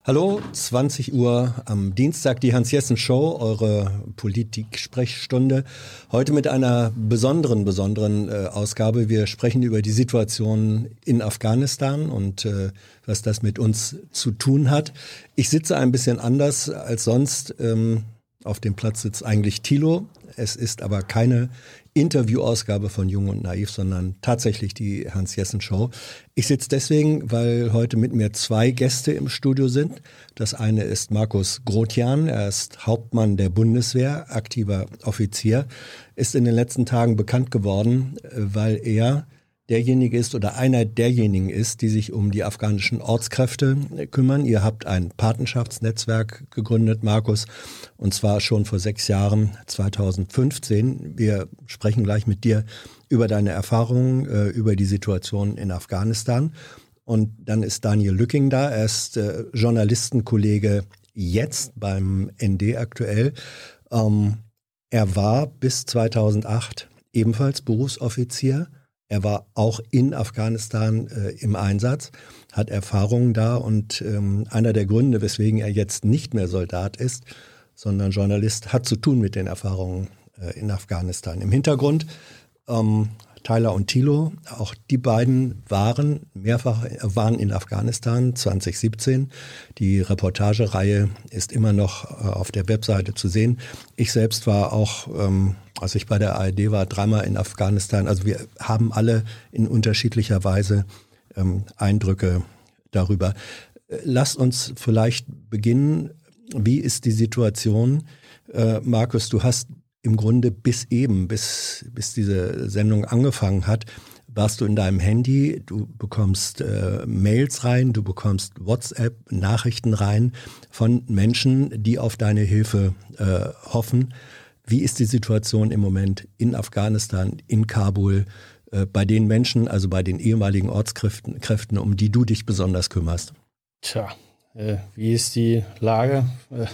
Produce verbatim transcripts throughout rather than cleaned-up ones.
Hallo, zwanzig Uhr am Dienstag, die Hans-Jessen-Show, eure Politik-Sprechstunde. Heute mit einer besonderen, besonderen äh, Ausgabe. Wir sprechen über die Situation in Afghanistan und äh, was das mit uns zu tun hat. Ich sitze ein bisschen anders als sonst. Ähm, auf dem Platz sitzt eigentlich Thilo. Es ist aber keine Interviewausgabe von Jung und Naiv, sondern tatsächlich die Hans-Jessen-Show. Ich sitze deswegen, weil heute mit mir zwei Gäste im Studio sind. Das eine ist Markus Grothjan, er ist Hauptmann der Bundeswehr, aktiver Offizier, ist in den letzten Tagen bekannt geworden, weil er derjenige ist oder einer derjenigen ist, die sich um die afghanischen Ortskräfte kümmern. Ihr habt ein Patenschaftsnetzwerk gegründet, Markus, und zwar schon vor sechs Jahren, zweitausendfünfzehn. Wir sprechen gleich mit dir über deine Erfahrungen, äh, über die Situation in Afghanistan. Und dann ist Daniel Lücking da, er ist äh, Journalistenkollege jetzt beim N D aktuell. Ähm, er war bis zweitausendacht ebenfalls Berufsoffizier. Er war auch in Afghanistan äh, im Einsatz, hat Erfahrungen da und ähm, einer der Gründe, weswegen er jetzt nicht mehr Soldat ist, sondern Journalist, hat zu tun mit den Erfahrungen äh, in Afghanistan. Im Hintergrund ähm, Tyler und Thilo, auch die beiden waren mehrfach waren in Afghanistan zwanzig siebzehn. Die Reportagereihe ist immer noch äh, auf der Webseite zu sehen. Ich selbst war auch, ähm, als ich bei der A R D war, dreimal in Afghanistan. Also wir haben alle in unterschiedlicher Weise ähm, Eindrücke darüber. Lasst uns vielleicht beginnen. Wie ist die Situation? Äh, Markus, du hast im Grunde bis eben, bis, bis diese Sendung angefangen hat, warst du in deinem Handy, du bekommst äh, Mails rein, du bekommst WhatsApp-Nachrichten rein von Menschen, die auf deine Hilfe äh, hoffen. Wie ist die Situation im Moment in Afghanistan, in Kabul, äh, bei den Menschen, also bei den ehemaligen Ortskräften, Kräften, um die du dich besonders kümmerst? Tja, äh, wie ist die Lage? Äh,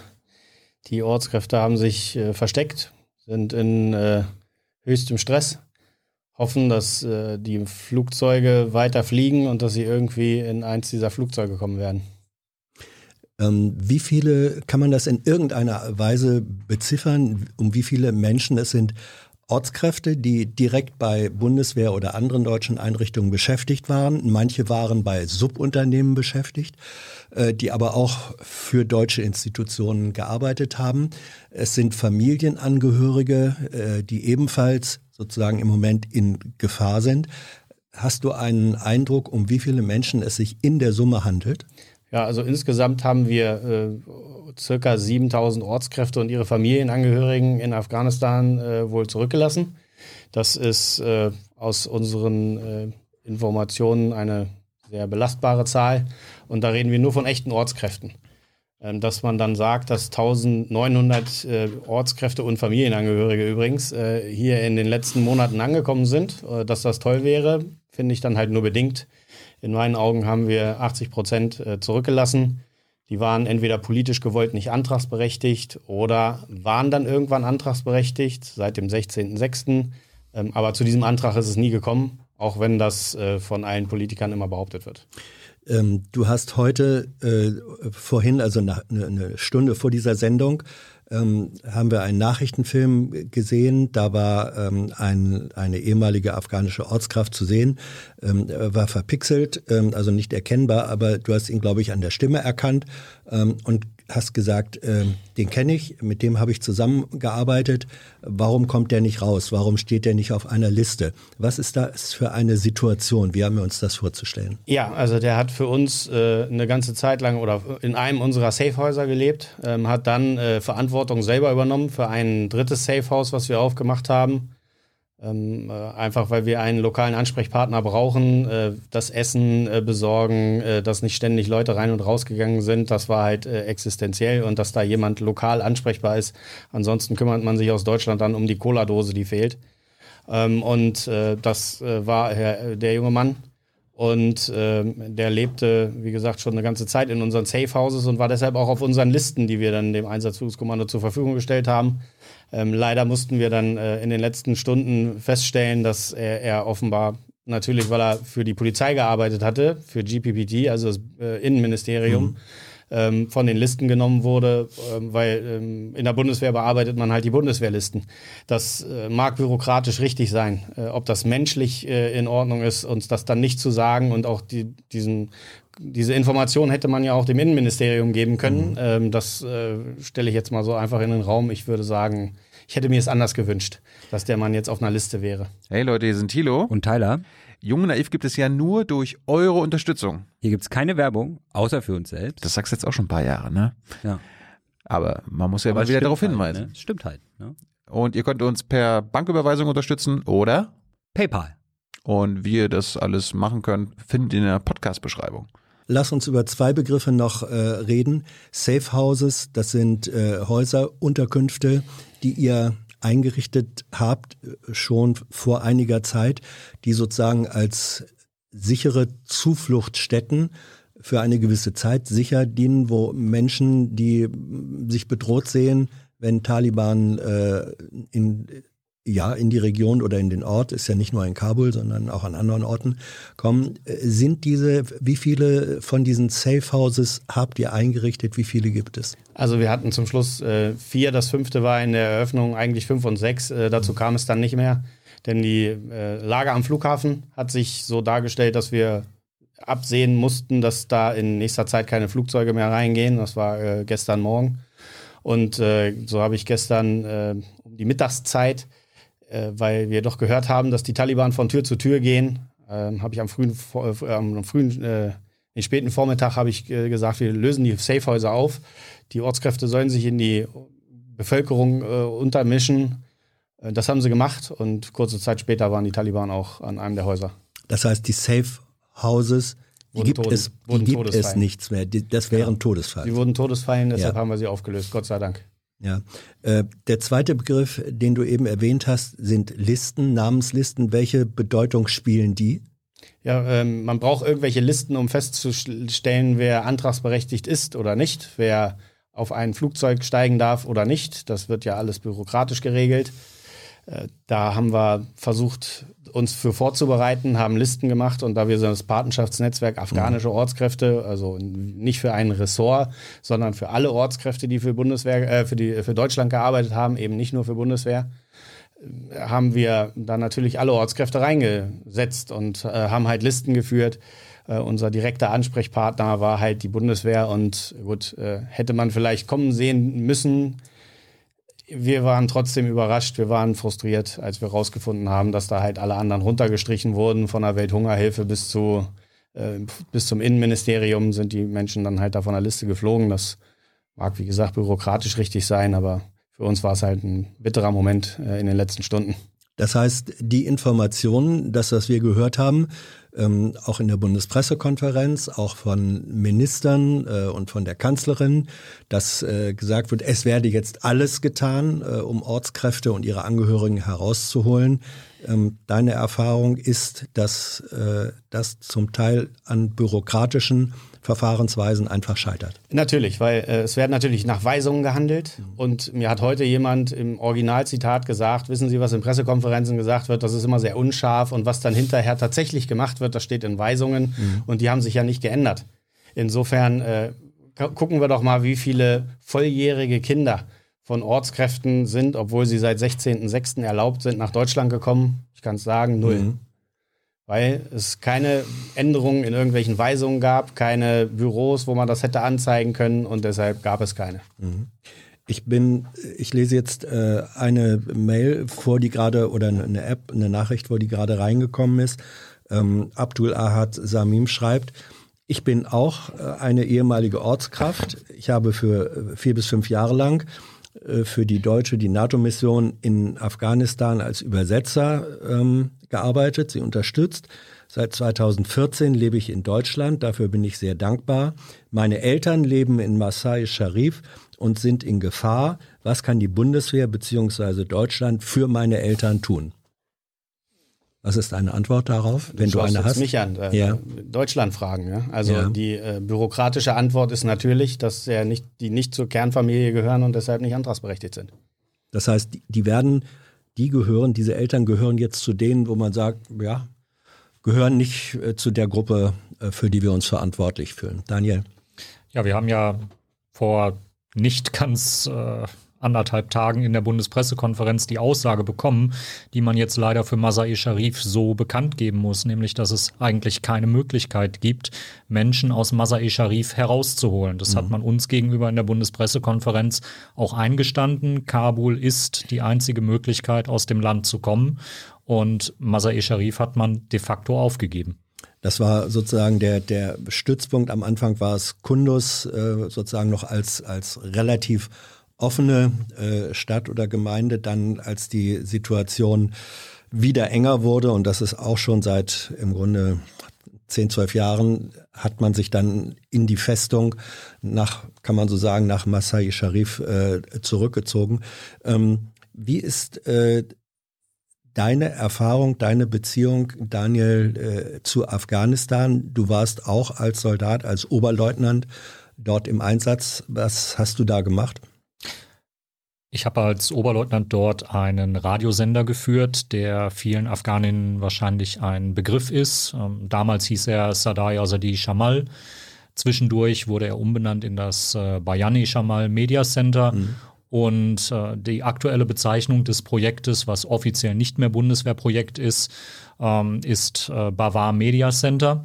die Ortskräfte haben sich äh, versteckt, sind in äh, höchstem Stress, hoffen, dass äh, die Flugzeuge weiter fliegen und dass sie irgendwie in eins dieser Flugzeuge kommen werden. Ähm, wie viele, kann man das in irgendeiner Weise beziffern, um wie viele Menschen es sind Ortskräfte, die direkt bei Bundeswehr oder anderen deutschen Einrichtungen beschäftigt waren? Manche waren bei Subunternehmen beschäftigt, äh, die aber auch für deutsche Institutionen gearbeitet haben. Es sind Familienangehörige, äh, die ebenfalls sozusagen im Moment in Gefahr sind. Hast du einen Eindruck, um wie viele Menschen es sich in der Summe handelt? Ja, also insgesamt haben wir äh, circa siebentausend Ortskräfte und ihre Familienangehörigen in Afghanistan äh, wohl zurückgelassen. Das ist äh, aus unseren äh, Informationen eine sehr belastbare Zahl. Und da reden wir nur von echten Ortskräften. Ähm, dass man dann sagt, dass eintausendneunhundert äh, Ortskräfte und Familienangehörige übrigens äh, hier in den letzten Monaten angekommen sind, äh, dass das toll wäre, finde ich dann halt nur bedingt. In meinen Augen haben wir achtzig Prozent zurückgelassen. Die waren entweder politisch gewollt nicht antragsberechtigt oder waren dann irgendwann antragsberechtigt seit dem sechzehnten sechsten Aber zu diesem Antrag ist es nie gekommen, auch wenn das von allen Politikern immer behauptet wird. Ähm, du hast heute äh, vorhin, also eine, eine Stunde vor dieser Sendung, ähm, haben wir einen Nachrichtenfilm gesehen. Da war ähm, ein, eine ehemalige afghanische Ortskraft zu sehen, ähm, war verpixelt, ähm, also nicht erkennbar, aber du hast ihn, glaube ich, an der Stimme erkannt ähm, und hast gesagt, äh, den kenne ich, mit dem habe ich zusammengearbeitet. Warum kommt der nicht raus? Warum steht der nicht auf einer Liste? Was ist das für eine Situation? Wie haben wir uns das vorzustellen? Ja, also der hat für uns äh, eine ganze Zeit lang oder in einem unserer Safehäuser gelebt, ähm, hat dann äh, Verantwortung selber übernommen für ein drittes Safehouse, was wir aufgemacht haben. Ähm, äh, einfach weil wir einen lokalen Ansprechpartner brauchen, äh, das Essen äh, besorgen, äh, dass nicht ständig Leute rein und rausgegangen sind, das war halt äh, existenziell und dass da jemand lokal ansprechbar ist. Ansonsten kümmert man sich aus Deutschland dann um die Cola-Dose, die fehlt. Ähm, und äh, das äh, war Herr, der junge Mann und äh, der lebte, wie gesagt, schon eine ganze Zeit in unseren Safehouses und war deshalb auch auf unseren Listen, die wir dann dem Einsatzflugskommando zur Verfügung gestellt haben. Ähm, leider mussten wir dann äh, in den letzten Stunden feststellen, dass er, er offenbar, natürlich weil er für die Polizei gearbeitet hatte, für G P P T, also das äh, Innenministerium, ähm, von den Listen genommen wurde, ähm, weil ähm, in der Bundeswehr bearbeitet man halt die Bundeswehrlisten. Das äh, mag bürokratisch richtig sein. Äh, ob das menschlich äh, in Ordnung ist, uns das dann nicht zu sagen und auch die, diesen Diese Information hätte man ja auch dem Innenministerium geben können. Mhm. Ähm, das äh, stelle ich jetzt mal so einfach in den Raum. Ich würde sagen, ich hätte mir es anders gewünscht, dass der Mann jetzt auf einer Liste wäre. Hey Leute, hier sind Thilo und Tyler. Jung und Naiv gibt es ja nur durch eure Unterstützung. Hier gibt es keine Werbung, außer für uns selbst. Das sagst du jetzt auch schon ein paar Jahre, ne? Ja. Aber man muss ja Aber mal wieder darauf halt, hinweisen. Ne? Stimmt halt. Ne? Und ihr könnt uns per Banküberweisung unterstützen oder PayPal. Und wie ihr das alles machen könnt, findet ihr in der Podcast-Beschreibung. Lass uns über zwei Begriffe noch äh, reden. Safe Houses, das sind äh, Häuser, Unterkünfte, die ihr eingerichtet habt, schon vor einiger Zeit, die sozusagen als sichere Zufluchtsstätten für eine gewisse Zeit sicher dienen, wo Menschen, die sich bedroht sehen, wenn Taliban äh, in ja, in die Region oder in den Ort, ist ja nicht nur in Kabul, sondern auch an anderen Orten kommen. Sind diese, wie viele von diesen Safe Houses habt ihr eingerichtet? Wie viele gibt es? Also wir hatten zum Schluss äh, vier, das fünfte war in der Eröffnung eigentlich fünf und sechs. Äh, dazu kam es dann nicht mehr, denn die äh, Lage am Flughafen hat sich so dargestellt, dass wir absehen mussten, dass da in nächster Zeit keine Flugzeuge mehr reingehen. Das war äh, gestern Morgen. Und äh, so habe ich gestern äh, um die Mittagszeit, Äh, weil wir doch gehört haben, dass die Taliban von Tür zu Tür gehen, ähm, habe ich am frühen, äh, am frühen äh, den späten Vormittag habe ich äh, gesagt, wir lösen die Safehäuser auf. Die Ortskräfte sollen sich in die Bevölkerung äh, untermischen. Äh, das haben sie gemacht und kurze Zeit später waren die Taliban auch an einem der Häuser. Das heißt, die Safe Houses, die gibt, Toten, es, die gibt es nichts mehr. Die, das wären genau. Todesfallen. Sie wurden Todesfallen, deshalb ja. haben wir sie aufgelöst, Gott sei Dank. Ja, äh, der zweite Begriff, den du eben erwähnt hast, sind Listen, Namenslisten. Welche Bedeutung spielen die? Ja, ähm, man braucht irgendwelche Listen, um festzustellen, wer antragsberechtigt ist oder nicht, wer auf ein Flugzeug steigen darf oder nicht. Das wird ja alles bürokratisch geregelt. Äh, da haben wir versucht, uns für vorzubereiten, haben Listen gemacht und da wir so das Patenschaftsnetzwerk afghanische Ortskräfte, also nicht für ein Ressort, sondern für alle Ortskräfte, die für Bundeswehr, äh, für die für Deutschland gearbeitet haben, eben nicht nur für Bundeswehr, haben wir da natürlich alle Ortskräfte reingesetzt und äh, haben halt Listen geführt. Äh, unser direkter Ansprechpartner war halt die Bundeswehr und gut, äh, hätte man vielleicht kommen sehen müssen. Wir waren trotzdem überrascht, wir waren frustriert, als wir rausgefunden haben, dass da halt alle anderen runtergestrichen wurden, von der Welthungerhilfe bis zu äh, bis zum Innenministerium sind die Menschen dann halt da von der Liste geflogen. Das mag, wie gesagt, bürokratisch richtig sein, aber für uns war es halt ein bitterer Moment äh, in den letzten Stunden. Das heißt, die Informationen, das, was wir gehört haben, ähm, auch in der Bundespressekonferenz, auch von Ministern äh, und von der Kanzlerin, dass äh, gesagt wird, es werde jetzt alles getan, äh, um Ortskräfte und ihre Angehörigen herauszuholen. Ähm, deine Erfahrung ist, dass äh, das zum Teil an bürokratischen Verfahrensweisen einfach scheitert. Natürlich, weil äh, es werden natürlich nach Weisungen gehandelt. Mhm. Und mir hat heute jemand im Originalzitat gesagt, wissen Sie, was in Pressekonferenzen gesagt wird, das ist immer sehr unscharf und was dann hinterher tatsächlich gemacht wird, das steht in Weisungen mhm. und die haben sich ja nicht geändert. Insofern äh, gucken wir doch mal, wie viele volljährige Kinder von Ortskräften sind, obwohl sie seit sechzehnten sechsten erlaubt sind, nach Deutschland gekommen. Ich kann es sagen, null. Mhm. Weil es keine Änderungen in irgendwelchen Weisungen gab, keine Büros, wo man das hätte anzeigen können und deshalb gab es keine. Ich bin, ich lese jetzt äh, eine Mail vor, die gerade, oder eine App, eine Nachricht, wo die gerade reingekommen ist. Ähm, Abdul Ahad Samim schreibt, ich bin auch äh, eine ehemalige Ortskraft. Ich habe für vier bis fünf Jahre lang äh, für die deutsche, die NATO-Mission in Afghanistan als Übersetzer ähm, gearbeitet, sie unterstützt. Seit zweitausendvierzehn lebe ich in Deutschland, dafür bin ich sehr dankbar. Meine Eltern leben in Masai Sharif und sind in Gefahr. Was kann die Bundeswehr bzw. Deutschland für meine Eltern tun? Was ist deine Antwort darauf, wenn du, du eine hast? Mich an, äh, ja. Deutschland fragen. Ja? Also ja. die äh, bürokratische Antwort ist natürlich, dass ja nicht, die nicht zur Kernfamilie gehören und deshalb nicht antragsberechtigt sind. Das heißt, die, die werden Die gehören, diese Eltern gehören jetzt zu denen, wo man sagt, ja, gehören nicht äh, zu der Gruppe, äh, für die wir uns verantwortlich fühlen. Daniel? Ja, wir haben ja vor nicht ganz äh, anderthalb Tagen in der Bundespressekonferenz die Aussage bekommen, die man jetzt leider für Masai Sharif so bekannt geben muss, nämlich, dass es eigentlich keine Möglichkeit gibt, Menschen aus Masai Sharif herauszuholen. Das mhm. hat man uns gegenüber in der Bundespressekonferenz auch eingestanden. Kabul ist die einzige Möglichkeit, aus dem Land zu kommen. Und Masai Sharif hat man de facto aufgegeben. Das war sozusagen der, der Stützpunkt. Am Anfang war es Kunduz, äh, sozusagen noch als, als relativ offene äh, Stadt oder Gemeinde. Dann, als die Situation wieder enger wurde, und das ist auch schon seit im Grunde zehn, zwölf Jahren, hat man sich dann in die Festung nach, kann man so sagen, nach Masai Sharif äh, zurückgezogen. Ähm, wie ist äh, deine Erfahrung, deine Beziehung, Daniel, äh, zu Afghanistan? Du warst auch als Soldat, als Oberleutnant dort im Einsatz. Was hast du da gemacht? Ich habe als Oberleutnant dort einen Radiosender geführt, der vielen Afghaninnen wahrscheinlich ein Begriff ist. Ähm, damals hieß er Sadai Azadi Shamal. Zwischendurch wurde er umbenannt in das äh, Bayani Shamal Media Center. Mhm. Und äh, die aktuelle Bezeichnung des Projektes, was offiziell nicht mehr Bundeswehrprojekt ist, ähm, ist äh, Bavar Media Center.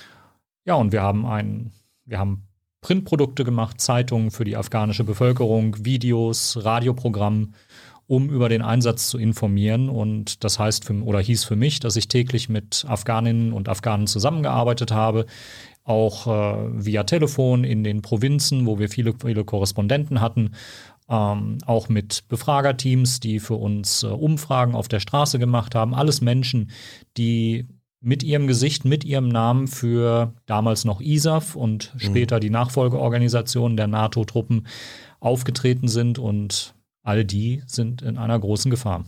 Ja, und wir haben ein, wir haben Printprodukte gemacht, Zeitungen für die afghanische Bevölkerung, Videos, Radioprogramm, um über den Einsatz zu informieren. Und das heißt für, oder hieß für mich, dass ich täglich mit Afghaninnen und Afghanen zusammengearbeitet habe, auch äh, via Telefon in den Provinzen, wo wir viele, viele Korrespondenten hatten, ähm, auch mit Befragerteams, die für uns äh, Umfragen auf der Straße gemacht haben. Alles Menschen, die mit ihrem Gesicht, mit ihrem Namen für damals noch I S A F und später mhm. die Nachfolgeorganisation der NATO-Truppen aufgetreten sind, und all die sind in einer großen Gefahr.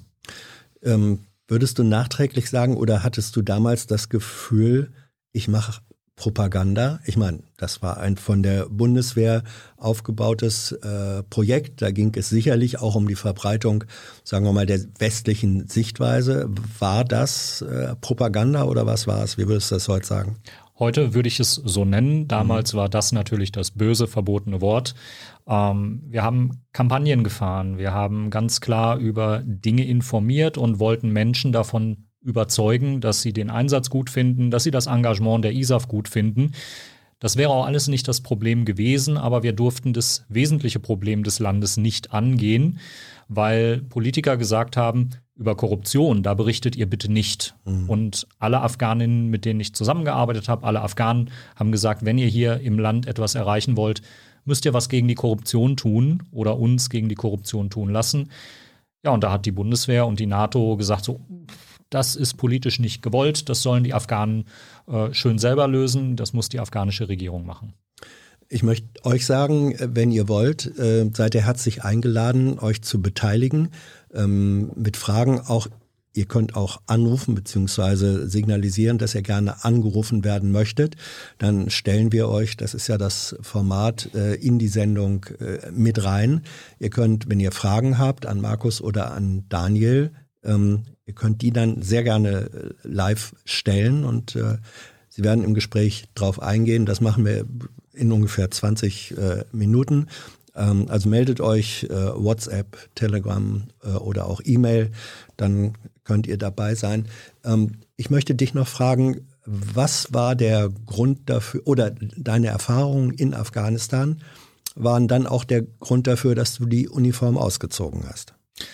Ähm, würdest du nachträglich sagen, oder hattest du damals das Gefühl, ich mache Propaganda? Ich meine, das war ein von der Bundeswehr aufgebautes äh, Projekt. Da ging es sicherlich auch um die Verbreitung, sagen wir mal, der westlichen Sichtweise. War das äh, Propaganda oder was war es? Wie würdest du das heute sagen? Heute würde ich es so nennen. Damals mhm. war das natürlich das böse, verbotene Wort. Ähm, wir haben Kampagnen gefahren. Wir haben ganz klar über Dinge informiert und wollten Menschen davon überzeugen, dass sie den Einsatz gut finden, dass sie das Engagement der I S A F gut finden. Das wäre auch alles nicht das Problem gewesen, aber wir durften das wesentliche Problem des Landes nicht angehen, weil Politiker gesagt haben, über Korruption, da berichtet ihr bitte nicht. Mhm. Und alle Afghaninnen, mit denen ich zusammengearbeitet habe, alle Afghanen haben gesagt, wenn ihr hier im Land etwas erreichen wollt, müsst ihr was gegen die Korruption tun oder uns gegen die Korruption tun lassen. Ja, und da hat die Bundeswehr und die NATO gesagt, so, das ist politisch nicht gewollt, das sollen die Afghanen äh, schön selber lösen, das muss die afghanische Regierung machen. Ich möchte euch sagen, wenn ihr wollt, äh, seid ihr herzlich eingeladen, euch zu beteiligen ähm, mit Fragen. Auch ihr könnt auch anrufen bzw. signalisieren, dass ihr gerne angerufen werden möchtet. Dann stellen wir euch, das ist ja das Format, äh, in die Sendung äh, mit rein. Ihr könnt, wenn ihr Fragen habt an Markus oder an Daniel, ähm, ihr könnt die dann sehr gerne live stellen, und äh, sie werden im Gespräch drauf eingehen. Das machen wir in ungefähr zwanzig äh, Minuten. Ähm, also meldet euch äh, WhatsApp, Telegram äh, oder auch E-Mail, dann könnt ihr dabei sein. Ähm, ich möchte dich noch fragen, was war der Grund dafür, oder deine Erfahrungen in Afghanistan waren dann auch der Grund dafür, dass du die Uniform ausgezogen hast?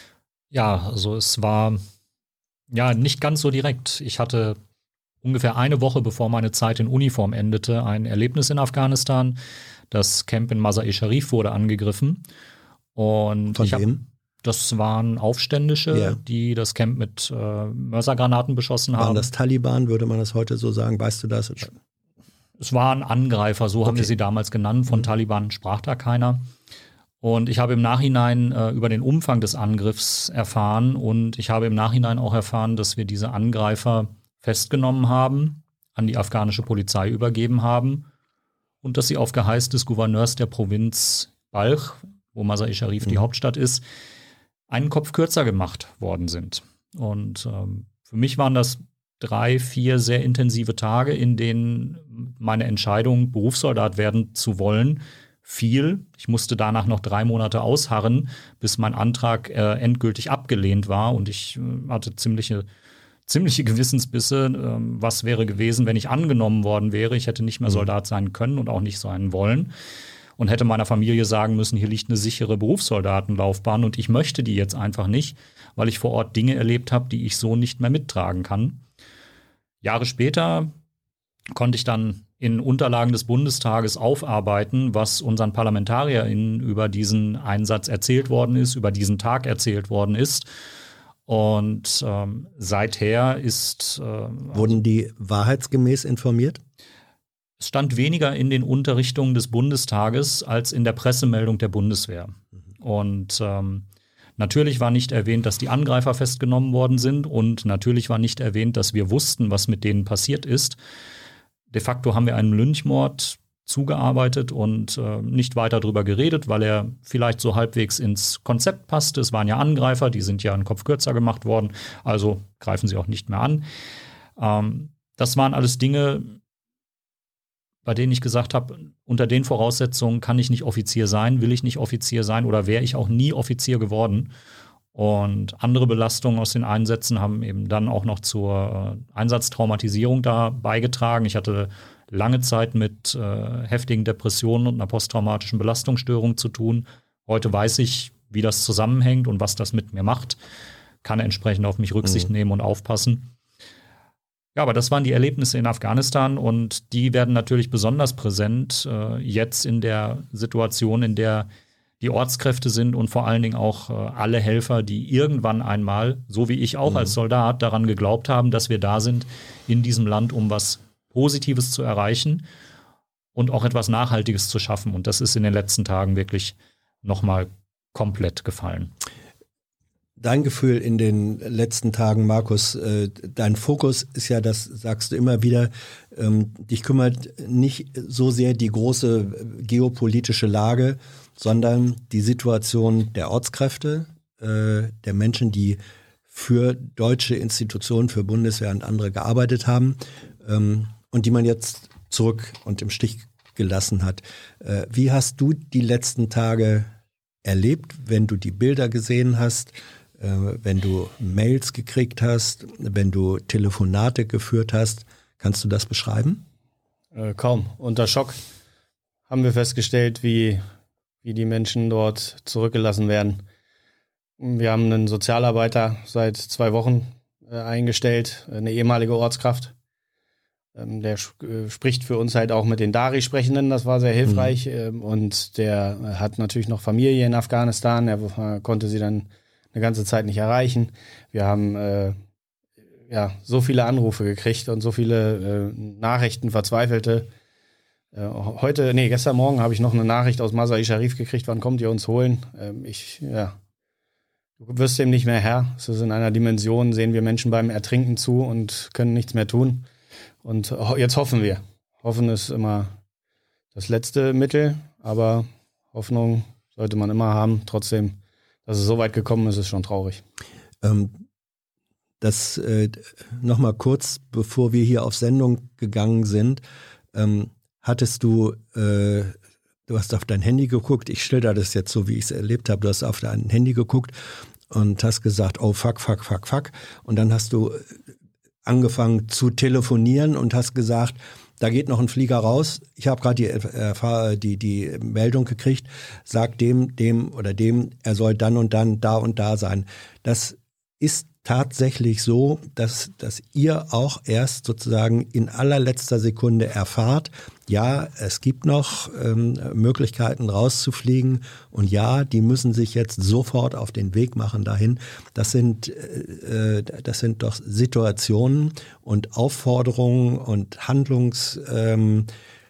Ja, also es war ja nicht ganz so direkt. Ich hatte ungefähr eine Woche, bevor meine Zeit in Uniform endete, ein Erlebnis in Afghanistan. Das Camp in Masai Sharif wurde angegriffen. Und Von ich hab, wem? Das waren Aufständische, ja. die das Camp mit äh, Mörsergranaten beschossen haben. Waren das Taliban, würde man das heute so sagen? Weißt du das? Es waren Angreifer, so okay. haben wir sie damals genannt. Von mhm. Taliban sprach da keiner. Und ich habe im Nachhinein äh, über den Umfang des Angriffs erfahren, und ich habe im Nachhinein auch erfahren, dass wir diese Angreifer festgenommen haben, an die afghanische Polizei übergeben haben und dass sie auf Geheiß des Gouverneurs der Provinz Balch, wo Masai Sharif mhm. die Hauptstadt ist, einen Kopf kürzer gemacht worden sind. Und ähm, für mich waren das drei, vier sehr intensive Tage, in denen meine Entscheidung, Berufssoldat werden zu wollen, fiel. Ich musste danach noch drei Monate ausharren, bis mein Antrag äh, endgültig abgelehnt war. Und ich äh, hatte ziemliche, ziemliche Gewissensbisse. Ähm, was wäre gewesen, wenn ich angenommen worden wäre? Ich hätte nicht mehr Soldat sein können und auch nicht sein wollen. Und hätte meiner Familie sagen müssen, hier liegt eine sichere Berufssoldatenlaufbahn und ich möchte die jetzt einfach nicht, weil ich vor Ort Dinge erlebt habe, die ich so nicht mehr mittragen kann. Jahre später konnte ich dann in Unterlagen des Bundestages aufarbeiten, was unseren ParlamentarierInnen über diesen Einsatz erzählt worden ist, über diesen Tag erzählt worden ist. Und ähm, seither ist äh, Wurden die wahrheitsgemäß informiert? Es stand weniger in den Unterrichtungen des Bundestages als in der Pressemeldung der Bundeswehr. Mhm. Und ähm, natürlich war nicht erwähnt, dass die Angreifer festgenommen worden sind und natürlich war nicht erwähnt, dass wir wussten, was mit denen passiert ist. De facto haben wir einem Lynchmord zugearbeitet und äh, nicht weiter darüber geredet, weil er vielleicht so halbwegs ins Konzept passte. Es waren ja Angreifer, die sind ja einen Kopf kürzer gemacht worden, also greifen sie auch nicht mehr an. Ähm, das waren alles Dinge, bei denen ich gesagt habe, unter den Voraussetzungen kann ich nicht Offizier sein, will ich nicht Offizier sein oder wäre ich auch nie Offizier geworden. Und andere Belastungen aus den Einsätzen haben eben dann auch noch zur äh, Einsatztraumatisierung da beigetragen. Ich hatte lange Zeit mit äh, heftigen Depressionen und einer posttraumatischen Belastungsstörung zu tun. Heute weiß ich, wie das zusammenhängt und was das mit mir macht, kann entsprechend auf mich Rücksicht mhm. nehmen und aufpassen. Ja, aber das waren die Erlebnisse in Afghanistan und die werden natürlich besonders präsent äh, jetzt in der Situation, in der die Ortskräfte sind und vor allen Dingen auch äh, alle Helfer, die irgendwann einmal, so wie ich auch mhm. als Soldat, daran geglaubt haben, dass wir da sind in diesem Land, um was Positives zu erreichen und auch etwas Nachhaltiges zu schaffen. Und das ist in den letzten Tagen wirklich nochmal komplett gefallen. Dein Gefühl in den letzten Tagen, Markus, äh, dein Fokus ist ja, das sagst du immer wieder, ähm, dich kümmert nicht so sehr die große geopolitische Lage, sondern die Situation der Ortskräfte, äh, der Menschen, die für deutsche Institutionen, für Bundeswehr und andere gearbeitet haben ähm, und die man jetzt zurück und im Stich gelassen hat. Äh, wie hast du die letzten Tage erlebt, wenn du die Bilder gesehen hast, wenn du Mails gekriegt hast, wenn du Telefonate geführt hast? Kannst du das beschreiben? Äh, kaum. Unter Schock haben wir festgestellt, wie, wie die Menschen dort zurückgelassen werden. Wir haben einen Sozialarbeiter seit zwei Wochen äh, eingestellt, eine ehemalige Ortskraft. Ähm, der sp- spricht für uns halt auch mit den Dari-Sprechenden, das war sehr hilfreich. Mhm. Ähm, und der hat natürlich noch Familie in Afghanistan, er äh, konnte sie dann eine ganze Zeit nicht erreichen. Wir haben äh, ja so viele Anrufe gekriegt und so viele äh, Nachrichten, verzweifelte. Äh, heute, nee, gestern Morgen habe ich noch eine Nachricht aus Masar-i-Sharif gekriegt, wann kommt ihr uns holen? Ähm, ich, ja, du wirst dem nicht mehr Herr. Es ist in einer Dimension, sehen wir Menschen beim Ertrinken zu und können nichts mehr tun. Und ho- jetzt hoffen wir. Hoffen ist immer das letzte Mittel, aber Hoffnung sollte man immer haben. Trotzdem, dass es so weit gekommen ist, ist schon traurig. Ähm, das äh, nochmal kurz, bevor wir hier auf Sendung gegangen sind, ähm, hattest du, äh, du hast auf dein Handy geguckt, ich schilder das jetzt so, wie ich es erlebt habe, du hast auf dein Handy geguckt und hast gesagt, oh fuck, fuck, fuck, fuck. Und dann hast du angefangen zu telefonieren und hast gesagt, da geht noch ein Flieger raus. Ich habe gerade die, äh, die, die Meldung gekriegt, sag dem, dem oder dem, er soll dann und dann da und da sein. Das ist tatsächlich so, dass, dass ihr auch erst sozusagen in allerletzter Sekunde erfahrt, ja, es gibt noch ähm, Möglichkeiten rauszufliegen und ja, die müssen sich jetzt sofort auf den Weg machen dahin. Das sind, äh, das sind doch Situationen und Aufforderungen und Handlungszwänge,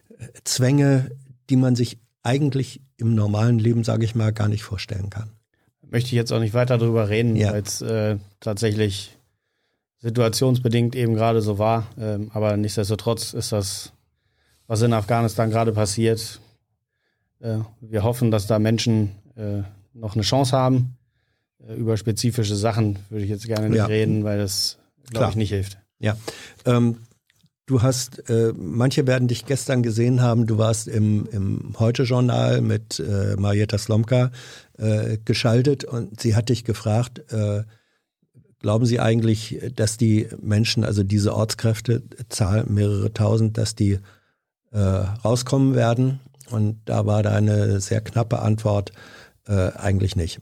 ähm, die man sich eigentlich im normalen Leben, sage ich mal, gar nicht vorstellen kann. Möchte ich jetzt auch nicht weiter drüber reden, ja. weil es äh, tatsächlich situationsbedingt eben gerade so war. Ähm, aber nichtsdestotrotz ist das, was in Afghanistan gerade passiert. Äh, wir hoffen, dass da Menschen äh, noch eine Chance haben. Äh, über spezifische Sachen würde ich jetzt gerne nicht ja. reden, weil das, glaube ich, nicht hilft. Ja, ähm, du hast, äh, manche werden dich gestern gesehen haben, du warst im, im Heute-Journal mit äh, Marietta Slomka äh, geschaltet und sie hat dich gefragt, äh, glauben Sie eigentlich, dass die Menschen, also diese Ortskräfte, Zahl mehrere tausend, dass die äh, rauskommen werden? Und da war deine sehr knappe Antwort, äh, eigentlich nicht.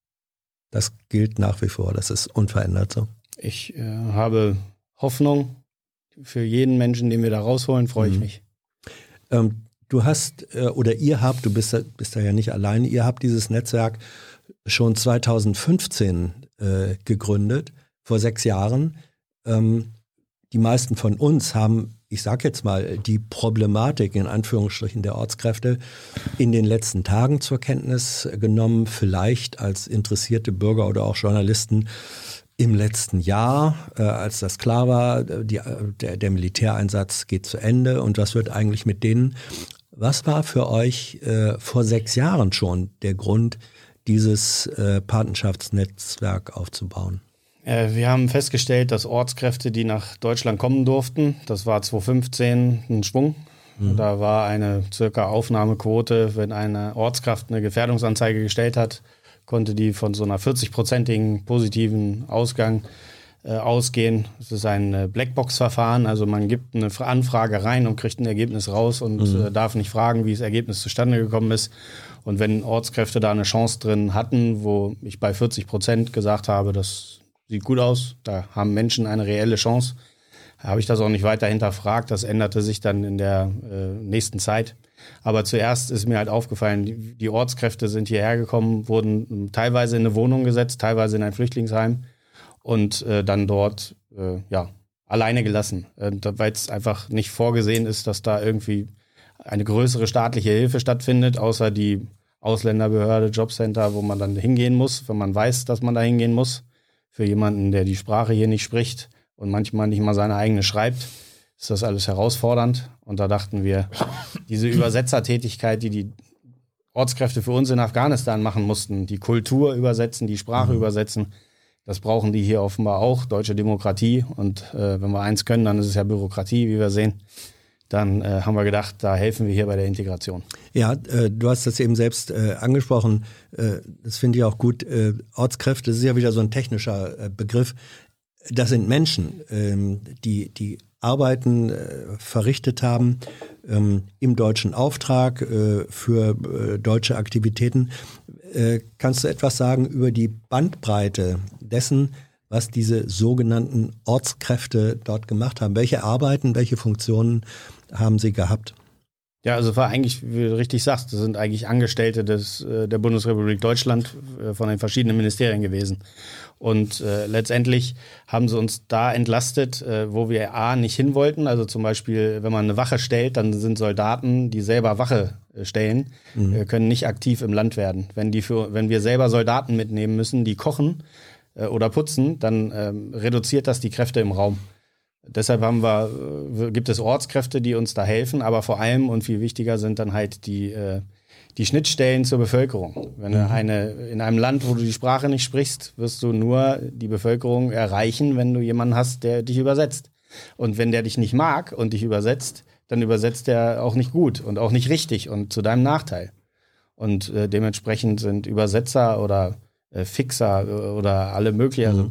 Das gilt nach wie vor, das ist unverändert so. Ich äh, habe Hoffnung für jeden Menschen, den wir da rausholen, freue ich Mhm. mich. Ähm, du hast, äh, oder ihr habt, du bist, da- bist da ja nicht alleine, ihr habt dieses Netzwerk schon zweitausendfünfzehn äh, gegründet, vor sechs Jahren. Ähm, die meisten von uns haben, ich sag jetzt mal, die Problematik in Anführungsstrichen der Ortskräfte in den letzten Tagen zur Kenntnis genommen, vielleicht als interessierte Bürger oder auch Journalisten im letzten Jahr, äh, als das klar war, die, der, der Militäreinsatz geht zu Ende und was wird eigentlich mit denen? Was war für euch äh, vor sechs Jahren schon der Grund, dieses äh, Patenschaftsnetzwerk aufzubauen? Äh, wir haben festgestellt, dass Ortskräfte, die nach Deutschland kommen durften, das war zweitausendfünfzehn ein Schwung. Mhm. Da war eine circa Aufnahmequote, wenn eine Ortskraft eine Gefährdungsanzeige gestellt hat, konnte die von so einer vierzig-prozentigen positiven Ausgang äh, ausgehen. Es ist ein äh, Blackbox-Verfahren, also man gibt eine Anfrage rein und kriegt ein Ergebnis raus und mhm. äh, darf nicht fragen, wie das Ergebnis zustande gekommen ist. Und wenn Ortskräfte da eine Chance drin hatten, wo ich bei vierzig Prozent gesagt habe, das sieht gut aus, da haben Menschen eine reelle Chance, habe ich das auch nicht weiter hinterfragt. Das änderte sich dann in der äh, nächsten Zeit. Aber zuerst ist mir halt aufgefallen, die, die Ortskräfte sind hierher gekommen, wurden teilweise in eine Wohnung gesetzt, teilweise in ein Flüchtlingsheim und äh, dann dort äh, ja, alleine gelassen, äh, weil es einfach nicht vorgesehen ist, dass da irgendwie eine größere staatliche Hilfe stattfindet, außer die Ausländerbehörde, Jobcenter, wo man dann hingehen muss, wenn man weiß, dass man da hingehen muss. Für jemanden, der die Sprache hier nicht spricht und manchmal nicht mal seine eigene schreibt, ist das alles herausfordernd. Und da dachten wir, diese Übersetzertätigkeit, die die Ortskräfte für uns in Afghanistan machen mussten, die Kultur übersetzen, die Sprache mhm. übersetzen, das brauchen die hier offenbar auch, deutsche Demokratie. Und äh, wenn wir eins können, dann ist es ja Bürokratie, wie wir sehen. Dann äh, haben wir gedacht, da helfen wir hier bei der Integration. Ja, äh, du hast das eben selbst äh, angesprochen. Äh, das finde ich auch gut. Äh, Ortskräfte, das ist ja wieder so ein technischer äh, Begriff. Das sind Menschen, ähm, die die Arbeiten äh, verrichtet haben ähm, im deutschen Auftrag äh, für äh, deutsche Aktivitäten. Äh, kannst du etwas sagen über die Bandbreite dessen, was diese sogenannten Ortskräfte dort gemacht haben? Welche Arbeiten, welche Funktionen haben sie gehabt? Ja, also war eigentlich, wie du richtig sagst, das sind eigentlich Angestellte des, der Bundesrepublik Deutschland von den verschiedenen Ministerien gewesen. Und äh, letztendlich haben sie uns da entlastet, äh, wo wir A, nicht hin wollten. Also zum Beispiel, wenn man eine Wache stellt, dann sind Soldaten, die selber Wache äh, stellen, mhm. äh, können nicht aktiv im Land werden. Wenn, die für, wenn wir selber Soldaten mitnehmen müssen, die kochen äh, oder putzen, dann äh, reduziert das die Kräfte im Raum. Deshalb haben wir, gibt es Ortskräfte, die uns da helfen, aber vor allem und viel wichtiger sind dann halt die, die Schnittstellen zur Bevölkerung. Wenn du eine, in einem Land, wo du die Sprache nicht sprichst, wirst du nur die Bevölkerung erreichen, wenn du jemanden hast, der dich übersetzt. Und wenn der dich nicht mag und dich übersetzt, dann übersetzt er auch nicht gut und auch nicht richtig und zu deinem Nachteil. Und äh, dementsprechend sind Übersetzer oder äh, Fixer oder alle möglichen, also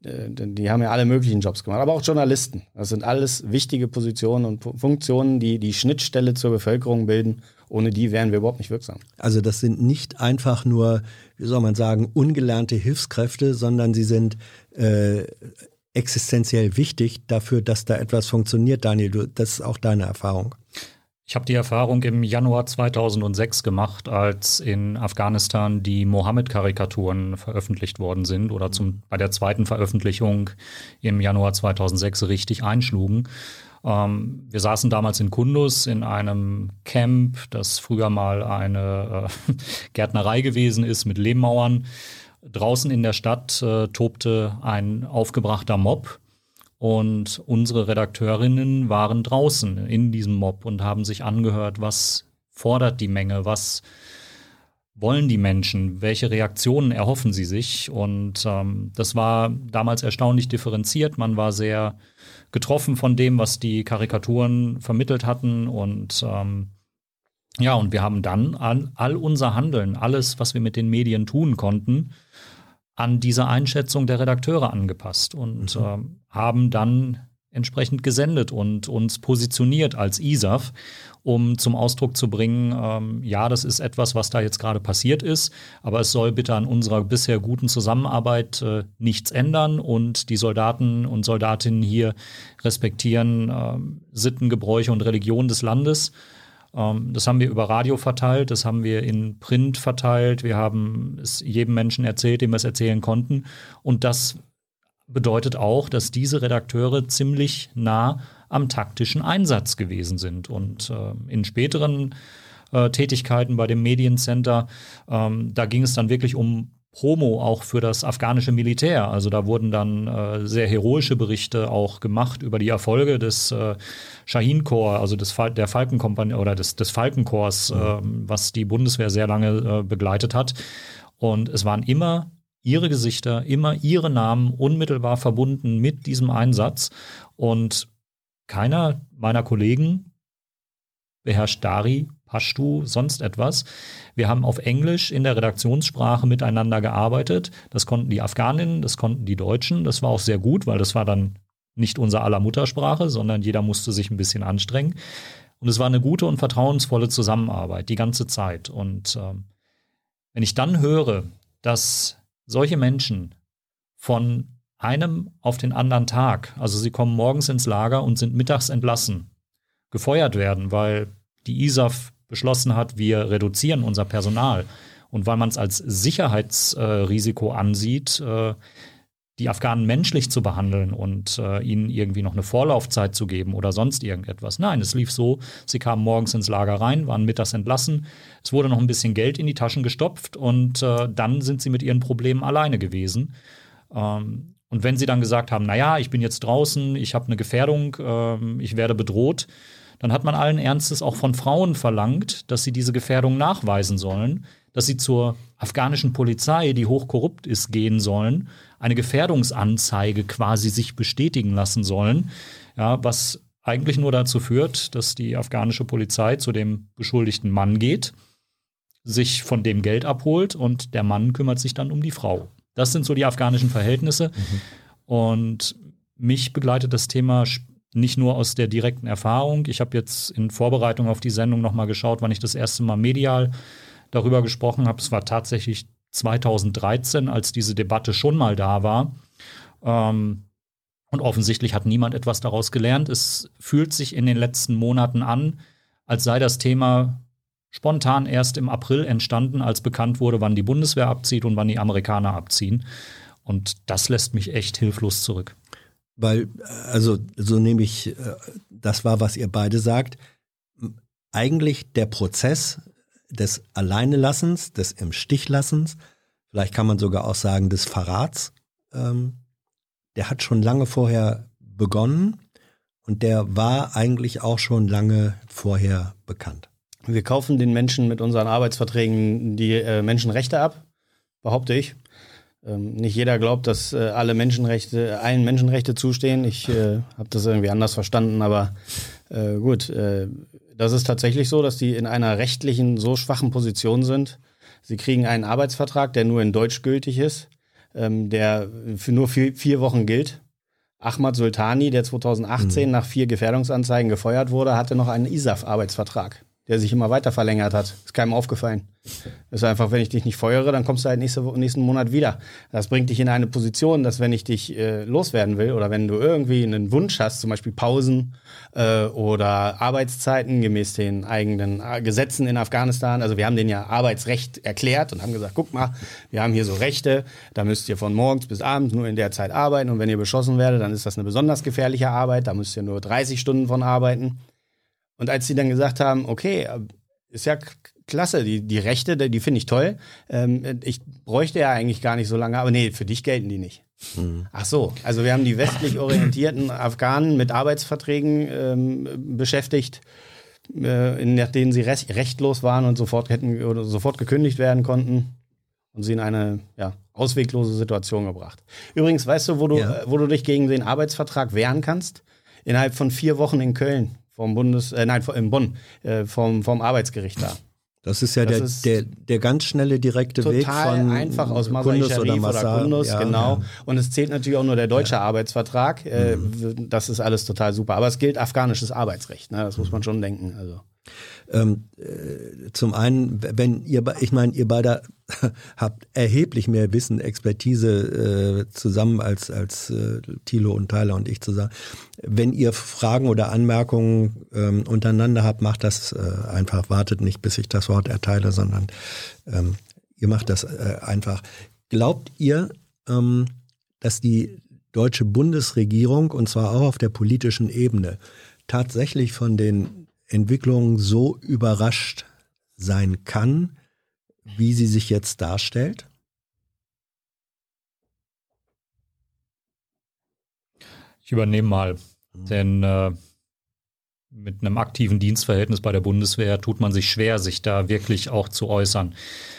die haben ja alle möglichen Jobs gemacht, aber auch Journalisten. Das sind alles wichtige Positionen und Funktionen, die die Schnittstelle zur Bevölkerung bilden. Ohne die wären wir überhaupt nicht wirksam. Also das sind nicht einfach nur, wie soll man sagen, ungelernte Hilfskräfte, sondern sie sind äh, existenziell wichtig dafür, dass da etwas funktioniert. Daniel, du, das ist auch deine Erfahrung. Ich habe die Erfahrung im Januar zweitausendsechs gemacht, als in Afghanistan die Mohammed-Karikaturen veröffentlicht worden sind oder zum, bei der zweiten Veröffentlichung im Januar zweitausendsechs richtig einschlugen. Ähm, wir saßen damals in Kunduz in einem Camp, das früher mal eine äh, Gärtnerei gewesen ist mit Lehmmauern. Draußen in der Stadt äh, tobte ein aufgebrachter Mob. Und unsere Redakteurinnen waren draußen in diesem Mob und haben sich angehört, was fordert die Menge, was, wollen die Menschen? Welche Reaktionen erhoffen sie sich? Und ähm, das war damals erstaunlich differenziert. Man war sehr getroffen von dem, was die Karikaturen vermittelt hatten. Und ähm, ja, und wir haben dann all, all unser Handeln, alles, was wir mit den Medien tun konnten, an diese Einschätzung der Redakteure angepasst und mhm. ähm, haben dann entsprechend gesendet und uns positioniert als I S A F, um zum Ausdruck zu bringen, ähm, ja, das ist etwas, was da jetzt gerade passiert ist, aber es soll bitte an unserer bisher guten Zusammenarbeit äh, nichts ändern und die Soldaten und Soldatinnen hier respektieren äh, Sitten, Gebräuche und Religion des Landes. Ähm, das haben wir über Radio verteilt, das haben wir in Print verteilt, wir haben es jedem Menschen erzählt, dem wir es erzählen konnten, und das bedeutet auch, dass diese Redakteure ziemlich nah am taktischen Einsatz gewesen sind. Und äh, in späteren äh, Tätigkeiten bei dem Mediencenter, ähm, da ging es dann wirklich um Promo auch für das afghanische Militär. Also da wurden dann äh, sehr heroische Berichte auch gemacht über die Erfolge des äh, Shahin-Korps, also des Fal- der Falkenkompanie oder des, des Falkenkorps, mhm. äh, was die Bundeswehr sehr lange äh, begleitet hat. Und es waren immer ihre Gesichter, immer ihre Namen unmittelbar verbunden mit diesem Einsatz. Und keiner meiner Kollegen beherrscht Dari, Pashtu, sonst etwas. Wir haben auf Englisch in der Redaktionssprache miteinander gearbeitet. Das konnten die Afghaninnen, das konnten die Deutschen. Das war auch sehr gut, weil das war dann nicht unser aller Muttersprache, sondern jeder musste sich ein bisschen anstrengen. Und es war eine gute und vertrauensvolle Zusammenarbeit die ganze Zeit. Und ähm, wenn ich dann höre, dass solche Menschen von einem auf den anderen Tag, also sie kommen morgens ins Lager und sind mittags entlassen, gefeuert werden, weil die I S A F beschlossen hat, wir reduzieren unser Personal und weil man es als Sicherheitsrisiko äh, ansieht, äh, die Afghanen menschlich zu behandeln und äh, ihnen irgendwie noch eine Vorlaufzeit zu geben oder sonst irgendetwas. Nein, es lief so, sie kamen morgens ins Lager rein, waren mittags entlassen, es wurde noch ein bisschen Geld in die Taschen gestopft und äh, dann sind sie mit ihren Problemen alleine gewesen. Ähm, und wenn sie dann gesagt haben, naja, ich bin jetzt draußen, ich habe eine Gefährdung, äh, ich werde bedroht, dann hat man allen Ernstes auch von Frauen verlangt, dass sie diese Gefährdung nachweisen sollen, dass sie zur afghanischen Polizei, die hochkorrupt ist, gehen sollen, eine Gefährdungsanzeige quasi sich bestätigen lassen sollen, ja, was eigentlich nur dazu führt, dass die afghanische Polizei zu dem beschuldigten Mann geht, sich von dem Geld abholt und der Mann kümmert sich dann um die Frau. Das sind so die afghanischen Verhältnisse. Mhm. Und mich begleitet das Thema nicht nur aus der direkten Erfahrung. Ich habe jetzt in Vorbereitung auf die Sendung noch mal geschaut, wann ich das erste Mal medial darüber gesprochen habe. Es war tatsächlich zweitausenddreizehn, als diese Debatte schon mal da war. Ähm, und offensichtlich hat niemand etwas daraus gelernt. Es fühlt sich in den letzten Monaten an, als sei das Thema spontan erst im April entstanden, als bekannt wurde, wann die Bundeswehr abzieht und wann die Amerikaner abziehen. Und das lässt mich echt hilflos zurück. Weil, also so nehme ich, das war, was ihr beide sagt, eigentlich der Prozess des Alleinelassens, des Im Stichlassens, vielleicht kann man sogar auch sagen des Verrats, ähm, der hat schon lange vorher begonnen und der war eigentlich auch schon lange vorher bekannt. Wir kaufen den Menschen mit unseren Arbeitsverträgen die äh, Menschenrechte ab, behaupte ich. Ähm, nicht jeder glaubt, dass äh, alle Menschenrechte, allen Menschenrechte zustehen. Ich äh, habe das irgendwie anders verstanden, aber äh, gut. Äh, das ist tatsächlich so, dass die in einer rechtlichen so schwachen Position sind. Sie kriegen einen Arbeitsvertrag, der nur in Deutsch gültig ist, ähm, der für nur vier, vier Wochen gilt. Ahmad Sultani, der zweitausendachtzehn mhm. nach vier Gefährdungsanzeigen gefeuert wurde, hatte noch einen I S A F-Arbeitsvertrag, der sich immer weiter verlängert hat. Ist keinem aufgefallen. Das ist einfach, wenn ich dich nicht feuere, dann kommst du halt nächste, nächsten Monat wieder. Das bringt dich in eine Position, dass wenn ich dich äh, loswerden will oder wenn du irgendwie einen Wunsch hast, zum Beispiel Pausen äh, oder Arbeitszeiten gemäß den eigenen äh, Gesetzen in Afghanistan, also wir haben denen ja Arbeitsrecht erklärt und haben gesagt, guck mal, wir haben hier so Rechte, da müsst ihr von morgens bis abends nur in der Zeit arbeiten und wenn ihr beschossen werdet, dann ist das eine besonders gefährliche Arbeit, da müsst ihr nur dreißig Stunden von arbeiten. Und als sie dann gesagt haben, okay, ist ja klasse, die, die Rechte, die finde ich toll, ähm, ich bräuchte ja eigentlich gar nicht so lange, aber nee, für dich gelten die nicht. Mhm. Ach so, also wir haben die westlich orientierten Afghanen mit Arbeitsverträgen ähm, beschäftigt, äh, in denen sie recht, rechtlos waren und sofort hätten oder sofort gekündigt werden konnten und sie in eine ja, ausweglose Situation gebracht. Übrigens, weißt du, wo du, Ja. äh, wo du dich gegen den Arbeitsvertrag wehren kannst? Innerhalb von vier Wochen in Köln vom Bundes, äh, nein, in Bonn, äh, vom, vom Arbeitsgericht da. Das ist ja Das der, ist der, der ganz schnelle, direkte Weg Total von einfach aus Masai Kundus Sharif oder oder, Massar. Kundus, Ja, genau. ja. Und es zählt natürlich auch nur der deutsche Arbeitsvertrag. Äh, Das ist alles total super. Aber es gilt afghanisches Arbeitsrecht, ne? Das muss man schon denken. Also. Ähm, äh, zum einen, wenn ihr, be- ich meine, ihr beide habt erheblich mehr Wissen, Expertise äh, zusammen als, als äh, Thilo und Tyler und ich zusammen. Wenn ihr Fragen oder Anmerkungen ähm, untereinander habt, macht das äh, einfach. Wartet nicht, bis ich das Wort erteile, sondern ähm, ihr macht das äh, einfach. Glaubt ihr, ähm, dass die deutsche Bundesregierung, und zwar auch auf der politischen Ebene, tatsächlich von den Entwicklung so überrascht sein kann, wie sie sich jetzt darstellt? Ich übernehme mal, denn äh, mit einem aktiven Dienstverhältnis bei der Bundeswehr tut man sich schwer, sich da wirklich auch zu äußern.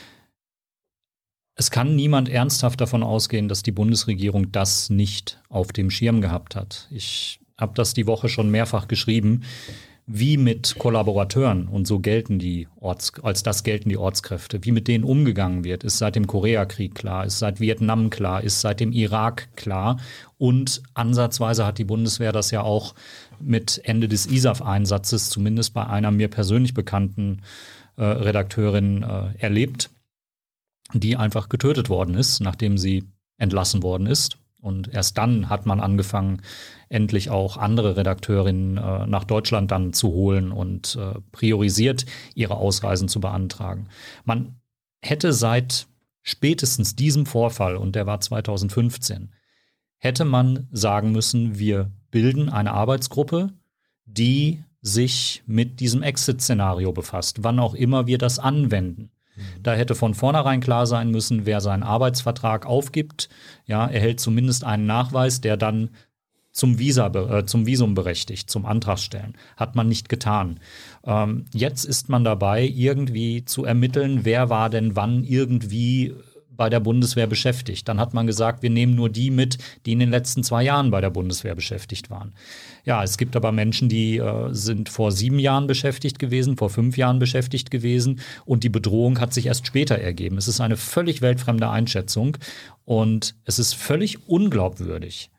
Es kann niemand ernsthaft davon ausgehen, dass die Bundesregierung das nicht auf dem Schirm gehabt hat. Ich habe das die Woche schon mehrfach geschrieben, wie mit Kollaborateuren, und so gelten die Orts, als das gelten die Ortskräfte, wie mit denen umgegangen wird, ist seit dem Koreakrieg klar, ist seit Vietnam klar, ist seit dem Irak klar. Und ansatzweise hat die Bundeswehr das ja auch mit Ende des I S A F-Einsatzes, zumindest bei einer mir persönlich bekannten äh, Redakteurin, äh, erlebt, die einfach getötet worden ist, nachdem sie entlassen worden ist. Und erst dann hat man angefangen, endlich auch andere Redakteurinnen äh, nach Deutschland dann zu holen und äh, priorisiert ihre Ausreisen zu beantragen. Man hätte seit spätestens diesem Vorfall, und der war zweitausendfünfzehn, hätte man sagen müssen, wir bilden eine Arbeitsgruppe, die sich mit diesem Exit-Szenario befasst, wann auch immer wir das anwenden. Da hätte von vornherein klar sein müssen, wer seinen Arbeitsvertrag aufgibt, ja, erhält zumindest einen Nachweis, der dann zum, Visa, äh, zum Visum berechtigt, zum Antragstellen. Hat man nicht getan. Ähm, jetzt ist man dabei, irgendwie zu ermitteln, wer war denn wann irgendwie bei der Bundeswehr beschäftigt. Dann hat man gesagt, wir nehmen nur die mit, die in den letzten zwei Jahren bei der Bundeswehr beschäftigt waren. Ja, es gibt aber Menschen, die äh, sind vor sieben Jahren beschäftigt gewesen, vor fünf Jahren beschäftigt gewesen, und die Bedrohung hat sich erst später ergeben. Es ist eine völlig weltfremde Einschätzung und es ist völlig unglaubwürdig,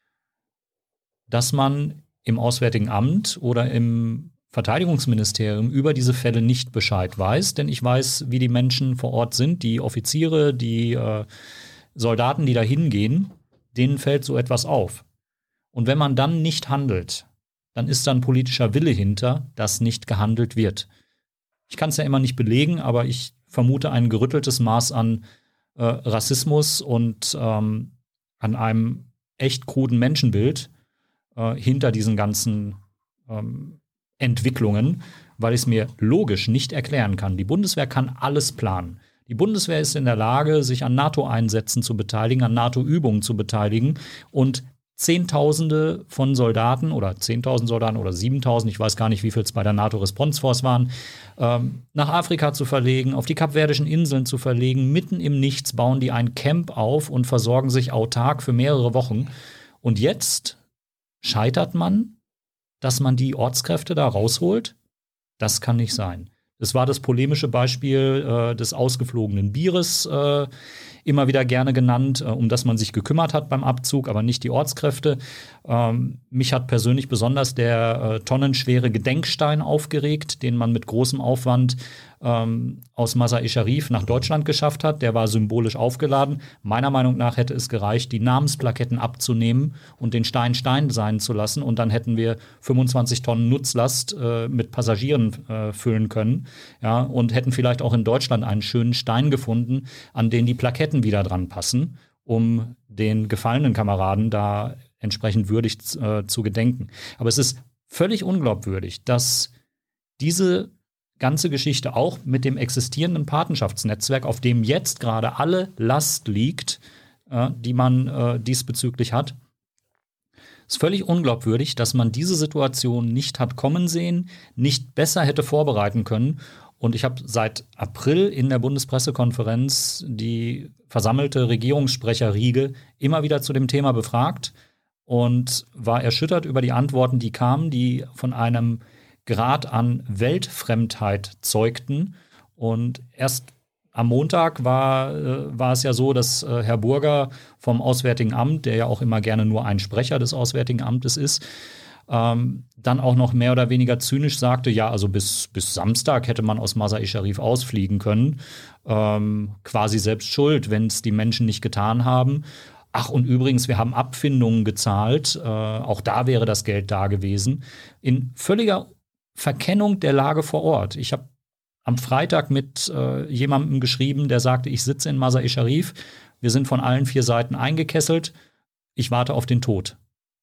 dass man im Auswärtigen Amt oder im Verteidigungsministerium über diese Fälle nicht Bescheid weiß, denn ich weiß, wie die Menschen vor Ort sind, die Offiziere, die äh, Soldaten, die da hingehen, denen fällt so etwas auf. Und wenn man dann nicht handelt, dann ist da ein politischer Wille hinter, dass nicht gehandelt wird. Ich kann es ja immer nicht belegen, aber ich vermute ein gerütteltes Maß an äh, Rassismus und ähm, an einem echt kruden Menschenbild äh, hinter diesen ganzen ähm, Entwicklungen, weil ich es mir logisch nicht erklären kann. Die Bundeswehr kann alles planen. Die Bundeswehr ist in der Lage, sich an NATO-Einsätzen zu beteiligen, an NATO-Übungen zu beteiligen und Zehntausende von Soldaten oder zehntausend Soldaten oder siebentausend, ich weiß gar nicht, wie viel es bei der NATO-Response Force waren, ähm, nach Afrika zu verlegen, auf die Kapverdischen Inseln zu verlegen. Mitten im Nichts bauen die ein Camp auf und versorgen sich autark für mehrere Wochen. Und jetzt scheitert man, dass man die Ortskräfte da rausholt? Das kann nicht sein. Es war das polemische Beispiel äh, des ausgeflogenen Bieres äh, immer wieder gerne genannt, äh, um das man sich gekümmert hat beim Abzug, aber nicht die Ortskräfte. Ähm, mich hat persönlich besonders der äh, tonnenschwere Gedenkstein aufgeregt, den man mit großem Aufwand ähm, aus Masai Sharif nach Deutschland geschafft hat. Der war symbolisch aufgeladen. Meiner Meinung nach hätte es gereicht, die Namensplaketten abzunehmen und den Stein Stein sein zu lassen. Und dann hätten wir fünfundzwanzig Tonnen Nutzlast äh, mit Passagieren äh, füllen können. Ja, und hätten vielleicht auch in Deutschland einen schönen Stein gefunden, an den die Plaketten wieder dran passen, um den gefallenen Kameraden da entsprechend würdig äh, zu gedenken. Aber es ist völlig unglaubwürdig, dass diese ganze Geschichte auch mit dem existierenden Patenschaftsnetzwerk, auf dem jetzt gerade alle Last liegt, äh, die man äh, diesbezüglich hat, Es ist völlig unglaubwürdig, dass man diese Situation nicht hat kommen sehen, nicht besser hätte vorbereiten können. Und ich habe seit April in der Bundespressekonferenz die versammelte Regierungssprecherriege immer wieder zu dem Thema befragt und war erschüttert über die Antworten, die kamen, die von einem Grad an Weltfremdheit zeugten. Und erst am Montag war, äh, war es ja so, dass äh, Herr Burger vom Auswärtigen Amt, der ja auch immer gerne nur ein Sprecher des Auswärtigen Amtes ist, ähm, dann auch noch mehr oder weniger zynisch sagte, ja, also bis, bis Samstag hätte man aus Masar-e Sharif ausfliegen können. Ähm, quasi selbst schuld, wenn es die Menschen nicht getan haben. Ach, und übrigens, wir haben Abfindungen gezahlt. Äh, auch da wäre das Geld da gewesen. In völliger Verkennung der Lage vor Ort. Ich habe am Freitag mit äh, jemandem geschrieben, der sagte, ich sitze in Masar-e Sharif, wir sind von allen vier Seiten eingekesselt, ich warte auf den Tod.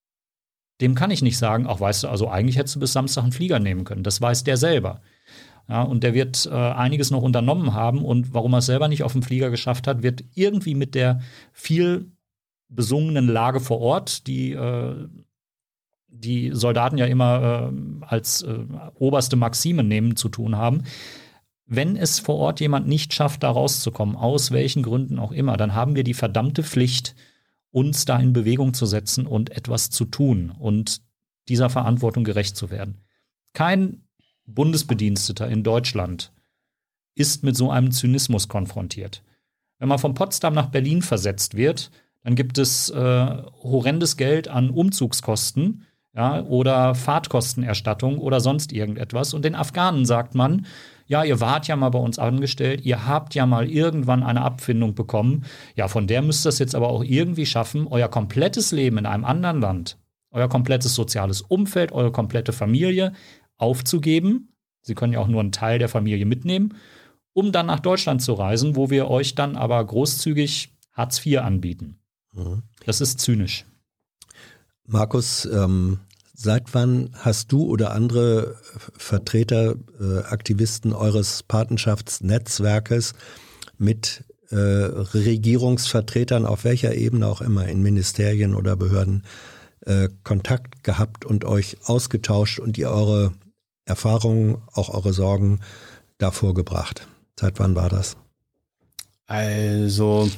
Dem kann ich nicht sagen, ach weißt du, also eigentlich hättest du bis Samstag einen Flieger nehmen können. Das weiß der selber. Ja, und der wird äh, einiges noch unternommen haben und warum er es selber nicht auf den Flieger geschafft hat, wird irgendwie mit der viel besungenen Lage vor Ort, die äh, die Soldaten ja immer äh, als äh, oberste Maxime nehmen, zu tun haben. Wenn es vor Ort jemand nicht schafft, da rauszukommen, aus welchen Gründen auch immer, dann haben wir die verdammte Pflicht, uns da in Bewegung zu setzen und etwas zu tun und dieser Verantwortung gerecht zu werden. Kein Bundesbediensteter in Deutschland ist mit so einem Zynismus konfrontiert. Wenn man von Potsdam nach Berlin versetzt wird, dann gibt es äh, horrendes Geld an Umzugskosten, ja, oder Fahrtkostenerstattung oder sonst irgendetwas. Und den Afghanen sagt man, ja, ihr wart ja mal bei uns angestellt, ihr habt ja mal irgendwann eine Abfindung bekommen. Ja, von der müsst ihr es jetzt aber auch irgendwie schaffen, euer komplettes Leben in einem anderen Land, euer komplettes soziales Umfeld, eure komplette Familie aufzugeben. Sie können ja auch nur einen Teil der Familie mitnehmen, um dann nach Deutschland zu reisen, wo wir euch dann aber großzügig Hartz vier anbieten. Mhm. Das ist zynisch. Markus, ähm, seit wann hast du oder andere Vertreter, äh, Aktivisten eures Patenschaftsnetzwerkes mit äh, Regierungsvertretern auf welcher Ebene auch immer, in Ministerien oder Behörden, äh, Kontakt gehabt und euch ausgetauscht und ihr eure Erfahrungen, auch eure Sorgen davor gebracht? Seit wann war das? Also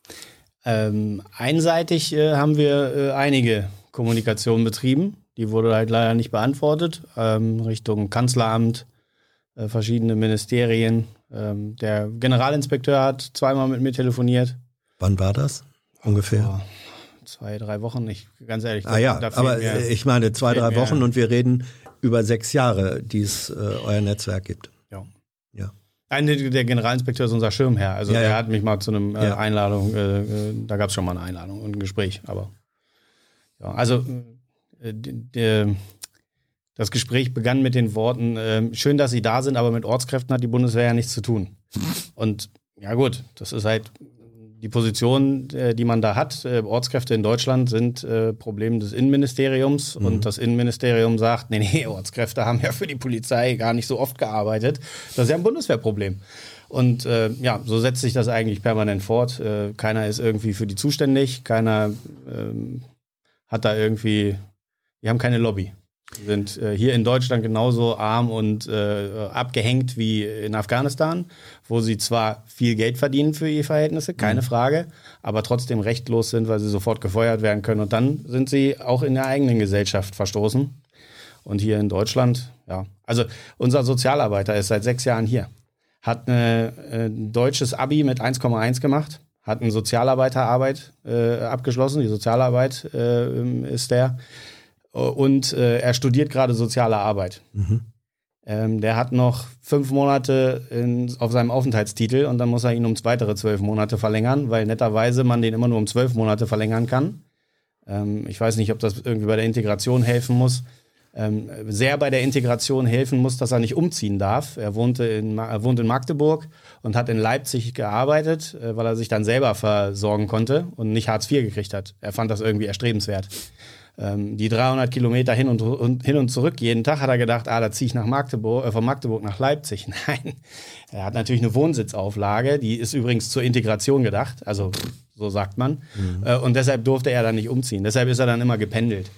ähm, einseitig äh, haben wir äh, einige Kommunikation betrieben. Die wurde halt leider nicht beantwortet. Ähm, Richtung Kanzleramt, äh, verschiedene Ministerien. Ähm, der Generalinspekteur hat zweimal mit mir telefoniert. Wann war das ungefähr? Vor zwei, drei Wochen, ich, ganz ehrlich. Ah ja, aber mir, ich meine zwei, drei Wochen und wir reden über sechs Jahre, die es äh, euer Netzwerk gibt. Ja. Ja. Ein, der Generalinspekteur ist unser Schirmherr. Also ja, der ja. hat mich mal zu einem äh, Ja. Einladung, äh, äh, da gab es schon mal eine Einladung und ein Gespräch, aber ja, also äh, der, das Gespräch begann mit den Worten, äh, schön, dass Sie da sind, aber mit Ortskräften hat die Bundeswehr ja nichts zu tun. Und ja gut, das ist halt die Position, äh, die man da hat. Äh, Ortskräfte in Deutschland sind äh, Problem des Innenministeriums. Mhm. Und das Innenministerium sagt, nee, nee, Ortskräfte haben ja für die Polizei gar nicht so oft gearbeitet. Das ist ja ein Bundeswehrproblem. Und äh, ja, so setzt sich das eigentlich permanent fort. Äh, keiner ist irgendwie für die zuständig, keiner ähm, hat da irgendwie, wir haben keine Lobby. Wir sind äh, hier in Deutschland genauso arm und äh, abgehängt wie in Afghanistan, wo sie zwar viel Geld verdienen für ihre Verhältnisse, keine mhm. Frage, aber trotzdem rechtlos sind, weil sie sofort gefeuert werden können. Und dann sind sie auch in der eigenen Gesellschaft verstoßen. Und hier in Deutschland, ja, also unser Sozialarbeiter ist seit sechs Jahren hier, hat ein äh, deutsches Abi mit eins Komma eins gemacht, hat eine Sozialarbeiterarbeit äh, abgeschlossen, die Sozialarbeit äh, ist der. Und äh, er studiert gerade soziale Arbeit. Mhm. Ähm, der hat noch fünf Monate in, auf seinem Aufenthaltstitel und dann muss er ihn um weitere zwölf Monate verlängern, weil netterweise man den immer nur um zwölf Monate verlängern kann. Ähm, ich weiß nicht, ob das irgendwie bei der Integration helfen muss. Ähm, sehr bei der Integration helfen muss, dass er nicht umziehen darf. Er wohnte in, er wohnt in Magdeburg und hat in Leipzig gearbeitet, äh, weil er sich dann selber versorgen konnte und nicht Hartz vier gekriegt hat. Er fand das irgendwie erstrebenswert. Ähm, die dreihundert Kilometer hin und, und, hin und zurück jeden Tag hat er gedacht, ah, da ziehe ich nach Magdeburg, äh, von Magdeburg nach Leipzig. Nein, er hat natürlich eine Wohnsitzauflage, die ist übrigens zur Integration gedacht, also so sagt man. Mhm. Äh, und deshalb durfte er dann nicht umziehen. Deshalb ist er dann immer gependelt.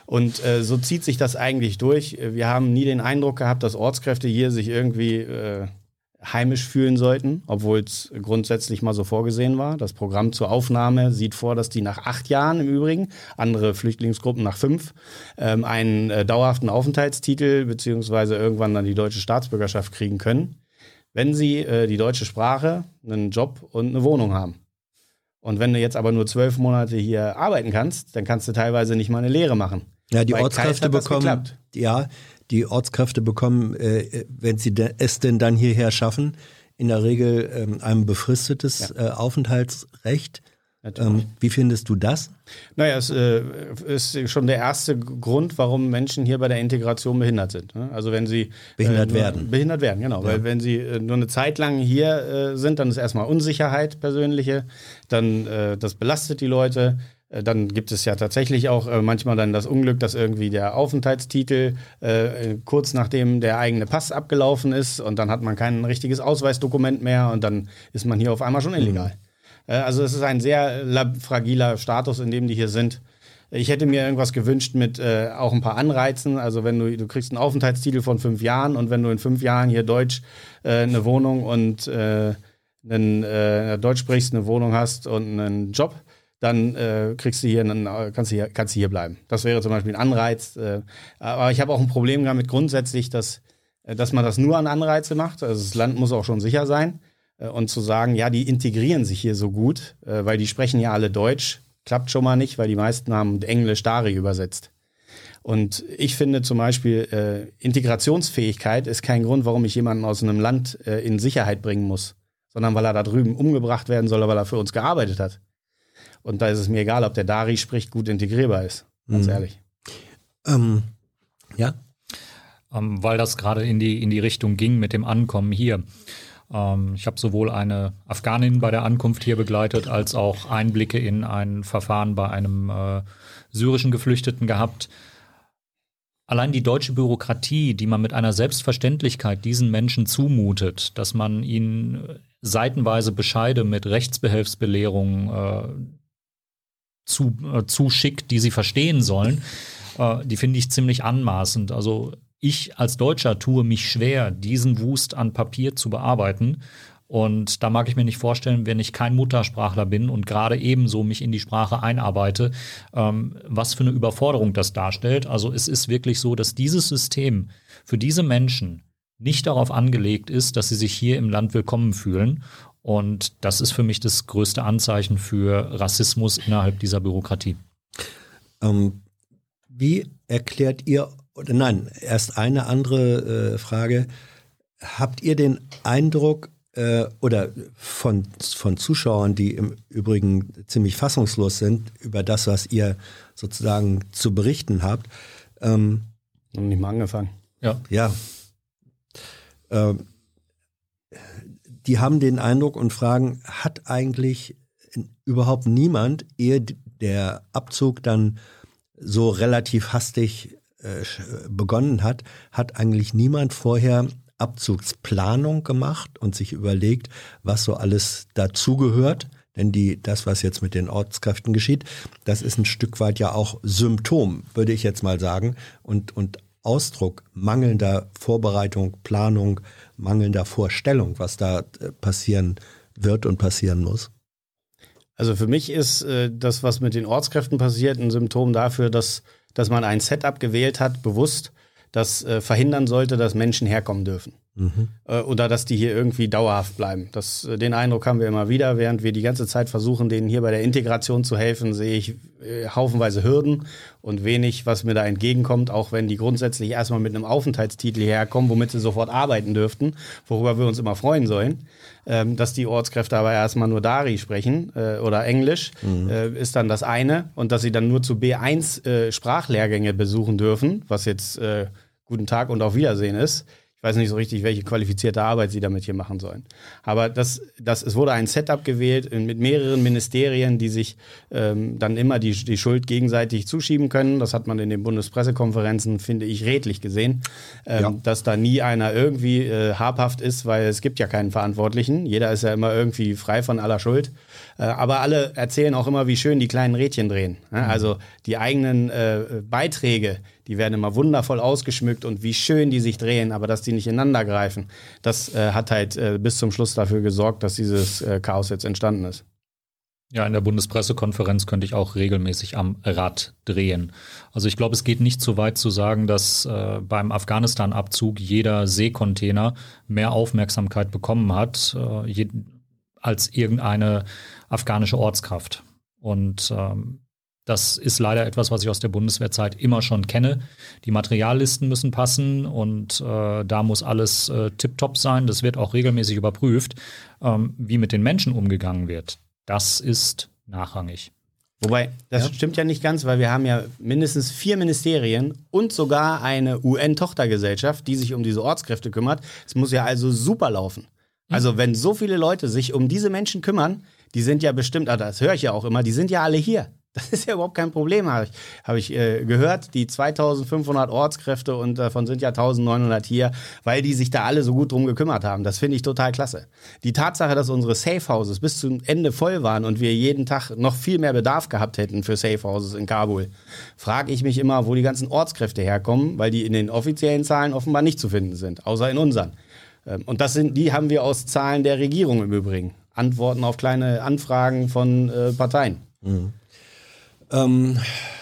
Und äh, so zieht sich das eigentlich durch. Wir haben nie den Eindruck gehabt, dass Ortskräfte hier sich irgendwie äh, heimisch fühlen sollten, obwohl es grundsätzlich mal so vorgesehen war. Das Programm zur Aufnahme sieht vor, dass die nach acht Jahren im Übrigen, andere Flüchtlingsgruppen nach fünf, ähm, einen äh, dauerhaften Aufenthaltstitel beziehungsweise irgendwann dann die deutsche Staatsbürgerschaft kriegen können, wenn sie äh, die deutsche Sprache, einen Job und eine Wohnung haben. Und wenn du jetzt aber nur zwölf Monate hier arbeiten kannst, dann kannst du teilweise nicht mal eine Lehre machen. Ja, die Bei Ortskräfte Kais hat das bekommen, geklappt. ja, die Ortskräfte bekommen, äh, wenn sie de, es denn dann hierher schaffen, in der Regel ähm, ein befristetes Ja. äh, Aufenthaltsrecht. Natürlich. Ähm, wie findest du das? Naja, es äh, ist schon der erste Grund, warum Menschen hier bei der Integration behindert sind. Ne? Also wenn sie Behindert äh, nur, werden. Behindert werden, genau. Ja. Weil wenn sie äh, nur eine Zeit lang hier äh, sind, dann ist erstmal Unsicherheit persönliche, dann äh, das belastet die Leute. Äh, dann gibt es ja tatsächlich auch äh, manchmal dann das Unglück, dass irgendwie der Aufenthaltstitel äh, kurz nachdem der eigene Pass abgelaufen ist und dann hat man kein richtiges Ausweisdokument mehr und dann ist man hier auf einmal schon illegal. Mhm. Also es ist ein sehr lab- fragiler Status, in dem die hier sind. Ich hätte mir irgendwas gewünscht mit äh, auch ein paar Anreizen. Also wenn du, du kriegst einen Aufenthaltstitel von fünf Jahren und wenn du in fünf Jahren hier Deutsch äh, eine Wohnung und äh, einen, äh, Deutsch sprichst, eine Wohnung hast und einen Job, dann äh, kriegst du hier einen, kannst du hier, kannst du hier bleiben. Das wäre zum Beispiel ein Anreiz. Äh, aber ich habe auch ein Problem damit grundsätzlich, dass, dass man das nur an Anreize macht. Also das Land muss auch schon sicher sein. Und zu sagen, ja, die integrieren sich hier so gut, äh, weil die sprechen ja alle Deutsch, klappt schon mal nicht, weil die meisten haben Englisch Dari übersetzt. Und ich finde zum Beispiel, äh, Integrationsfähigkeit ist kein Grund, warum ich jemanden aus einem Land äh, in Sicherheit bringen muss, sondern weil er da drüben umgebracht werden soll, weil er für uns gearbeitet hat. Und da ist es mir egal, ob der Dari spricht, gut integrierbar ist, ganz Mhm. ehrlich. Ähm, ja. Ähm, weil das gerade in die, in die Richtung ging mit dem Ankommen hier. Ich habe sowohl eine Afghanin bei der Ankunft hier begleitet, als auch Einblicke in ein Verfahren bei einem äh, syrischen Geflüchteten gehabt. Allein die deutsche Bürokratie, die man mit einer Selbstverständlichkeit diesen Menschen zumutet, dass man ihnen seitenweise Bescheide mit Rechtsbehelfsbelehrungen äh, zu, äh, zuschickt, die sie verstehen sollen, äh, die finde ich ziemlich anmaßend. Also ich als Deutscher tue mich schwer, diesen Wust an Papier zu bearbeiten. Und da mag ich mir nicht vorstellen, wenn ich kein Muttersprachler bin und gerade ebenso mich in die Sprache einarbeite, ähm, was für eine Überforderung das darstellt. Also es ist wirklich so, dass dieses System für diese Menschen nicht darauf angelegt ist, dass sie sich hier im Land willkommen fühlen. Und das ist für mich das größte Anzeichen für Rassismus innerhalb dieser Bürokratie. Ähm, wie erklärt ihr Oder nein, erst eine andere äh, Frage. Habt ihr den Eindruck, äh, oder von, von Zuschauern, die im Übrigen ziemlich fassungslos sind über das, was ihr sozusagen zu berichten habt? Ähm, Noch nicht mal angefangen. Ja. Ja. Ähm, die haben den Eindruck und fragen, hat eigentlich überhaupt niemand, ehe der Abzug dann so relativ hastig begonnen hat, hat eigentlich niemand vorher Abzugsplanung gemacht und sich überlegt, was so alles dazugehört. Denn die, das, was jetzt mit den Ortskräften geschieht, das ist ein Stück weit ja auch Symptom, würde ich jetzt mal sagen, und, und Ausdruck mangelnder Vorbereitung, Planung, mangelnder Vorstellung, was da passieren wird und passieren muss. Also für mich ist äh, das, was mit den Ortskräften passiert, ein Symptom dafür, dass dass man ein Setup gewählt hat, bewusst, das äh, verhindern sollte, dass Menschen herkommen dürfen. Mhm. Äh, oder dass die hier irgendwie dauerhaft bleiben. Das, äh, den Eindruck haben wir immer wieder. Während wir die ganze Zeit versuchen, denen hier bei der Integration zu helfen, sehe ich äh, haufenweise Hürden und wenig, was mir da entgegenkommt, auch wenn die grundsätzlich erstmal mit einem Aufenthaltstitel herkommen, womit sie sofort arbeiten dürften, worüber wir uns immer freuen sollen. Ähm, dass die Ortskräfte aber erstmal nur Dari sprechen äh, oder Englisch, mhm. äh, ist dann das eine. Und dass sie dann nur zu B eins äh, Sprachlehrgänge besuchen dürfen, was jetzt äh, Guten Tag und auf Wiedersehen ist. Ich Ich weiß nicht so richtig, welche qualifizierte Arbeit sie damit hier machen sollen. Aber das, das, es wurde ein Setup gewählt mit mehreren Ministerien, die sich ähm, dann immer die, die Schuld gegenseitig zuschieben können. Das hat man in den Bundespressekonferenzen, finde ich, redlich gesehen. Ähm, ja. Dass da nie einer irgendwie äh, habhaft ist, weil es gibt ja keinen Verantwortlichen. Jeder ist ja immer irgendwie frei von aller Schuld. Äh, aber alle erzählen auch immer, wie schön die kleinen Rädchen drehen. Ja, also die eigenen äh, Beiträge, die werden immer wundervoll ausgeschmückt und wie schön die sich drehen, aber dass die nicht ineinander greifen, das äh, hat halt äh, bis zum Schluss dafür gesorgt, dass dieses äh, Chaos jetzt entstanden ist. Ja, in der Bundespressekonferenz könnte ich auch regelmäßig am Rad drehen. Also ich glaube, es geht nicht so weit zu sagen, dass äh, beim Afghanistan-Abzug jeder Seekontainer mehr Aufmerksamkeit bekommen hat äh, je, als irgendeine afghanische Ortskraft. Und ähm, das ist leider etwas, was ich aus der Bundeswehrzeit immer schon kenne. Die Materiallisten müssen passen und äh, da muss alles äh, tipptopp sein. Das wird auch regelmäßig überprüft. Ähm, wie mit den Menschen umgegangen wird, das ist nachrangig. Wobei, das ja. stimmt ja nicht ganz, weil wir haben ja mindestens vier Ministerien und sogar eine U N-Tochtergesellschaft, die sich um diese Ortskräfte kümmert. Es muss ja also super laufen. Mhm. Also wenn so viele Leute sich um diese Menschen kümmern, die sind ja bestimmt, also das höre ich ja auch immer, die sind ja alle hier. Das ist ja überhaupt kein Problem, habe ich, hab ich äh, gehört. Die zweitausendfünfhundert Ortskräfte und davon sind ja eintausendneunhundert hier, weil die sich da alle so gut drum gekümmert haben. Das finde ich total klasse. Die Tatsache, dass unsere Safehouses bis zum Ende voll waren und wir jeden Tag noch viel mehr Bedarf gehabt hätten für Safehouses in Kabul, frage ich mich immer, wo die ganzen Ortskräfte herkommen, weil die in den offiziellen Zahlen offenbar nicht zu finden sind, außer in unseren. Ähm, und das sind, die haben wir aus Zahlen der Regierung im Übrigen. Antworten auf kleine Anfragen von äh, Parteien. Mhm. Ähm,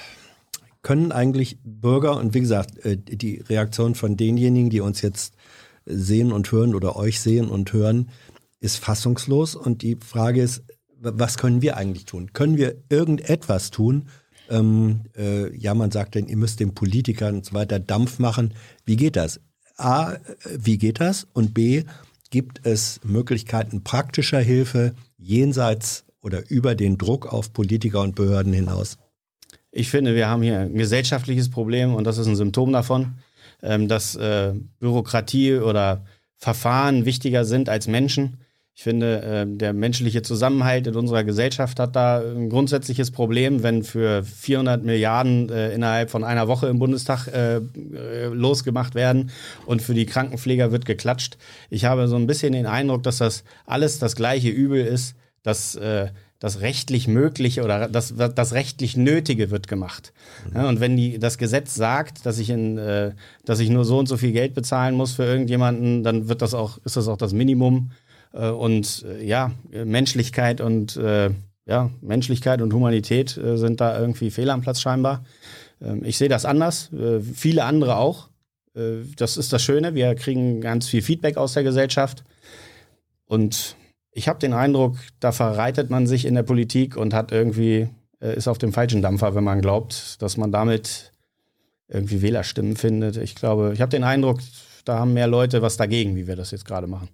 können eigentlich Bürger, und wie gesagt, die Reaktion von denjenigen, die uns jetzt sehen und hören oder euch sehen und hören, ist fassungslos. Und die Frage ist, was können wir eigentlich tun? Können wir irgendetwas tun? Ähm, äh, ja, man sagt dann, ihr müsst den Politikern und so weiter Dampf machen. Wie geht das? A, wie geht das? Und B, gibt es Möglichkeiten praktischer Hilfe jenseits oder über den Druck auf Politiker und Behörden hinaus? Ich finde, wir haben hier ein gesellschaftliches Problem und das ist ein Symptom davon, dass Bürokratie oder Verfahren wichtiger sind als Menschen. Ich finde, der menschliche Zusammenhalt in unserer Gesellschaft hat da ein grundsätzliches Problem, wenn für vierhundert Milliarden innerhalb von einer Woche im Bundestag losgemacht werden und für die Krankenpfleger wird geklatscht. Ich habe so ein bisschen den Eindruck, dass das alles das gleiche Übel ist, dass das rechtlich Mögliche oder das, das rechtlich Nötige wird gemacht. Ja, und wenn die, das Gesetz sagt, dass ich, in, äh, dass ich nur so und so viel Geld bezahlen muss für irgendjemanden, dann wird das auch, ist das auch das Minimum. Äh, und äh, ja, Menschlichkeit und äh, ja, Menschlichkeit und Humanität äh, sind da irgendwie fehl am Platz scheinbar. Ähm, ich sehe das anders, äh, viele andere auch. Äh, das ist das Schöne, wir kriegen ganz viel Feedback aus der Gesellschaft. Und ich habe den Eindruck, da verreitet man sich in der Politik und hat irgendwie, äh, ist auf dem falschen Dampfer, wenn man glaubt, dass man damit irgendwie Wählerstimmen findet. Ich glaube, ich habe den Eindruck, da haben mehr Leute was dagegen, wie wir das jetzt gerade machen.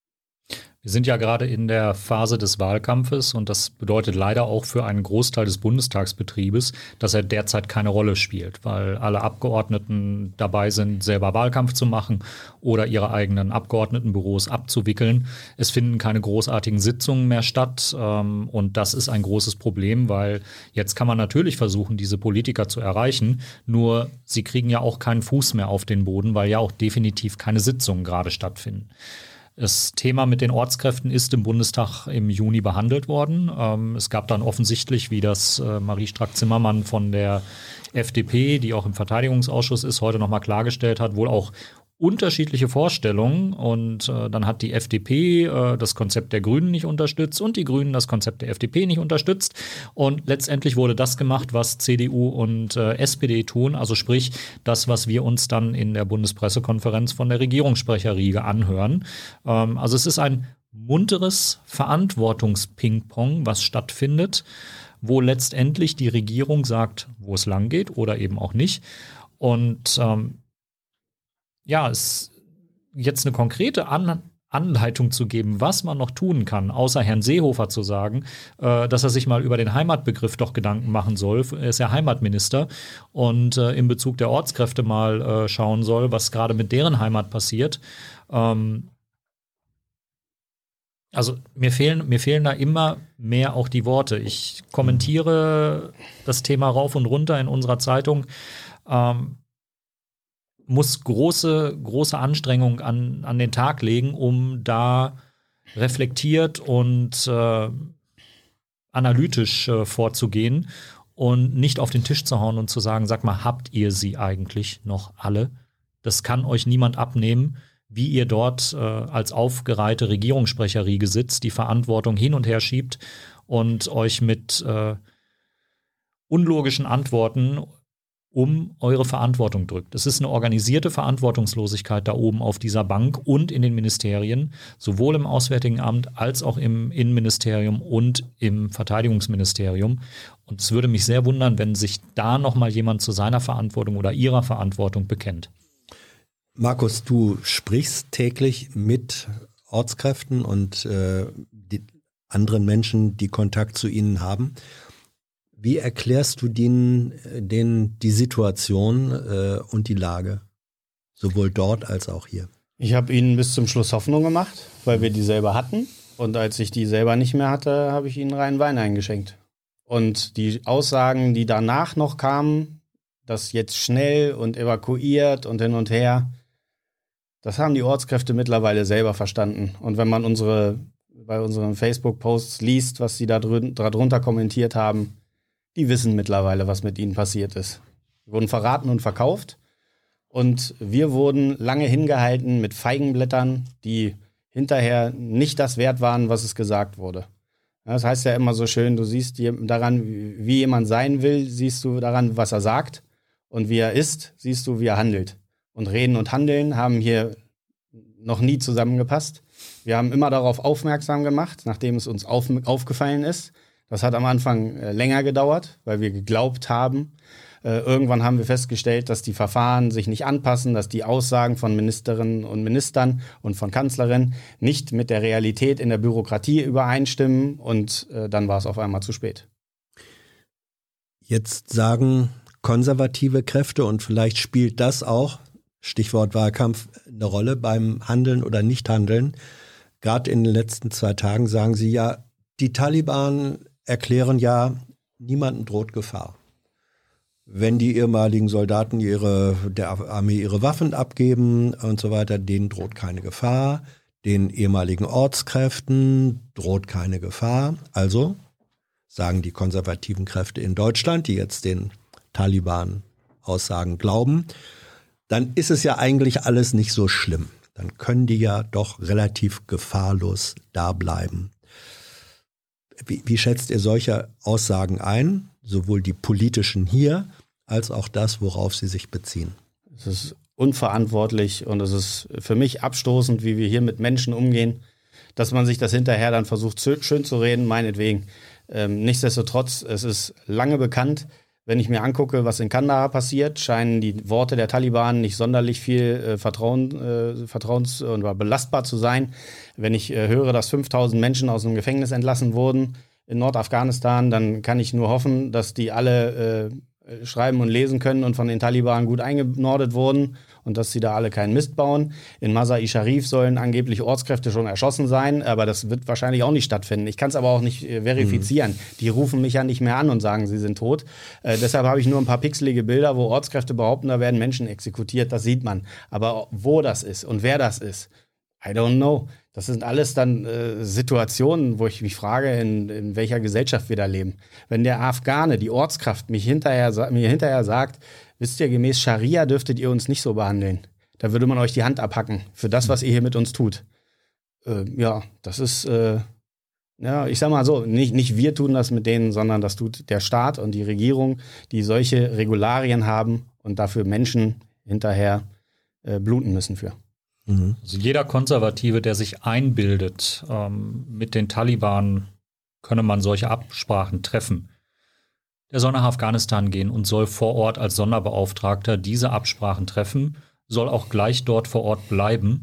Wir sind ja gerade in der Phase des Wahlkampfes und das bedeutet leider auch für einen Großteil des Bundestagsbetriebes, dass er derzeit keine Rolle spielt, weil alle Abgeordneten dabei sind, selber Wahlkampf zu machen oder ihre eigenen Abgeordnetenbüros abzuwickeln. Es finden keine großartigen Sitzungen mehr statt und das ist ein großes Problem, weil jetzt kann man natürlich versuchen, diese Politiker zu erreichen, nur sie kriegen ja auch keinen Fuß mehr auf den Boden, weil ja auch definitiv keine Sitzungen gerade stattfinden. Das Thema mit den Ortskräften ist im Bundestag im Juni behandelt worden. Ähm, es gab dann offensichtlich, wie das äh, Marie Strack-Zimmermann von der F D P, die auch im Verteidigungsausschuss ist, heute nochmal klargestellt hat, wohl auch unterschiedliche Vorstellungen und äh, dann hat die F D P äh, das Konzept der Grünen nicht unterstützt und die Grünen das Konzept der F D P nicht unterstützt und letztendlich wurde das gemacht, was C D U und äh, S P D tun, also sprich das, was wir uns dann in der Bundespressekonferenz von der Regierungssprecherriege anhören. Ähm, also es ist ein munteres Verantwortungsping-Pong, was stattfindet, wo letztendlich die Regierung sagt, wo es lang geht oder eben auch nicht und ähm, ja, es jetzt eine konkrete An- Anleitung zu geben, was man noch tun kann, außer Herrn Seehofer zu sagen, äh, dass er sich mal über den Heimatbegriff doch Gedanken machen soll. Er ist ja Heimatminister und äh, in Bezug der Ortskräfte mal äh, schauen soll, was gerade mit deren Heimat passiert. Ähm, also mir fehlen, mir fehlen da immer mehr auch die Worte. Ich kommentiere das Thema rauf und runter in unserer Zeitung. Ähm, muss große, große Anstrengungen an, an den Tag legen, um da reflektiert und äh, analytisch äh, vorzugehen und nicht auf den Tisch zu hauen und zu sagen, sag mal, habt ihr sie eigentlich noch alle? Das kann euch niemand abnehmen, wie ihr dort äh, als aufgereihte Regierungssprecherriege sitzt, die Verantwortung hin und her schiebt und euch mit äh, unlogischen Antworten um eure Verantwortung drückt. Es ist eine organisierte Verantwortungslosigkeit da oben auf dieser Bank und in den Ministerien, sowohl im Auswärtigen Amt als auch im Innenministerium und im Verteidigungsministerium. Und es würde mich sehr wundern, wenn sich da noch mal jemand zu seiner Verantwortung oder ihrer Verantwortung bekennt. Markus, du sprichst täglich mit Ortskräften und äh, die anderen Menschen, die Kontakt zu ihnen haben. Wie erklärst du denen, denen die Situation äh, und die Lage, sowohl dort als auch hier? Ich habe ihnen bis zum Schluss Hoffnung gemacht, weil wir die selber hatten. Und als ich die selber nicht mehr hatte, habe ich ihnen reinen Wein eingeschenkt. Und die Aussagen, die danach noch kamen, das jetzt schnell und evakuiert und hin und her, das haben die Ortskräfte mittlerweile selber verstanden. Und wenn man unsere bei unseren Facebook-Posts liest, was sie da drü- darunter kommentiert haben, die wissen mittlerweile, was mit ihnen passiert ist. Sie wurden verraten und verkauft und wir wurden lange hingehalten mit Feigenblättern, die hinterher nicht das wert waren, was es gesagt wurde. Das heißt ja immer so schön, du siehst daran, wie jemand sein will, siehst du daran, was er sagt und wie er ist, siehst du, wie er handelt. Und Reden und Handeln haben hier noch nie zusammengepasst. Wir haben immer darauf aufmerksam gemacht, nachdem es uns auf, aufgefallen ist. Das hat am Anfang äh, länger gedauert, weil wir geglaubt haben. Äh, irgendwann haben wir festgestellt, dass die Verfahren sich nicht anpassen, dass die Aussagen von Ministerinnen und Ministern und von Kanzlerinnen nicht mit der Realität in der Bürokratie übereinstimmen. Und äh, dann war es auf einmal zu spät. Jetzt sagen konservative Kräfte, und vielleicht spielt das auch, Stichwort Wahlkampf, eine Rolle beim Handeln oder Nichthandeln. Gerade in den letzten zwei Tagen sagen sie ja, die Taliban erklären ja, niemandem droht Gefahr. Wenn die ehemaligen Soldaten ihre, der Armee ihre Waffen abgeben und so weiter, denen droht keine Gefahr. Den ehemaligen Ortskräften droht keine Gefahr. Also sagen die konservativen Kräfte in Deutschland, die jetzt den Taliban-Aussagen glauben, dann ist es ja eigentlich alles nicht so schlimm. Dann können die ja doch relativ gefahrlos da bleiben. Wie, wie schätzt ihr solche Aussagen ein, sowohl die politischen hier, als auch das, worauf sie sich beziehen? Es ist unverantwortlich und es ist für mich abstoßend, wie wir hier mit Menschen umgehen, dass man sich das hinterher dann versucht, schön zu reden, meinetwegen. Ähm, nichtsdestotrotz, es ist lange bekannt, wenn ich mir angucke, was in Kandahar passiert, scheinen die Worte der Taliban nicht sonderlich viel äh, Vertrauen, äh, vertrauens- oder belastbar zu sein. Wenn ich äh, höre, dass fünftausend Menschen aus einem Gefängnis entlassen wurden in Nordafghanistan, dann kann ich nur hoffen, dass die alle äh, schreiben und lesen können und von den Taliban gut eingenordet wurden und dass sie da alle keinen Mist bauen. In Mazar-i Sharif sollen angeblich Ortskräfte schon erschossen sein, aber das wird wahrscheinlich auch nicht stattfinden. Ich kann es aber auch nicht äh, verifizieren. Mhm. Die rufen mich ja nicht mehr an und sagen, sie sind tot. Äh, deshalb habe ich nur ein paar pixelige Bilder, wo Ortskräfte behaupten, da werden Menschen exekutiert, das sieht man. Aber wo das ist und wer das ist, I don't know. Das sind alles dann äh, Situationen, wo ich mich frage, in, in welcher Gesellschaft wir da leben. Wenn der Afghane, die Ortskraft, mich hinterher, mir hinterher sagt, wisst ihr, gemäß Scharia dürftet ihr uns nicht so behandeln. Da würde man euch die Hand abhacken für das, was ihr hier mit uns tut. Äh, ja, das ist, äh, ja, ich sag mal so, nicht, nicht wir tun das mit denen, sondern das tut der Staat und die Regierung, die solche Regularien haben und dafür Menschen hinterher äh, bluten müssen für. Also jeder Konservative, der sich einbildet, ähm, mit den Taliban könne man solche Absprachen treffen, der soll nach Afghanistan gehen und soll vor Ort als Sonderbeauftragter diese Absprachen treffen, soll auch gleich dort vor Ort bleiben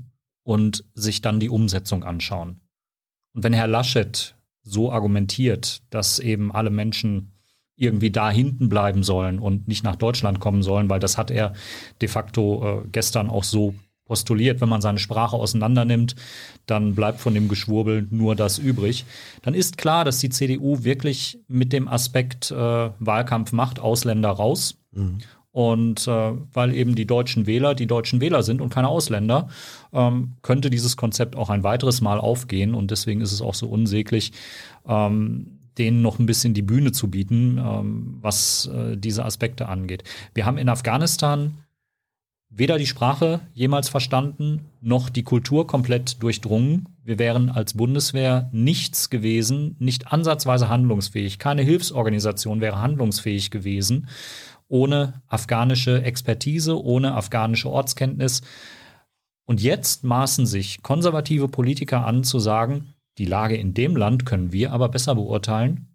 und sich dann die Umsetzung anschauen. Und wenn Herr Laschet so argumentiert, dass eben alle Menschen irgendwie da hinten bleiben sollen und nicht nach Deutschland kommen sollen, weil das hat er de facto äh, gestern auch so postuliert, wenn man seine Sprache auseinander nimmt, dann bleibt von dem Geschwurbel nur das übrig. Dann ist klar, dass die C D U wirklich mit dem Aspekt äh, Wahlkampf macht, Ausländer raus. Mhm. Und äh, weil eben die deutschen Wähler die deutschen Wähler sind und keine Ausländer, ähm, könnte dieses Konzept auch ein weiteres Mal aufgehen. Und deswegen ist es auch so unsäglich, ähm, denen noch ein bisschen die Bühne zu bieten, ähm, was äh, diese Aspekte angeht. Wir haben in Afghanistan weder die Sprache jemals verstanden, noch die Kultur komplett durchdrungen. Wir wären als Bundeswehr nichts gewesen, nicht ansatzweise handlungsfähig. Keine Hilfsorganisation wäre handlungsfähig gewesen, ohne afghanische Expertise, ohne afghanische Ortskenntnis. Und jetzt maßen sich konservative Politiker an, zu sagen, die Lage in dem Land können wir aber besser beurteilen.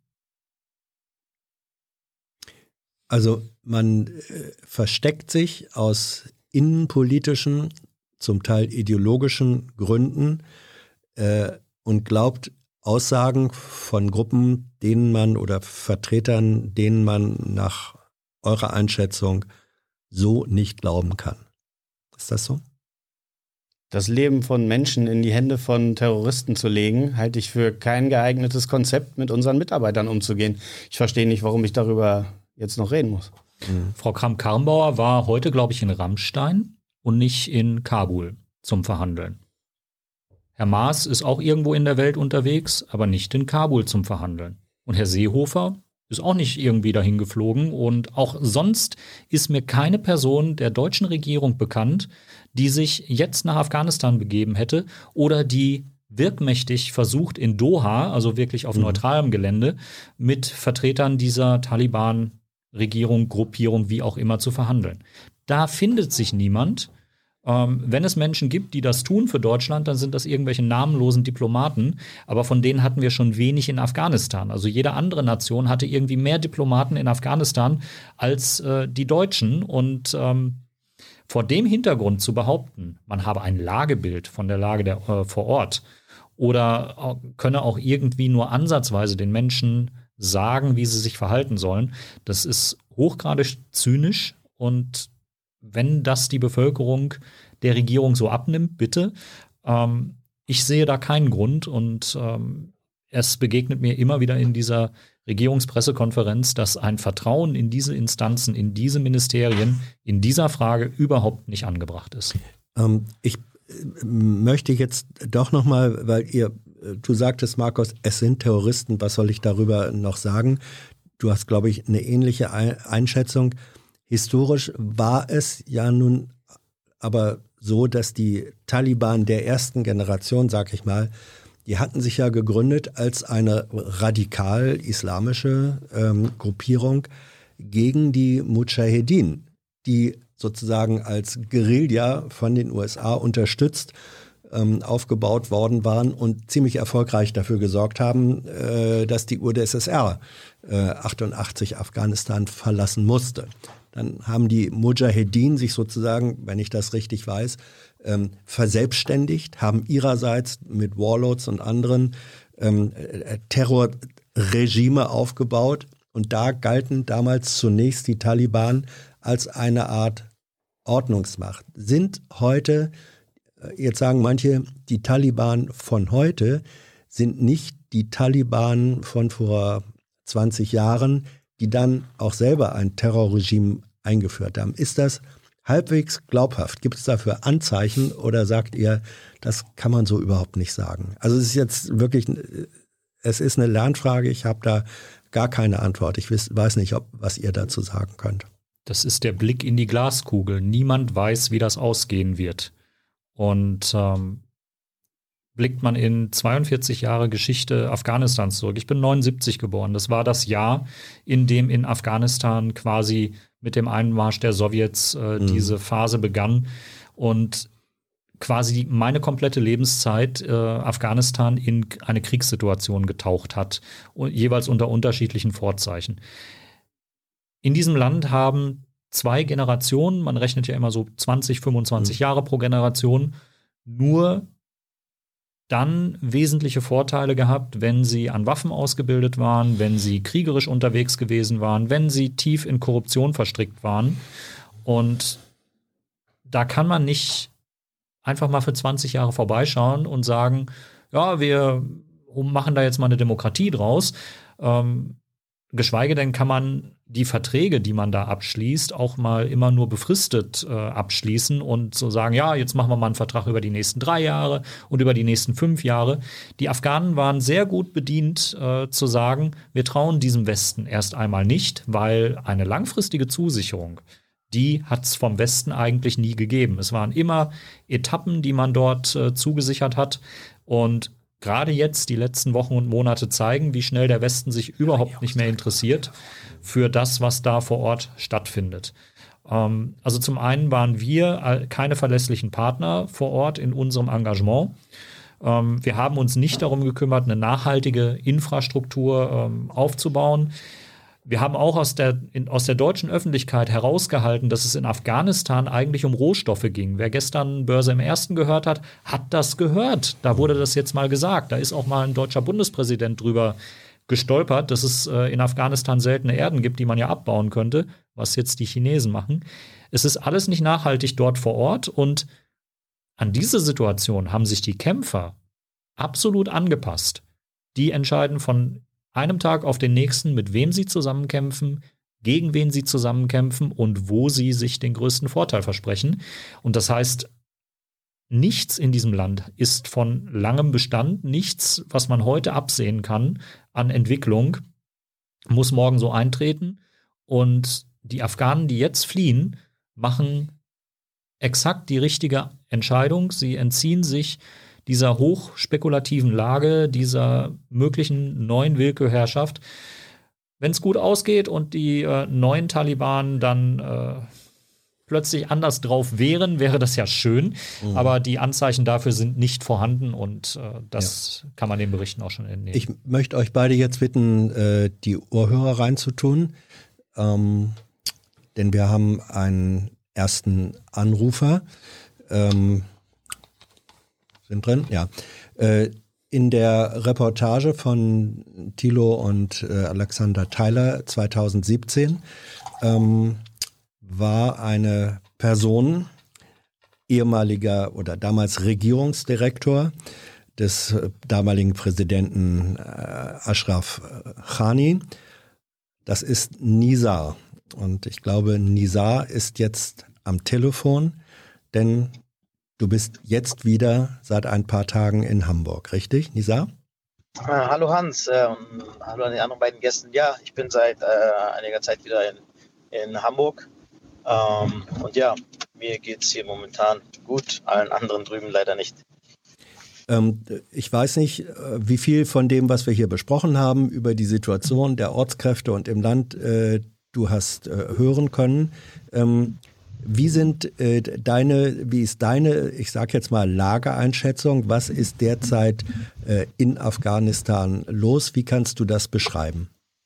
Also man äh, versteckt sich aus innenpolitischen, zum Teil ideologischen Gründen äh, und glaubt, Aussagen von Gruppen, denen man oder Vertretern, denen man nach eurer Einschätzung so nicht glauben kann. Ist das so? Das Leben von Menschen in die Hände von Terroristen zu legen, halte ich für kein geeignetes Konzept, mit unseren Mitarbeitern umzugehen. Ich verstehe nicht, warum ich darüber jetzt noch reden muss. Mhm. Frau Kramp-Karrenbauer war heute, glaube ich, in Rammstein und nicht in Kabul zum Verhandeln. Herr Maas ist auch irgendwo in der Welt unterwegs, aber nicht in Kabul zum Verhandeln. Und Herr Seehofer ist auch nicht irgendwie dahin geflogen. Und auch sonst ist mir keine Person der deutschen Regierung bekannt, die sich jetzt nach Afghanistan begeben hätte oder die wirkmächtig versucht, in Doha, also wirklich auf mhm. neutralem Gelände, mit Vertretern dieser Taliban-Regierung, Gruppierung, wie auch immer, zu verhandeln. Da findet sich niemand. Ähm, wenn es Menschen gibt, die das tun für Deutschland, dann sind das irgendwelche namenlosen Diplomaten. Aber von denen hatten wir schon wenig in Afghanistan. Also jede andere Nation hatte irgendwie mehr Diplomaten in Afghanistan als äh, die Deutschen. Und ähm, vor dem Hintergrund zu behaupten, man habe ein Lagebild von der Lage der, äh, vor Ort oder äh, könne auch irgendwie nur ansatzweise den Menschen sagen, wie sie sich verhalten sollen, das ist hochgradig zynisch. Und wenn das die Bevölkerung der Regierung so abnimmt, bitte. Ähm, ich sehe da keinen Grund und ähm, es begegnet mir immer wieder in dieser Regierungspressekonferenz, dass ein Vertrauen in diese Instanzen, in diese Ministerien, in dieser Frage überhaupt nicht angebracht ist. Ähm, ich äh, möchte jetzt doch noch mal, weil ihr, du sagtest, Markus, es sind Terroristen, was soll ich darüber noch sagen? Du hast, glaube ich, eine ähnliche Einschätzung. Historisch war es ja nun aber so, dass die Taliban der ersten Generation, sag ich mal, die hatten sich ja gegründet als eine radikal-islamische ähm, Gruppierung gegen die Mujahedin, die sozusagen als Guerilla von den U S A unterstützt ähm, aufgebaut worden waren und ziemlich erfolgreich dafür gesorgt haben, äh, dass die U d S S R äh, achtundachtzig Afghanistan verlassen musste. Dann haben die Mujahedin sich sozusagen, wenn ich das richtig weiß, ähm, verselbstständigt, haben ihrerseits mit Warlords und anderen ähm, Terrorregime aufgebaut. Und da galten damals zunächst die Taliban als eine Art Ordnungsmacht. Sind heute, jetzt sagen manche, die Taliban von heute sind nicht die Taliban von vor zwanzig Jahren, die dann auch selber ein Terrorregime eingeführt haben. Ist das halbwegs glaubhaft? Gibt es dafür Anzeichen oder sagt ihr, das kann man so überhaupt nicht sagen? Also es ist jetzt wirklich, es ist eine Lernfrage, ich habe da gar keine Antwort. Ich weiß nicht, ob, was ihr dazu sagen könnt. Das ist der Blick in die Glaskugel. Niemand weiß, wie das ausgehen wird. Und ähm, blickt man in zweiundvierzig Jahre Geschichte Afghanistans zurück. Ich bin neunundsiebzig geboren. Das war das Jahr, in dem in Afghanistan quasi mit dem Einmarsch der Sowjets äh, mhm. diese Phase begann. Und quasi meine komplette Lebenszeit äh, Afghanistan in eine Kriegssituation getaucht hat, jeweils unter unterschiedlichen Vorzeichen. In diesem Land haben zwei Generationen, man rechnet ja immer so zwanzig, fünfundzwanzig mhm. Jahre pro Generation, nur dann wesentliche Vorteile gehabt, wenn sie an Waffen ausgebildet waren, wenn sie kriegerisch unterwegs gewesen waren, wenn sie tief in Korruption verstrickt waren. Und da kann man nicht einfach mal für zwanzig Jahre vorbeischauen und sagen, ja, wir machen da jetzt mal eine Demokratie draus. Ähm, geschweige denn kann man die Verträge, die man da abschließt, auch mal immer nur befristet äh, abschließen und so sagen, ja, jetzt machen wir mal einen Vertrag über die nächsten drei Jahre und über die nächsten fünf Jahre. Die Afghanen waren sehr gut bedient äh, zu sagen, wir trauen diesem Westen erst einmal nicht, weil eine langfristige Zusicherung, die hat es vom Westen eigentlich nie gegeben. Es waren immer Etappen, die man dort äh, zugesichert hat. Und gerade jetzt, die letzten Wochen und Monate zeigen, wie schnell der Westen sich überhaupt nicht mehr interessiert für das, was da vor Ort stattfindet. Ähm, also zum einen waren wir keine verlässlichen Partner vor Ort in unserem Engagement. Ähm, wir haben uns nicht darum gekümmert, eine nachhaltige Infrastruktur ähm, aufzubauen. Wir haben auch aus der, in, aus der deutschen Öffentlichkeit herausgehalten, dass es in Afghanistan eigentlich um Rohstoffe ging. Wer gestern Börse im Ersten gehört hat, hat das gehört. Da wurde das jetzt mal gesagt. Da ist auch mal ein deutscher Bundespräsident drüber gestolpert, dass es äh, in Afghanistan seltene Erden gibt, die man ja abbauen könnte, was jetzt die Chinesen machen. Es ist alles nicht nachhaltig dort vor Ort. Und an diese Situation haben sich die Kämpfer absolut angepasst. Die entscheiden von einem Tag auf den nächsten, mit wem sie zusammenkämpfen, gegen wen sie zusammenkämpfen und wo sie sich den größten Vorteil versprechen. Und das heißt, nichts in diesem Land ist von langem Bestand, nichts, was man heute absehen kann an Entwicklung, muss morgen so eintreten. Und die Afghanen, die jetzt fliehen, machen exakt die richtige Entscheidung. Sie entziehen sich dieser hochspekulativen Lage, dieser möglichen neuen Willkürherrschaft. Wenn es gut ausgeht und die äh, neuen Taliban dann äh, plötzlich anders drauf wären, wäre das ja schön. Mhm. Aber die Anzeichen dafür sind nicht vorhanden und äh, das ja. kann man den Berichten auch schon entnehmen. Ich möchte euch beide jetzt bitten, äh, die Ohrhörer reinzutun, ähm, denn wir haben einen ersten Anrufer. Ähm, Sind drin? Ja. Äh, in der Reportage von Thilo und äh, Alexander Tyler zweitausendsiebzehn ähm, war eine Person, ehemaliger oder damals Regierungsdirektor des äh, damaligen Präsidenten äh, Ashraf Ghani. Das ist Nizar. Und ich glaube, Nizar ist jetzt am Telefon, denn du bist jetzt wieder seit ein paar Tagen in Hamburg, richtig, Nizar? Äh, hallo Hans, äh, und hallo an die anderen beiden Gästen. Ja, ich bin seit äh, einiger Zeit wieder in, in Hamburg. Ähm, und ja, mir geht es hier momentan gut, allen anderen drüben leider nicht. Ähm, ich weiß nicht, wie viel von dem, was wir hier besprochen haben, über die Situation der Ortskräfte und im Land äh, du hast äh, hören können. Ähm, Wie sind äh, deine, wie ist deine, ich sage jetzt mal Lageeinschätzung? Was ist derzeit äh, in Afghanistan los? Wie kannst du das beschreiben?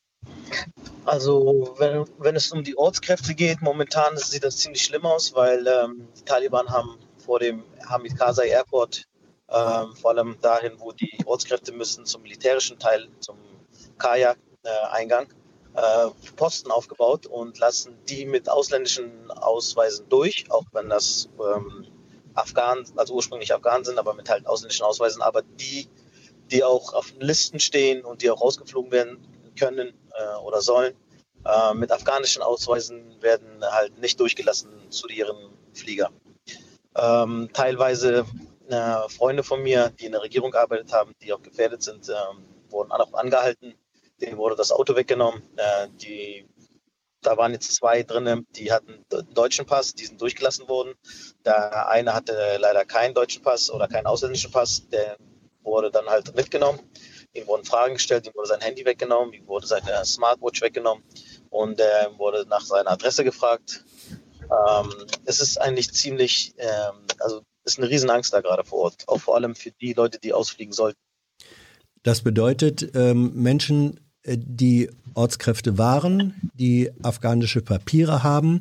Also wenn, wenn es um die Ortskräfte geht, momentan sieht das ziemlich schlimm aus, weil ähm, die Taliban haben vor dem Hamid Karzai Airport, ähm, vor allem dahin, wo die Ortskräfte müssen, zum militärischen Teil, zum Kajak-Eingang, äh, Posten aufgebaut und lassen die mit ausländischen Ausweisen durch, auch wenn das ähm, Afghanen, also ursprünglich Afghanen sind, aber mit halt ausländischen Ausweisen, aber die, die auch auf Listen stehen und die auch rausgeflogen werden können äh, oder sollen, äh, mit afghanischen Ausweisen werden halt nicht durchgelassen zu ihrem Flieger. Ähm, teilweise äh, Freunde von mir, die in der Regierung gearbeitet haben, die auch gefährdet sind, äh, wurden auch angehalten. Denen wurde das Auto weggenommen. Äh, die, da waren jetzt zwei drin, die hatten einen deutschen Pass, die sind durchgelassen worden. Der eine hatte leider keinen deutschen Pass oder keinen ausländischen Pass, der wurde dann halt mitgenommen. Ihm wurden Fragen gestellt, ihm wurde sein Handy weggenommen, ihm wurde seine Smartwatch weggenommen und er äh, wurde nach seiner Adresse gefragt. Ähm, es ist eigentlich ziemlich, ähm, also es ist eine Riesenangst da gerade vor Ort, auch vor allem für die Leute, die ausfliegen sollten. Das bedeutet, ähm, Menschen, die Ortskräfte waren, die afghanische Papiere haben,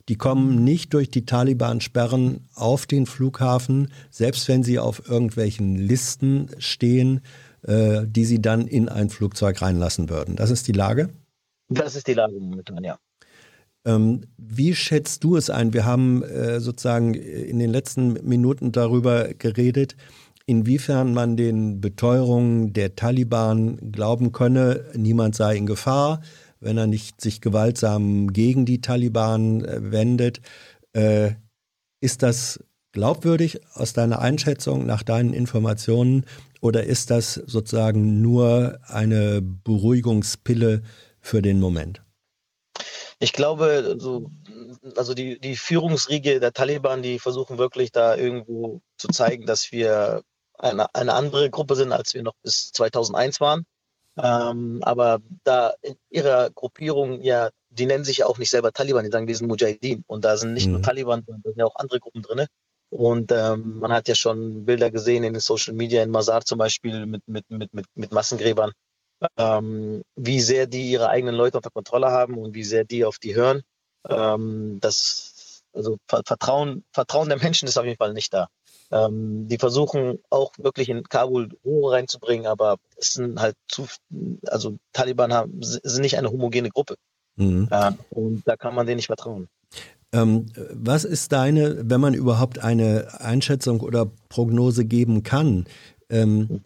die kommen nicht durch die Taliban-Sperren auf den Flughafen, selbst wenn sie auf irgendwelchen Listen stehen, äh, die sie dann in ein Flugzeug reinlassen würden. Das ist die Lage? Das ist die Lage momentan, ja. Ähm, wie schätzt du es ein? Wir haben äh, sozusagen in den letzten Minuten darüber geredet, inwiefern man den Beteuerungen der Taliban glauben könne, niemand sei in Gefahr, wenn er nicht sich gewaltsam gegen die Taliban äh, wendet. Äh, ist das glaubwürdig aus deiner Einschätzung, nach deinen Informationen, oder ist das sozusagen nur eine Beruhigungspille für den Moment? Ich glaube, so, also die, die Führungsriege der Taliban, die versuchen wirklich da irgendwo zu zeigen, dass wir eine, eine andere Gruppe sind, als wir noch bis zweitausendeins waren. Ähm, aber da in ihrer Gruppierung, ja, die nennen sich ja auch nicht selber Taliban, die sagen, wir sind Mujahideen. Und da sind nicht mhm. nur Taliban, sondern da sind ja auch andere Gruppen drin. Und ähm, man hat ja schon Bilder gesehen in den Social Media, in Mazar zum Beispiel, mit, mit, mit, mit, mit Massengräbern, ähm, wie sehr die ihre eigenen Leute unter Kontrolle haben und wie sehr die auf die hören. Ähm, das, also Vertrauen, Vertrauen der Menschen ist auf jeden Fall nicht da. Ähm, die versuchen auch wirklich in Kabul Ruhe reinzubringen, aber es sind halt zu, also Taliban haben, sind nicht eine homogene Gruppe. Mhm. Ja, und da kann man denen nicht vertrauen. Ähm, was ist deine, wenn man überhaupt eine Einschätzung oder Prognose geben kann, ähm,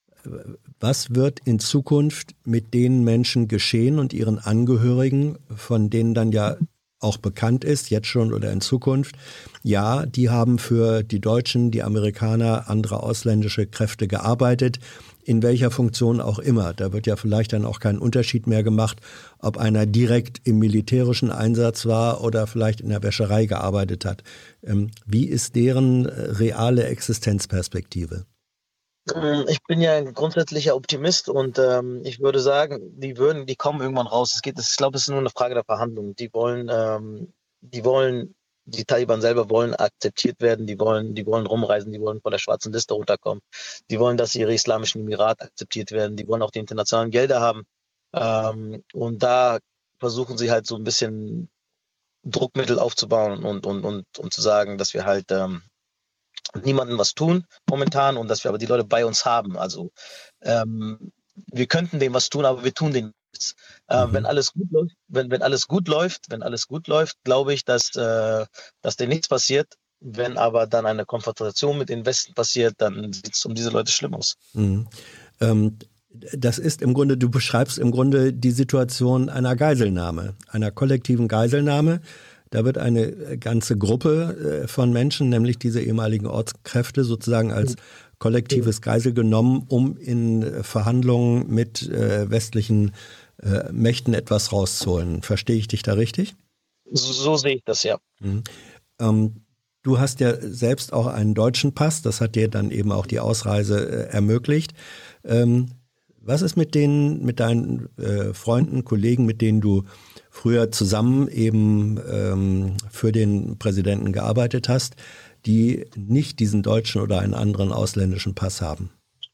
was wird in Zukunft mit den Menschen geschehen und ihren Angehörigen, von denen dann ja auch bekannt ist, jetzt schon oder in Zukunft, ja, die haben für die Deutschen, die Amerikaner, andere ausländische Kräfte gearbeitet, in welcher Funktion auch immer. Da wird ja vielleicht dann auch kein Unterschied mehr gemacht, ob einer direkt im militärischen Einsatz war oder vielleicht in der Wäscherei gearbeitet hat. Ähm, wie ist deren reale Existenzperspektive? Ich bin ja ein grundsätzlicher Optimist und ähm, ich würde sagen, die würden, die kommen irgendwann raus. Es geht, ich glaube, es ist nur eine Frage der Verhandlung. Die wollen, ähm, die wollen, die Taliban selber wollen akzeptiert werden. Die wollen, die wollen rumreisen. Die wollen von der schwarzen Liste runterkommen. Die wollen, dass ihre islamischen Emirate akzeptiert werden. Die wollen auch die internationalen Gelder haben. Ähm, und da versuchen sie halt so ein bisschen Druckmittel aufzubauen und und und und zu sagen, dass wir halt ähm, niemandem was tun momentan und dass wir aber die Leute bei uns haben. Also ähm, wir könnten denen was tun, aber wir tun denen nichts. Äh, mhm. Wenn alles gut läuft, wenn, wenn alles gut läuft, wenn alles gut läuft, glaube ich, dass, äh, dass denen nichts passiert. Wenn aber dann eine Konfrontation mit den Westen passiert, dann sieht es um diese Leute schlimm aus. Mhm. Ähm, das ist im Grunde, du beschreibst im Grunde die Situation einer Geiselnahme, einer kollektiven Geiselnahme. Da wird eine ganze Gruppe von Menschen, nämlich diese ehemaligen Ortskräfte, sozusagen als kollektives Geisel genommen, um in Verhandlungen mit äh, westlichen äh, Mächten etwas rauszuholen. Verstehe ich dich da richtig? So, so sehe ich das, ja. Mhm. Ähm, du hast ja selbst auch einen deutschen Pass, das hat dir dann eben auch die Ausreise äh, ermöglicht. Ähm, was ist mit denen, mit deinen äh, Freunden, Kollegen, mit denen du früher zusammen eben ähm, für den Präsidenten gearbeitet hast, die nicht diesen deutschen oder einen anderen ausländischen Pass haben?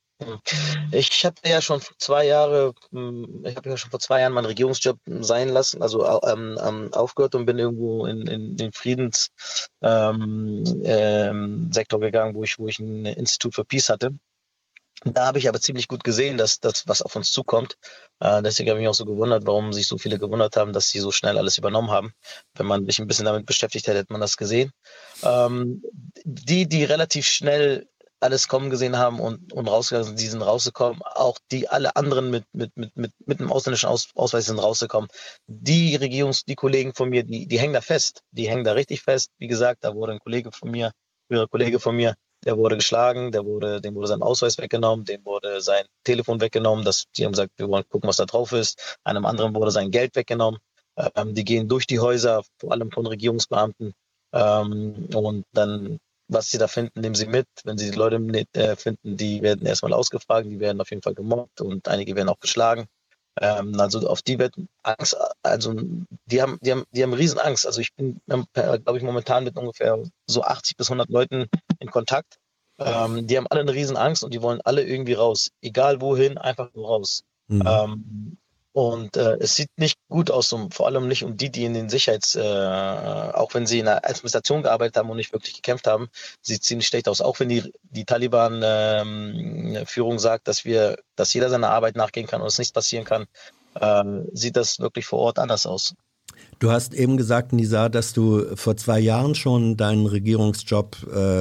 Ich hatte ja schon vor zwei Jahre, ich habe ja schon vor zwei Jahren meinen Regierungsjob sein lassen, also ähm, aufgehört und bin irgendwo in, in den Friedenssektor ähm, ähm, gegangen, wo ich, wo ich ein Institut für Peace hatte. Da habe ich aber ziemlich gut gesehen, dass das, was auf uns zukommt. Äh, deswegen habe ich mich auch so gewundert, warum sich so viele gewundert haben, dass sie so schnell alles übernommen haben. Wenn man sich ein bisschen damit beschäftigt hätte, hätte man das gesehen. Ähm, die, die relativ schnell alles kommen gesehen haben und, und rausgegangen sind, die sind rausgekommen. Auch die alle anderen mit, mit, mit, mit, mit einem ausländischen Aus, Ausweis sind rausgekommen. Die Regierungs-, die Kollegen von mir, die, die hängen da fest. Die hängen da richtig fest. Wie gesagt, da wurde ein Kollege von mir, früherer Kollege von mir, der wurde geschlagen, der wurde, dem wurde sein Ausweis weggenommen, dem wurde sein Telefon weggenommen. Das, die haben gesagt, wir wollen gucken, was da drauf ist. Einem anderen wurde sein Geld weggenommen. Ähm, die gehen durch die Häuser, vor allem von Regierungsbeamten. Ähm, und dann, was sie da finden, nehmen sie mit. Wenn sie die Leute nicht, äh, finden, die werden erstmal ausgefragt, die werden auf jeden Fall gemobbt und einige werden auch geschlagen. Ähm, also auf die wird Angst, also die haben, die haben, die haben riesen Angst. Also ich bin, glaube ich, momentan mit ungefähr so achtzig bis hundert Leuten in Kontakt. Ähm, die haben alle eine riesen Angst und die wollen alle irgendwie raus. Egal wohin, einfach nur raus. Mhm. Ähm, Und äh, es sieht nicht gut aus, um, vor allem nicht um die, die in den Sicherheits, äh, auch wenn sie in der Administration gearbeitet haben und nicht wirklich gekämpft haben, sieht ziemlich schlecht aus. Auch wenn die, die Taliban-Führung ähm, sagt, dass wir, dass jeder seiner Arbeit nachgehen kann und es nichts passieren kann, äh, sieht das wirklich vor Ort anders aus. Du hast eben gesagt, Nizar, dass du vor zwei Jahren schon deinen Regierungsjob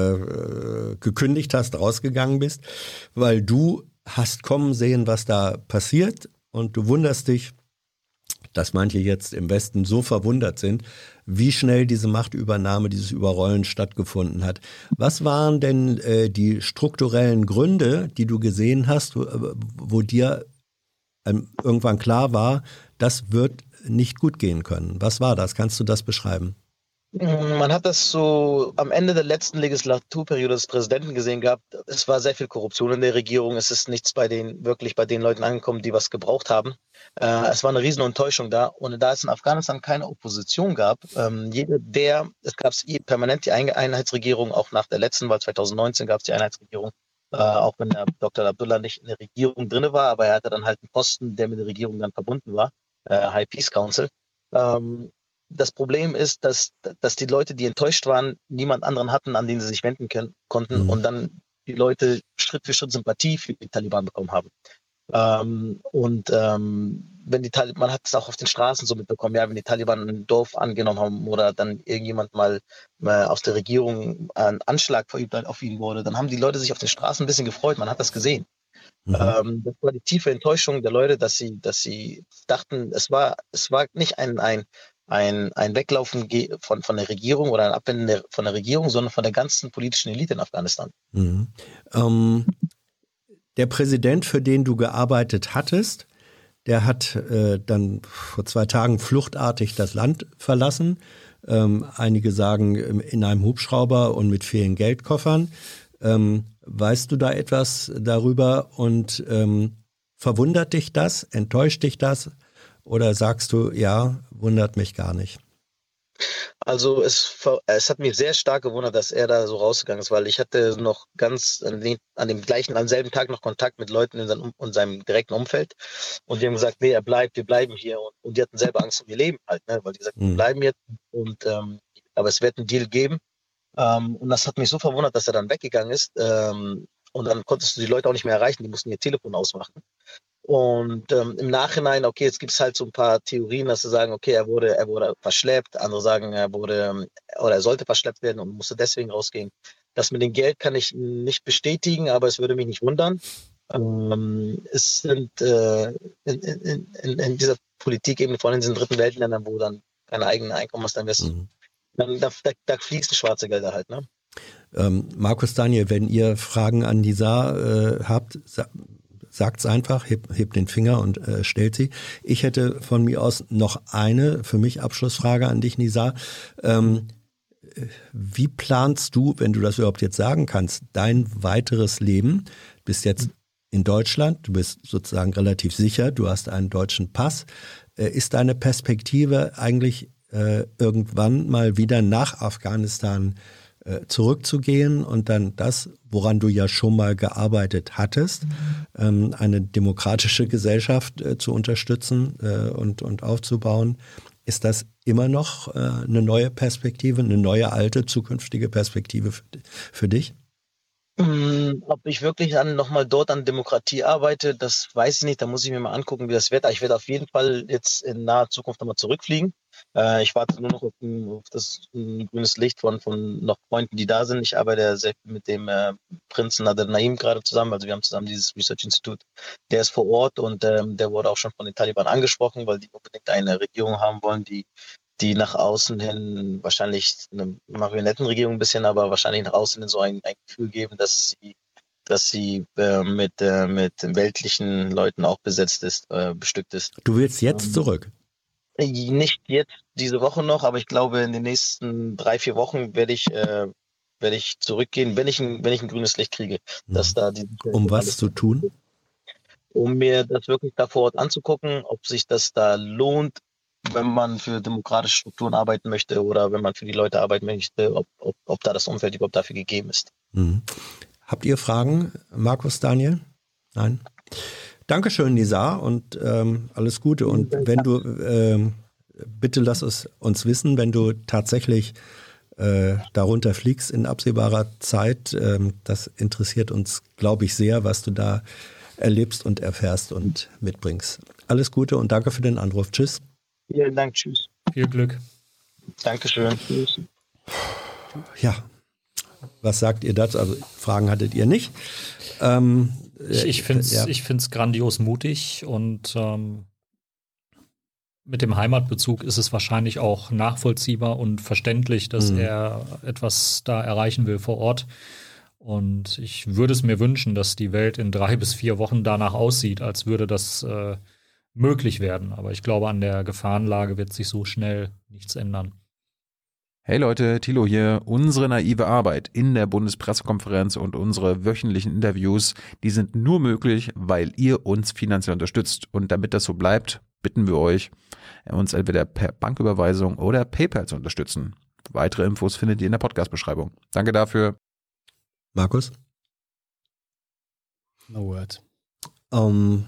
äh, gekündigt hast, rausgegangen bist, weil du hast kommen sehen, was da passiert. Und du wunderst dich, dass manche jetzt im Westen so verwundert sind, wie schnell diese Machtübernahme, dieses Überrollen stattgefunden hat. Was waren denn äh, die strukturellen Gründe, die du gesehen hast, wo, wo dir ähm, irgendwann klar war, das wird nicht gut gehen können? Was war das? Kannst du das beschreiben? Man hat das so am Ende der letzten Legislaturperiode des Präsidenten gesehen gehabt. Es war sehr viel Korruption in der Regierung. Es ist nichts bei den, wirklich bei den Leuten angekommen, die was gebraucht haben. Äh, es war eine riesen Enttäuschung da. Und da es in Afghanistan keine Opposition gab, ähm, jeder, der, es gab permanent die Einheitsregierung, auch nach der letzten Wahl zwanzig neunzehn gab es die Einheitsregierung, äh, auch wenn der Doktor Abdullah nicht in der Regierung drin war, aber er hatte dann halt einen Posten, der mit der Regierung dann verbunden war, äh, High Peace Council. Ähm, Das Problem ist, dass, dass die Leute, die enttäuscht waren, niemand anderen hatten, an den sie sich wenden können, konnten mhm. und dann die Leute Schritt für Schritt Sympathie für die Taliban bekommen haben. Ähm, und ähm, wenn die Taliban, man hat es auch auf den Straßen so mitbekommen, ja, wenn die Taliban ein Dorf angenommen haben oder dann irgendjemand mal äh, aus der Regierung einen Anschlag verübt auf ihn wurde, dann haben die Leute sich auf den Straßen ein bisschen gefreut, man hat das gesehen. Mhm. Ähm, das war die tiefe Enttäuschung der Leute, dass sie, dass sie dachten, es war, es war nicht ein, ein Ein, ein Weglaufen von, von der Regierung oder ein Abwenden von der Regierung, sondern von der ganzen politischen Elite in Afghanistan. Mhm. Ähm, der Präsident, für den du gearbeitet hattest, der hat äh, dann vor zwei Tagen fluchtartig das Land verlassen. Ähm, einige sagen in einem Hubschrauber und mit vielen Geldkoffern. Ähm, weißt du da etwas darüber und ähm, verwundert dich das, enttäuscht dich das? Oder sagst du, ja, wundert mich gar nicht? Also es, es hat mich sehr stark gewundert, dass er da so rausgegangen ist, weil ich hatte noch ganz an, den, an dem gleichen, am selben Tag noch Kontakt mit Leuten in seinem, in seinem direkten Umfeld und die haben gesagt, nee, er bleibt, wir bleiben hier und, und die hatten selber Angst um ihr Leben halt, ne? Weil die gesagt, mhm. wir bleiben jetzt und ähm, aber es wird einen Deal geben ähm, und das hat mich so verwundert, dass er dann weggegangen ist ähm, und dann konntest du die Leute auch nicht mehr erreichen, die mussten ihr Telefon ausmachen. Und ähm, im Nachhinein, okay, jetzt gibt es halt so ein paar Theorien, dass sie sagen, okay, er wurde, er wurde verschleppt, andere sagen, er wurde oder er sollte verschleppt werden und musste deswegen rausgehen. Das mit dem Geld kann ich nicht bestätigen, aber es würde mich nicht wundern. Ähm, es sind äh, in, in, in, in dieser Politik eben vor allem in diesen dritten Weltländern, wo dann keine eigenen Einkommen hast, dann wirst mhm. dann da, da, da fließen schwarze Gelder halt, ne? Ähm, Markus, Daniel, wenn ihr Fragen an Nizar äh, habt, sa- sagt's einfach, hebt heb den Finger und äh, stellt sie. Ich hätte von mir aus noch eine, für mich Abschlussfrage an dich, Nizar. Ähm, wie planst du, wenn du das überhaupt jetzt sagen kannst, dein weiteres Leben? Du bist jetzt in Deutschland, du bist sozusagen relativ sicher, du hast einen deutschen Pass. Äh, ist deine Perspektive eigentlich äh, irgendwann mal wieder nach Afghanistan zurückzugehen und dann das, woran du ja schon mal gearbeitet hattest, ähm, eine demokratische Gesellschaft äh, zu unterstützen äh, und, und aufzubauen? Ist das immer noch äh, eine neue Perspektive, eine neue, alte, zukünftige Perspektive für, für dich? Ob ich wirklich an, nochmal dort an Demokratie arbeite, das weiß ich nicht. Da muss ich mir mal angucken, wie das wird. Ich werde auf jeden Fall jetzt in naher Zukunft nochmal zurückfliegen. Äh, ich warte nur noch auf, ein, auf das ein grünes Licht von, von noch Freunden, die da sind. Ich arbeite sehr viel mit dem äh, Prinzen Nader Naim gerade zusammen. Also wir haben zusammen dieses Research Institute. Der ist vor Ort und ähm, der wurde auch schon von den Taliban angesprochen, weil die unbedingt eine Regierung haben wollen, die die nach außen hin wahrscheinlich eine Marionettenregierung ein bisschen, aber wahrscheinlich nach außen hin so ein, ein Gefühl geben, dass sie, dass sie äh, mit, äh, mit weltlichen Leuten auch besetzt ist, äh, bestückt ist. Du willst jetzt ähm, zurück? Nicht jetzt diese Woche noch, aber ich glaube, in den nächsten drei, vier Wochen werde ich, äh, werde ich zurückgehen, wenn ich ein, wenn ich ein grünes Licht kriege. Mhm. Dass da die, um was zu tun? Um mir das wirklich da vor Ort anzugucken, ob sich das da lohnt, wenn man für demokratische Strukturen arbeiten möchte oder wenn man für die Leute arbeiten möchte, ob, ob, ob da das Umfeld überhaupt dafür gegeben ist. Mhm. Habt ihr Fragen, Markus, Daniel? Nein? Dankeschön, Nizar, und ähm, alles Gute. Und wenn du, ähm, bitte lass es uns wissen, wenn du tatsächlich äh, darunter fliegst in absehbarer Zeit. Ähm, das interessiert uns, glaube ich, sehr, was du da erlebst und erfährst und mitbringst. Alles Gute und danke für den Anruf. Tschüss. Vielen Dank, tschüss. Viel Glück. Dankeschön. Tschüss. Ja, was sagt ihr dazu? Also Fragen hattet ihr nicht. Ähm, Ich, ich finde es ja. ich find's grandios mutig und ähm, mit dem Heimatbezug ist es wahrscheinlich auch nachvollziehbar und verständlich, dass mhm. er etwas da erreichen will vor Ort. Und ich würde es mir wünschen, dass die Welt in drei bis vier Wochen danach aussieht, als würde das äh, möglich werden. Aber ich glaube, an der Gefahrenlage wird sich so schnell nichts ändern. Hey Leute, Thilo hier. Unsere naive Arbeit in der Bundespressekonferenz und unsere wöchentlichen Interviews, die sind nur möglich, weil ihr uns finanziell unterstützt. Und damit das so bleibt, bitten wir euch, uns entweder per Banküberweisung oder PayPal zu unterstützen. Weitere Infos findet ihr in der Podcast-Beschreibung. Danke dafür. Markus? No words. Um,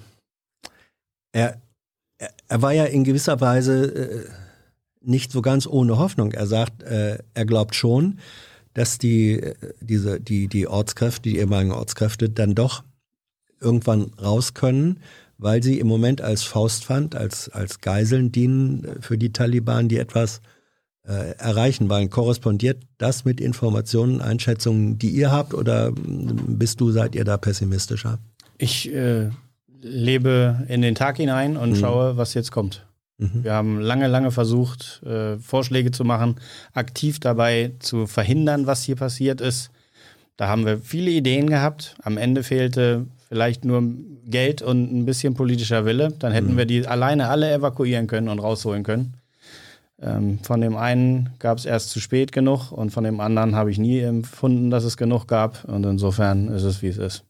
er, er, er war ja in gewisser Weise äh, nicht so ganz ohne Hoffnung. Er sagt, äh, er glaubt schon, dass die, diese, die, die Ortskräfte, die ehemaligen Ortskräfte dann doch irgendwann raus können, weil sie im Moment als Faustpfand, als, als Geiseln dienen für die Taliban, die etwas äh, erreichen wollen. Korrespondiert das mit Informationen, Einschätzungen, die ihr habt, oder bist du, seid ihr da pessimistischer? Ich äh, lebe in den Tag hinein und mhm. schaue, was jetzt kommt. Mhm. Wir haben lange, lange versucht, äh, Vorschläge zu machen, aktiv dabei zu verhindern, was hier passiert ist. Da haben wir viele Ideen gehabt. Am Ende fehlte vielleicht nur Geld und ein bisschen politischer Wille. Dann hätten mhm. wir die alleine alle evakuieren können und rausholen können. Ähm, von dem einen gab es erst zu spät genug und von dem anderen habe ich nie empfunden, dass es genug gab. Und insofern ist es, wie es ist.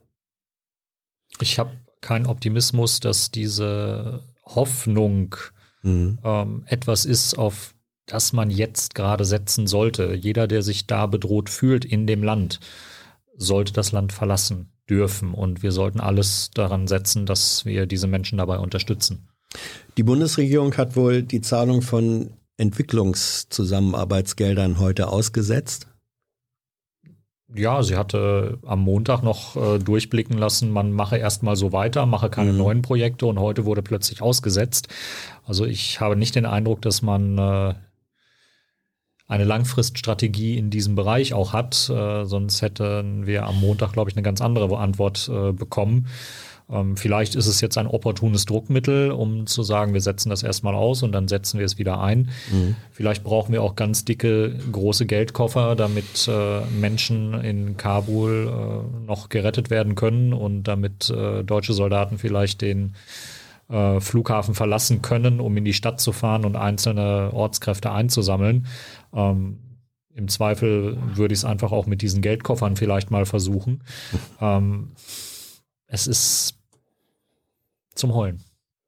Ich habe keinen Optimismus, dass diese Hoffnung mhm. ähm, etwas ist, auf das man jetzt gerade setzen sollte. Jeder, der sich da bedroht fühlt in dem Land, sollte das Land verlassen dürfen. Und wir sollten alles daran setzen, dass wir diese Menschen dabei unterstützen. Die Bundesregierung hat wohl die Zahlung von Entwicklungszusammenarbeitsgeldern heute ausgesetzt. Ja, sie hatte am Montag noch äh, durchblicken lassen, man mache erstmal so weiter, mache keine mhm. neuen Projekte, und heute wurde plötzlich ausgesetzt. Also ich habe nicht den Eindruck, dass man äh, eine Langfriststrategie in diesem Bereich auch hat, äh, sonst hätten wir am Montag, glaube ich, eine ganz andere Antwort äh, bekommen. Ähm, vielleicht ist es jetzt ein opportunes Druckmittel, um zu sagen, wir setzen das erstmal aus und dann setzen wir es wieder ein. Mhm. Vielleicht brauchen wir auch ganz dicke, große Geldkoffer, damit äh, Menschen in Kabul äh, noch gerettet werden können und damit äh, deutsche Soldaten vielleicht den äh, Flughafen verlassen können, um in die Stadt zu fahren und einzelne Ortskräfte einzusammeln. Ähm, Im Zweifel würde ich es einfach auch mit diesen Geldkoffern vielleicht mal versuchen. Ähm, es ist zum Heulen.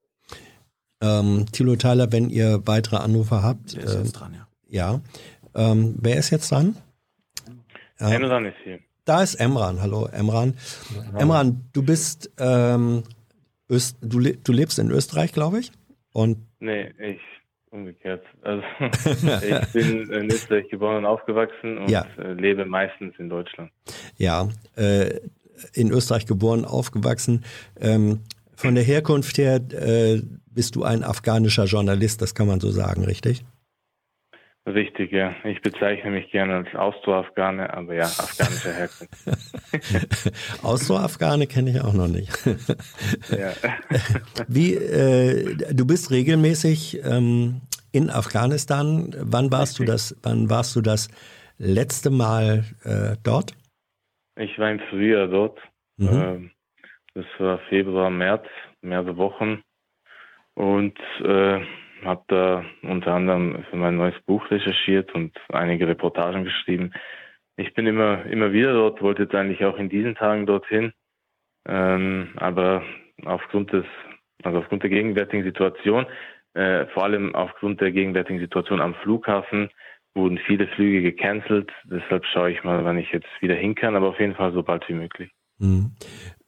Ähm, Thilo Theiler, wenn ihr weitere Anrufe habt. Der ist äh, jetzt dran, ja. Ja. Ähm, wer ist jetzt dran? Ja. Emran ist hier. Da ist Emran. Hallo, Emran. Hallo. Emran, du bist, ähm, Öst, du, le- du lebst in Österreich, glaube ich? Und nee, ich umgekehrt. Also ich bin in Österreich geboren und aufgewachsen und ja. lebe meistens in Deutschland. Ja, äh, in Österreich geboren, aufgewachsen. Ähm, von der Herkunft her äh, bist du ein afghanischer Journalist, das kann man so sagen, richtig? Richtig, ja. Ich bezeichne mich gerne als Austro-Afghane, aber ja, afghanischer Herkunft. Austro-Afghane kenne ich auch noch nicht. Ja. Wie, äh, du bist regelmäßig ähm, in Afghanistan. Wann warst richtig. du das? Wann warst du das letzte Mal äh, dort? Ich war im Frühjahr dort. Mhm. Ähm, das war Februar, März, mehrere Wochen. Und äh, habe da unter anderem für mein neues Buch recherchiert und einige Reportagen geschrieben. Ich bin immer immer wieder dort, wollte jetzt eigentlich auch in diesen Tagen dorthin, ähm, aber aufgrund des, also aufgrund der gegenwärtigen Situation, äh, vor allem aufgrund der gegenwärtigen Situation am Flughafen, wurden viele Flüge gecancelt. Deshalb schaue ich mal, wann ich jetzt wieder hin kann, aber auf jeden Fall so bald wie möglich. Mhm. Ähm,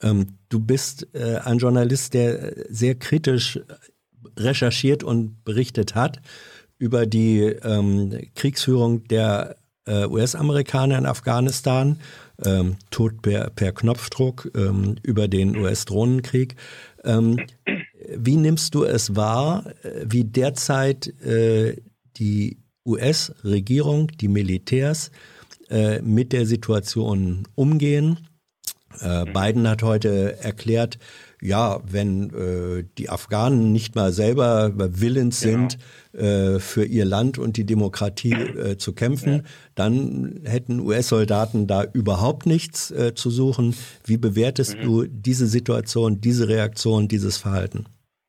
du bist äh, ein Journalist, der sehr kritisch recherchiert und berichtet hat über die ähm, Kriegsführung der äh, U S-Amerikaner in Afghanistan, ähm, Tod per, per Knopfdruck, ähm, über den U S-Drohnenkrieg. Ähm, wie nimmst du es wahr, wie derzeit äh, die U S-Regierung, die Militärs äh, mit der Situation umgehen? Äh, Biden hat heute erklärt, ja, wenn äh, die Afghanen nicht mal selber willens sind, genau. äh, für ihr Land und die Demokratie äh, zu kämpfen, ja. dann hätten U S-Soldaten da überhaupt nichts äh, zu suchen. Wie bewertest mhm. du diese Situation, diese Reaktion, dieses Verhalten?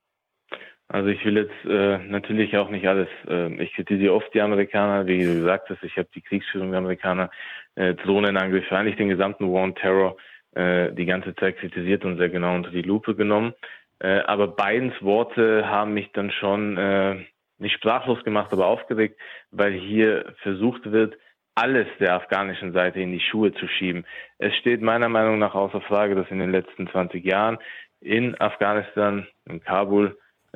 Also ich will jetzt äh, natürlich auch nicht alles, äh, ich kritisiere oft die Amerikaner, wie du gesagt hast, ich habe die Kriegsführung der Amerikaner, äh, Drohnenangriffe, eigentlich den gesamten War on Terror äh, die ganze Zeit kritisiert und sehr genau unter die Lupe genommen. Äh, aber Bidens Worte haben mich dann schon äh, nicht sprachlos gemacht, aber aufgeregt, weil hier versucht wird, alles der afghanischen Seite in die Schuhe zu schieben. Es steht meiner Meinung nach außer Frage, dass in den letzten zwanzig Jahren in Afghanistan, in Kabul,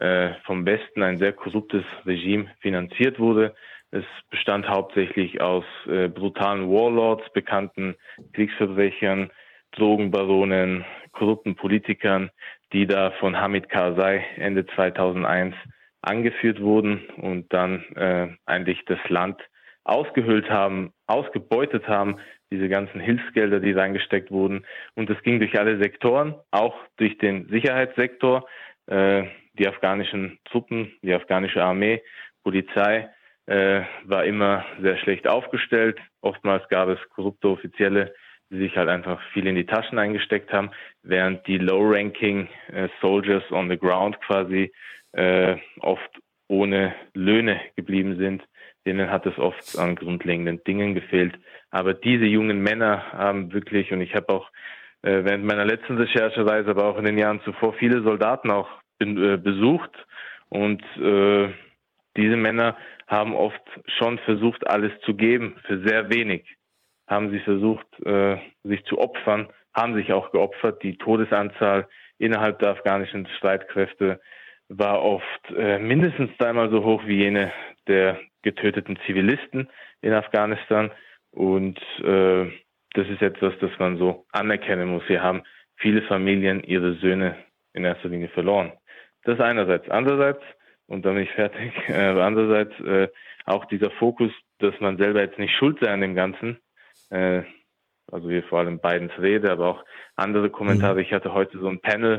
vom Westen ein sehr korruptes Regime finanziert wurde. Es bestand hauptsächlich aus äh, brutalen Warlords, bekannten Kriegsverbrechern, Drogenbaronen, korrupten Politikern, die da von Hamid Karzai Ende zweitausendeins angeführt wurden und dann äh, eigentlich das Land ausgehöhlt haben, ausgebeutet haben, diese ganzen Hilfsgelder, die reingesteckt wurden. Und das ging durch alle Sektoren, auch durch den Sicherheitssektor. Äh, die afghanischen Truppen, die afghanische Armee, Polizei äh, war immer sehr schlecht aufgestellt. Oftmals gab es korrupte Offizielle, die sich halt einfach viel in die Taschen eingesteckt haben, während die low-ranking äh, Soldiers on the ground quasi äh, oft ohne Löhne geblieben sind. Denen hat es oft an grundlegenden Dingen gefehlt. Aber diese jungen Männer haben wirklich, und ich habe auch äh, während meiner letzten Recherchereise, aber auch in den Jahren zuvor viele Soldaten auch bin, äh, besucht und äh, diese Männer haben oft schon versucht, alles zu geben für sehr wenig. Haben sie versucht, äh, sich zu opfern, haben sich auch geopfert. Die Todesanzahl innerhalb der afghanischen Streitkräfte war oft äh, mindestens dreimal so hoch wie jene der getöteten Zivilisten in Afghanistan. Und äh, das ist etwas, das man so anerkennen muss. Hier haben viele Familien ihre Söhne in erster Linie verloren. Das einerseits. Andererseits, und dann bin ich fertig, äh, andererseits äh, auch dieser Fokus, dass man selber jetzt nicht schuld sei an dem Ganzen. Äh, also wir vor allem Bidens Rede, aber auch andere Kommentare. Ich hatte heute so ein Panel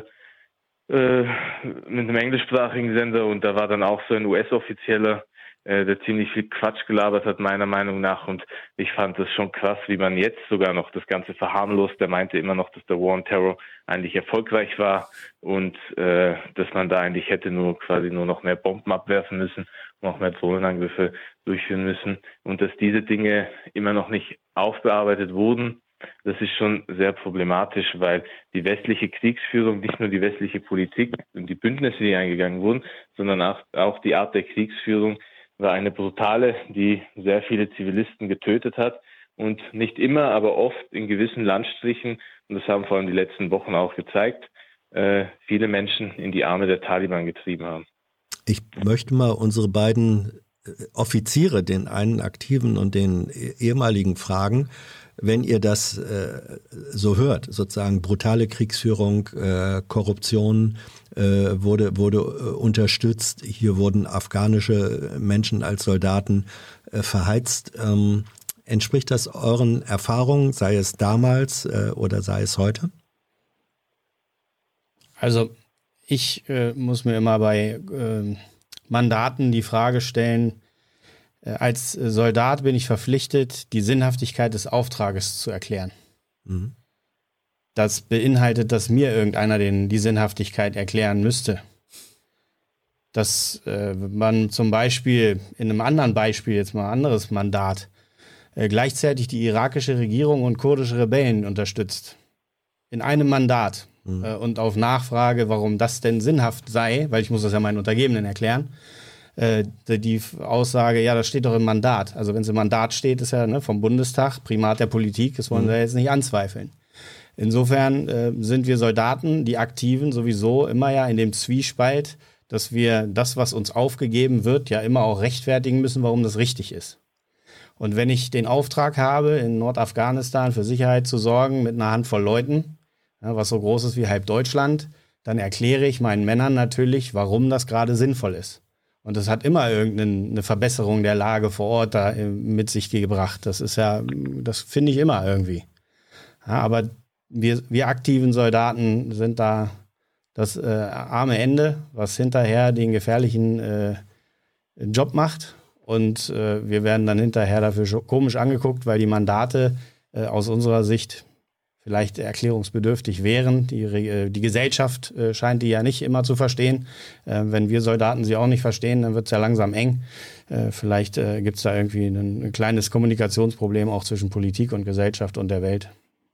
äh, mit einem englischsprachigen Sender und da war dann auch so ein U S-Offizieller, äh, der ziemlich viel Quatsch gelabert hat, meiner Meinung nach. Und ich fand das schon krass, wie man jetzt sogar noch das Ganze verharmlost. Der meinte immer noch, dass der War on Terror eigentlich erfolgreich war und äh, dass man da eigentlich hätte nur quasi nur noch mehr Bomben abwerfen müssen, noch mehr Drohnenangriffe durchführen müssen und dass diese Dinge immer noch nicht aufbearbeitet wurden. Das ist schon sehr problematisch, weil die westliche Kriegsführung, nicht nur die westliche Politik und die Bündnisse, die eingegangen wurden, sondern auch, auch die Art der Kriegsführung war eine brutale, die sehr viele Zivilisten getötet hat und nicht immer, aber oft in gewissen Landstrichen, und das haben vor allem die letzten Wochen auch gezeigt, äh, viele Menschen in die Arme der Taliban getrieben haben. Ich möchte mal unsere beiden Offiziere, den einen aktiven und den ehemaligen, fragen, wenn ihr das äh, so hört, sozusagen brutale Kriegsführung, äh, Korruption äh, wurde, wurde äh, unterstützt, hier wurden afghanische Menschen als Soldaten äh, verheizt. Ähm, entspricht das euren Erfahrungen, sei es damals äh, oder sei es heute? Also ich äh, muss mir immer bei äh, Mandaten die Frage stellen, als Soldat bin ich verpflichtet, die Sinnhaftigkeit des Auftrages zu erklären. Mhm. Das beinhaltet, dass mir irgendeiner den, die Sinnhaftigkeit erklären müsste. Dass äh, man zum Beispiel in einem anderen Beispiel, jetzt mal ein anderes Mandat, äh, gleichzeitig die irakische Regierung und kurdische Rebellen unterstützt. In einem Mandat. Mhm. Äh, und auf Nachfrage, warum das denn sinnhaft sei, weil ich muss das ja meinen Untergebenen erklären, die Aussage, ja, das steht doch im Mandat. Also wenn es im Mandat steht, ist ja ne, vom Bundestag, Primat der Politik, das wollen wir jetzt nicht anzweifeln. Insofern äh, sind wir Soldaten, die Aktiven, sowieso immer ja in dem Zwiespalt, dass wir das, was uns aufgegeben wird, ja immer auch rechtfertigen müssen, warum das richtig ist. Und wenn ich den Auftrag habe, in Nordafghanistan für Sicherheit zu sorgen mit einer Handvoll Leuten, ja, was so groß ist wie halb Deutschland, dann erkläre ich meinen Männern natürlich, warum das gerade sinnvoll ist. Und das hat immer irgendeine Verbesserung der Lage vor Ort da mit sich gebracht. Das ist ja, das finde ich immer irgendwie. Ja, aber wir, wir aktiven Soldaten sind da das äh, arme Ende, was hinterher den gefährlichen äh, Job macht. Und äh, wir werden dann hinterher dafür komisch angeguckt, weil die Mandate äh, aus unserer Sicht vielleicht erklärungsbedürftig wären. Die, äh, die Gesellschaft äh, scheint die ja nicht immer zu verstehen. Äh, wenn wir Soldaten sie auch nicht verstehen, dann wird es ja langsam eng. Äh, vielleicht äh, gibt es da irgendwie ein, ein kleines Kommunikationsproblem auch zwischen Politik und Gesellschaft und der Welt.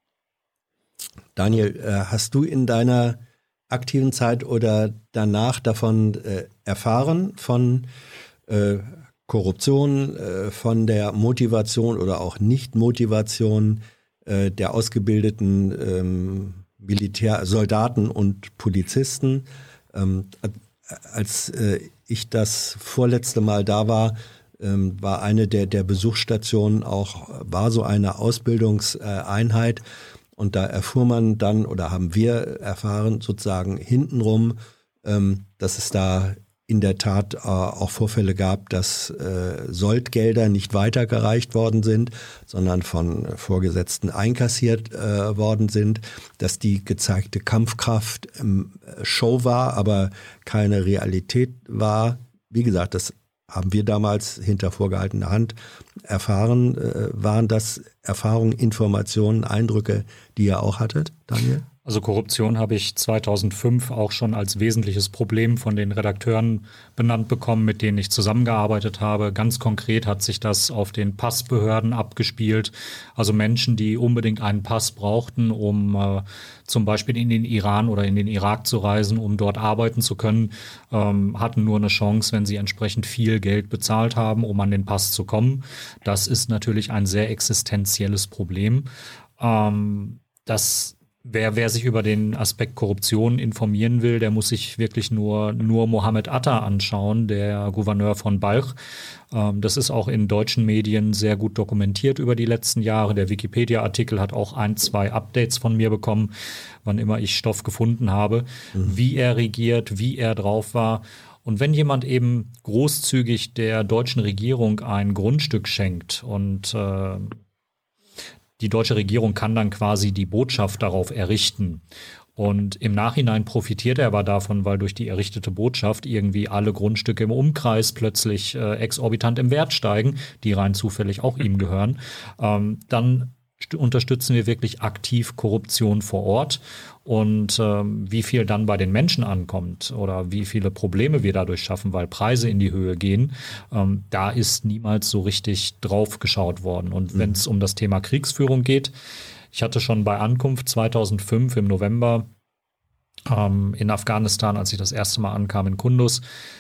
Daniel, äh, hast du in deiner aktiven Zeit oder danach davon äh, erfahren, von äh, Korruption, äh, von der Motivation oder auch Nicht-Motivation äh, der ausgebildeten ähm, Militärsoldaten und Polizisten? Ähm, als äh, ich das vorletzte Mal da war, ähm, war eine der, der Besuchsstationen auch, war so eine Ausbildungseinheit. Und da erfuhr man dann oder haben wir erfahren sozusagen hintenrum, ähm, dass es da in der Tat äh, auch Vorfälle gab, dass äh, Soldgelder nicht weitergereicht worden sind, sondern von Vorgesetzten einkassiert äh, worden sind, dass die gezeigte Kampfkraft ähm, Show war, aber keine Realität war. Wie gesagt, das haben wir damals hinter vorgehaltener Hand erfahren. Äh, waren das Erfahrungen, Informationen, Eindrücke, die ihr auch hattet, Daniel? Also Korruption habe ich zweitausendfünf auch schon als wesentliches Problem von den Redakteuren benannt bekommen, mit denen ich zusammengearbeitet habe. Ganz konkret hat sich das auf den Passbehörden abgespielt. Also Menschen, die unbedingt einen Pass brauchten, um äh, zum Beispiel in den Iran oder in den Irak zu reisen, um dort arbeiten zu können, ähm, hatten nur eine Chance, wenn sie entsprechend viel Geld bezahlt haben, um an den Pass zu kommen. Das ist natürlich ein sehr existenzielles Problem. Ähm, das Wer, wer sich über den Aspekt Korruption informieren will, der muss sich wirklich nur, nur Mohammed Atta anschauen, der Gouverneur von Balch. Ähm, das ist auch in deutschen Medien sehr gut dokumentiert über die letzten Jahre. Der Wikipedia-Artikel hat auch ein, zwei Updates von mir bekommen, wann immer ich Stoff gefunden habe, mhm. wie er regiert, wie er drauf war. Und wenn jemand eben großzügig der deutschen Regierung ein Grundstück schenkt und äh, die deutsche Regierung kann dann quasi die Botschaft darauf errichten. Und im Nachhinein profitiert er aber davon, weil durch die errichtete Botschaft irgendwie alle Grundstücke im Umkreis plötzlich äh, exorbitant im Wert steigen, die rein zufällig auch ihm gehören. Ähm, dann st- unterstützen wir wirklich aktiv Korruption vor Ort. Und ähm, wie viel dann bei den Menschen ankommt oder wie viele Probleme wir dadurch schaffen, weil Preise in die Höhe gehen, ähm, da ist niemals so richtig drauf geschaut worden. Und mhm. wenn es um das Thema Kriegsführung geht, ich hatte schon bei Ankunft zweitausendfünf im November ähm, in Afghanistan, als ich das erste Mal ankam in Kunduz,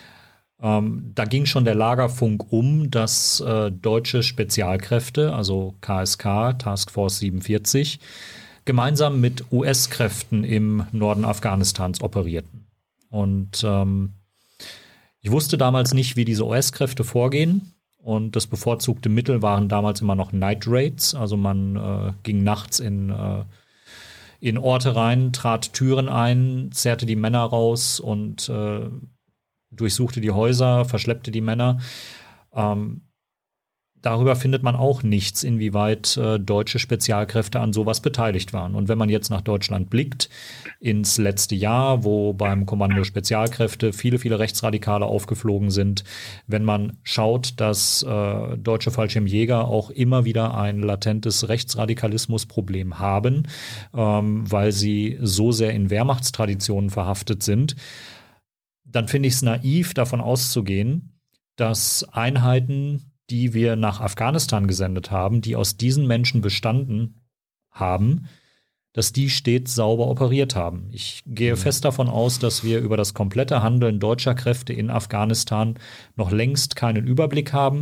ähm, da ging schon der Lagerfunk um, dass äh, deutsche Spezialkräfte, also K S K, Task Force siebenundvierzig, gemeinsam mit U S-Kräften im Norden Afghanistans operierten. Und ähm, ich wusste damals nicht, wie diese U S-Kräfte vorgehen. Und das bevorzugte Mittel waren damals immer noch Night Raids. Also man äh, ging nachts in, äh, in Orte rein, trat Türen ein, zerrte die Männer raus und äh, durchsuchte die Häuser, verschleppte die Männer. Ähm, Darüber findet man auch nichts, inwieweit äh, deutsche Spezialkräfte an sowas beteiligt waren. Und wenn man jetzt nach Deutschland blickt, ins letzte Jahr, wo beim Kommando Spezialkräfte viele, viele Rechtsradikale aufgeflogen sind, wenn man schaut, dass äh, deutsche Fallschirmjäger auch immer wieder ein latentes Rechtsradikalismusproblem haben, ähm, weil sie so sehr in Wehrmachtstraditionen verhaftet sind, dann finde ich es naiv, davon auszugehen, dass Einheiten, die wir nach Afghanistan gesendet haben, die aus diesen Menschen bestanden haben, dass die stets sauber operiert haben. Ich gehe mhm. fest davon aus, dass wir über das komplette Handeln deutscher Kräfte in Afghanistan noch längst keinen Überblick haben,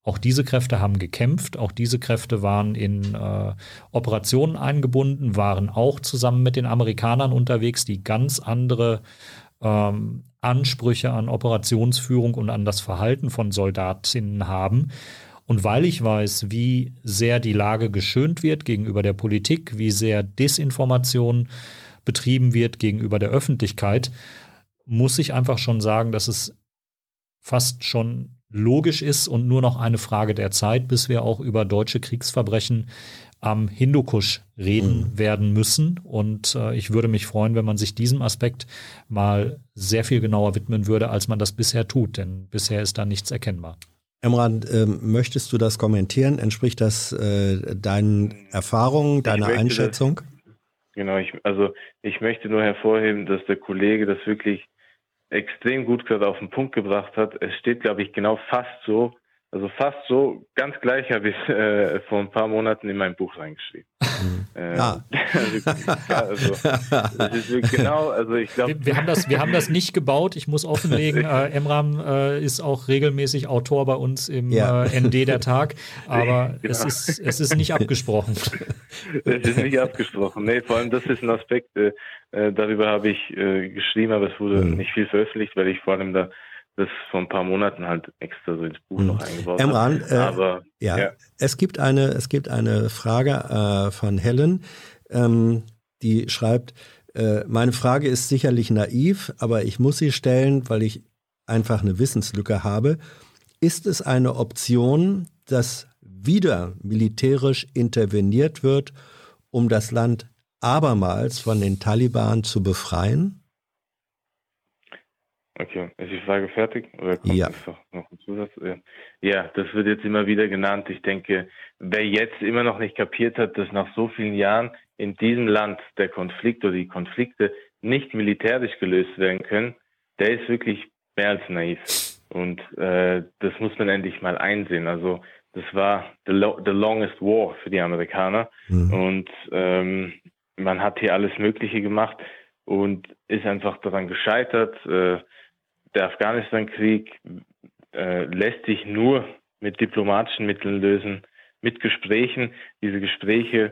Auch diese Kräfte haben gekämpft, auch diese Kräfte waren in äh, Operationen eingebunden, waren auch zusammen mit den Amerikanern unterwegs, die ganz andere ähm, Ansprüche an Operationsführung und an das Verhalten von Soldatinnen haben. Und weil ich weiß, wie sehr die Lage geschönt wird gegenüber der Politik, wie sehr Desinformation betrieben wird gegenüber der Öffentlichkeit, muss ich einfach schon sagen, dass es fast schon logisch ist und nur noch eine Frage der Zeit, bis wir auch über deutsche Kriegsverbrechen am Hindukusch reden mhm. werden müssen. Und äh, ich würde mich freuen, wenn man sich diesem Aspekt mal sehr viel genauer widmen würde, als man das bisher tut. Denn bisher ist da nichts erkennbar. Emran, äh, möchtest du das kommentieren? Entspricht das äh, deinen Erfahrungen, deiner Einschätzung? Das, genau, ich, also ich möchte nur hervorheben, dass der Kollege das wirklich extrem gut gerade auf den Punkt gebracht hat. Es steht, glaube ich, genau fast so, also fast so, ganz gleich habe ich es äh, vor ein paar Monaten in mein Buch reingeschrieben. Mhm. Äh, ah. also, das ist wirklich genau, also ich glaube... Wir, wir, haben das, wir haben das nicht gebaut, ich muss offenlegen, äh, Emran äh, ist auch regelmäßig Autor bei uns im ja. äh, N D der Tag, aber genau. es, ist, es ist nicht abgesprochen. Es ist nicht abgesprochen, nee, vor allem das ist ein Aspekt, äh, darüber habe ich äh, geschrieben, aber es wurde mhm. nicht viel veröffentlicht, weil ich vor allem da das vor ein paar Monaten halt extra so ins Buch mhm. noch eingebaut Emran, habe. Aber äh, ja, ja, es gibt eine, es gibt eine Frage äh, von Helen, ähm, die schreibt, äh, meine Frage ist sicherlich naiv, aber ich muss sie stellen, weil ich einfach eine Wissenslücke habe. Ist es eine Option, dass wieder militärisch interveniert wird, um das Land abermals von den Taliban zu befreien? Okay, ist die Frage fertig? Oder kommt ja. einfach noch ein Zusatz? Ja, das wird jetzt immer wieder genannt. Ich denke, wer jetzt immer noch nicht kapiert hat, dass nach so vielen Jahren in diesem Land der Konflikt oder die Konflikte nicht militärisch gelöst werden können, der ist wirklich mehr als naiv. Und äh, das muss man endlich mal einsehen. Also das war the, lo- the longest war für die Amerikaner. Mhm. Und ähm, man hat hier alles Mögliche gemacht und ist einfach daran gescheitert. Äh, Der Afghanistan-Krieg äh, lässt sich nur mit diplomatischen Mitteln lösen, mit Gesprächen. Diese Gespräche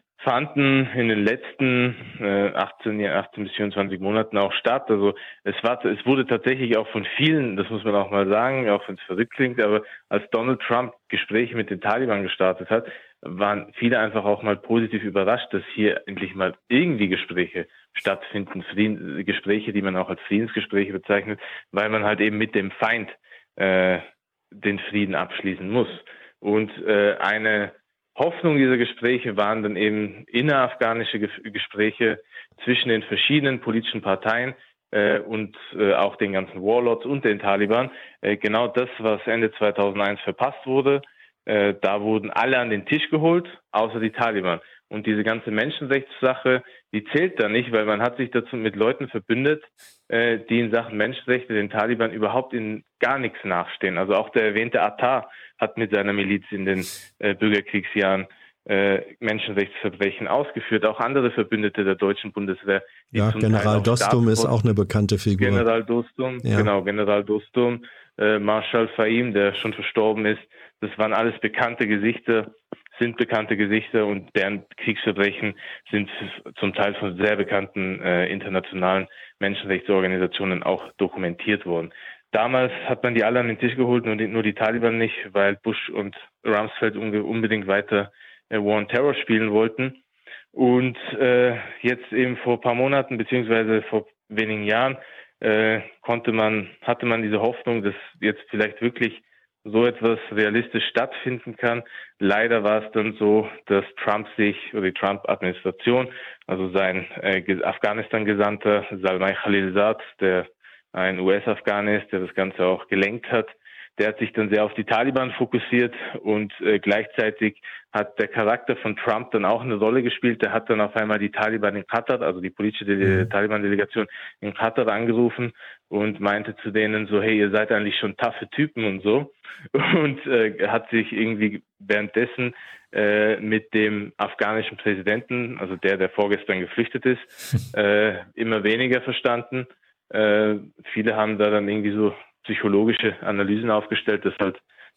fanden in den letzten äh, achtzehn, achtzehn bis vierundzwanzig Monaten auch statt. Also es war, es wurde tatsächlich auch von vielen, das muss man auch mal sagen, auch wenn es verrückt klingt, aber als Donald Trump Gespräche mit den Taliban gestartet hat, waren viele einfach auch mal positiv überrascht, dass hier endlich mal irgendwie Gespräche stattfinden, Frieden, Gespräche, die man auch als Friedensgespräche bezeichnet, weil man halt eben mit dem Feind äh, den Frieden abschließen muss. Und äh, eine Hoffnung dieser Gespräche waren dann eben innerafghanische Ge- Gespräche zwischen den verschiedenen politischen Parteien äh, und äh, auch den ganzen Warlords und den Taliban. Äh, genau das, was Ende zweitausendeins verpasst wurde. Äh, da wurden alle an den Tisch geholt, außer die Taliban. Und diese ganze Menschenrechtssache, die zählt da nicht, weil man hat sich dazu mit Leuten verbündet, äh, die in Sachen Menschenrechte den Taliban überhaupt in gar nichts nachstehen. Also auch der erwähnte Attar hat mit seiner Miliz in den äh, Bürgerkriegsjahren äh, Menschenrechtsverbrechen ausgeführt. Auch andere Verbündete der deutschen Bundeswehr. Ja, General Dostum ist auch eine bekannte Figur. General Dostum, ja. genau, General Dostum, äh, Marschall Fahim, der schon verstorben ist. Das waren alles bekannte Gesichter, sind bekannte Gesichter und deren Kriegsverbrechen sind zum Teil von sehr bekannten äh, internationalen Menschenrechtsorganisationen auch dokumentiert worden. Damals hat man die alle an den Tisch geholt, nur die, nur die Taliban nicht, weil Bush und Rumsfeld unbedingt weiter äh, War on Terror spielen wollten. Und äh, jetzt eben vor ein paar Monaten, beziehungsweise vor wenigen Jahren, äh, konnte man, hatte man diese Hoffnung, dass jetzt vielleicht wirklich so etwas realistisch stattfinden kann. Leider war es dann so, dass Trump sich, oder die Trump-Administration, also sein äh, Afghanistan-Gesandter Zalmay Khalilzad, der ein U S-Afghaner ist, der das Ganze auch gelenkt hat, der hat sich dann sehr auf die Taliban fokussiert und äh, gleichzeitig hat der Charakter von Trump dann auch eine Rolle gespielt. Der hat dann auf einmal die Taliban in Katar, also die politische Dele- Taliban-Delegation in Katar angerufen und meinte zu denen so, hey, ihr seid eigentlich schon taffe Typen und so. Und äh, hat sich irgendwie währenddessen äh, mit dem afghanischen Präsidenten, also der, der vorgestern geflüchtet ist, äh, immer weniger verstanden. Äh, viele haben da dann irgendwie so psychologische Analysen aufgestellt, dass halt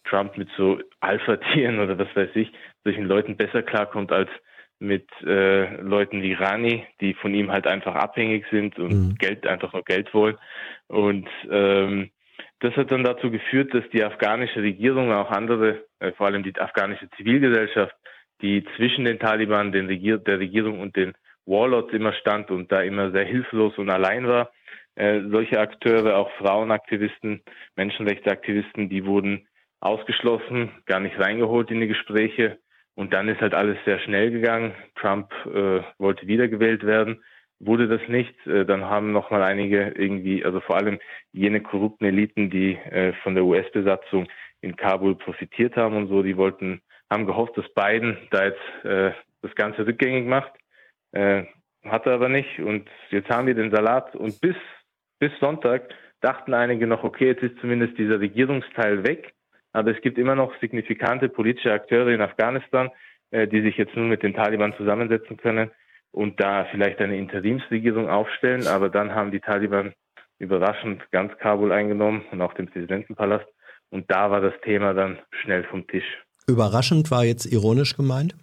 Trump mit so Alpha-Tieren oder was weiß ich, solchen Leuten besser klarkommt als mit äh, Leuten wie Rani, die von ihm halt einfach abhängig sind und mhm. Geld einfach nur Geld wollen. Und ähm, das hat dann dazu geführt, dass die afghanische Regierung, auch andere, äh, vor allem die afghanische Zivilgesellschaft, die zwischen den Taliban, den Regier- der Regierung und den Warlords immer stand und da immer sehr hilflos und allein war. Äh, solche Akteure, auch Frauenaktivisten, Menschenrechtsaktivisten, die wurden ausgeschlossen, gar nicht reingeholt in die Gespräche. Und dann ist halt alles sehr schnell gegangen. Trump äh, wollte wiedergewählt werden, wurde das nicht. Äh, dann haben nochmal einige irgendwie, also vor allem jene korrupten Eliten, die äh, von der U S-Besatzung in Kabul profitiert haben und so, die wollten, haben gehofft, dass Biden da jetzt äh, das Ganze rückgängig macht. Äh, hat er aber nicht. Und jetzt haben wir den Salat. Und bis, bis Sonntag dachten einige noch, okay, jetzt ist zumindest dieser Regierungsteil weg. Aber es gibt immer noch signifikante politische Akteure in Afghanistan, äh, die sich jetzt nun mit den Taliban zusammensetzen können und da vielleicht eine Interimsregierung aufstellen. Aber dann haben die Taliban überraschend ganz Kabul eingenommen und auch den Präsidentenpalast. Und da war das Thema dann schnell vom Tisch. Überraschend war jetzt ironisch gemeint?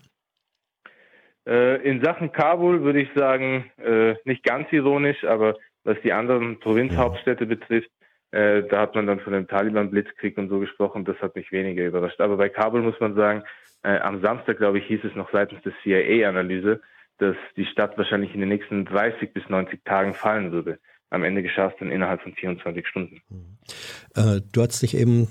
Äh, in Sachen Kabul würde ich sagen, äh, nicht ganz ironisch, aber was die anderen Provinzhauptstädte ja. betrifft, Äh, da hat man dann von dem Taliban-Blitzkrieg und so gesprochen, das hat mich weniger überrascht. Aber bei Kabul muss man sagen, äh, am Samstag, glaube ich, hieß es noch seitens der C I A-Analyse, dass die Stadt wahrscheinlich in den nächsten dreißig bis neunzig Tagen fallen würde. Am Ende geschah es dann innerhalb von vierundzwanzig Stunden. Äh, du hast dich eben...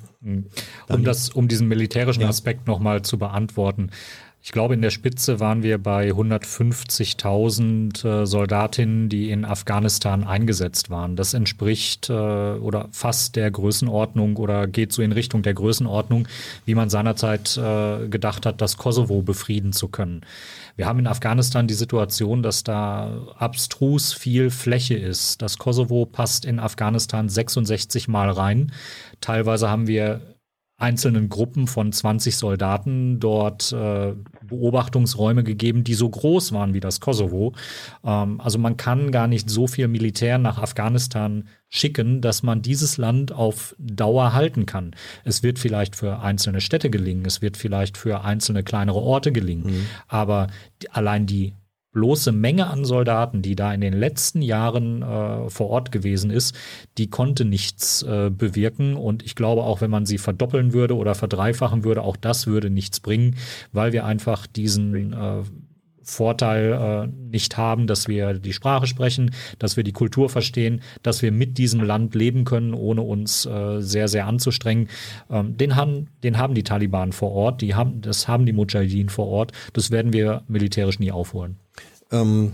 Um, das, um diesen militärischen ja. Aspekt nochmal zu beantworten. Ich glaube, in der Spitze waren wir bei hundertfünfzigtausend äh, Soldatinnen, die in Afghanistan eingesetzt waren. Das entspricht äh, oder fast der Größenordnung oder geht so in Richtung der Größenordnung, wie man seinerzeit äh, gedacht hat, das Kosovo befrieden zu können. Wir haben in Afghanistan die Situation, dass da abstrus viel Fläche ist. Das Kosovo passt in Afghanistan sechsundsechzig Mal rein. Teilweise haben wir einzelnen Gruppen von zwanzig Soldaten dort äh, Beobachtungsräume gegeben, die so groß waren wie das Kosovo. Ähm, also man kann gar nicht so viel Militär nach Afghanistan schicken, dass man dieses Land auf Dauer halten kann. Es wird vielleicht für einzelne Städte gelingen, es wird vielleicht für einzelne kleinere Orte gelingen, mhm. aber die, allein die bloße Menge an Soldaten, die da in den letzten Jahren äh, vor Ort gewesen ist, die konnte nichts äh, bewirken. Und ich glaube, auch wenn man sie verdoppeln würde oder verdreifachen würde, auch das würde nichts bringen, weil wir einfach diesen äh, Vorteil äh, nicht haben, dass wir die Sprache sprechen, dass wir die Kultur verstehen, dass wir mit diesem Land leben können, ohne uns äh, sehr, sehr anzustrengen. Ähm, den, haben, den haben die Taliban vor Ort, die haben, das haben die Mujahideen vor Ort. Das werden wir militärisch nie aufholen. Ähm,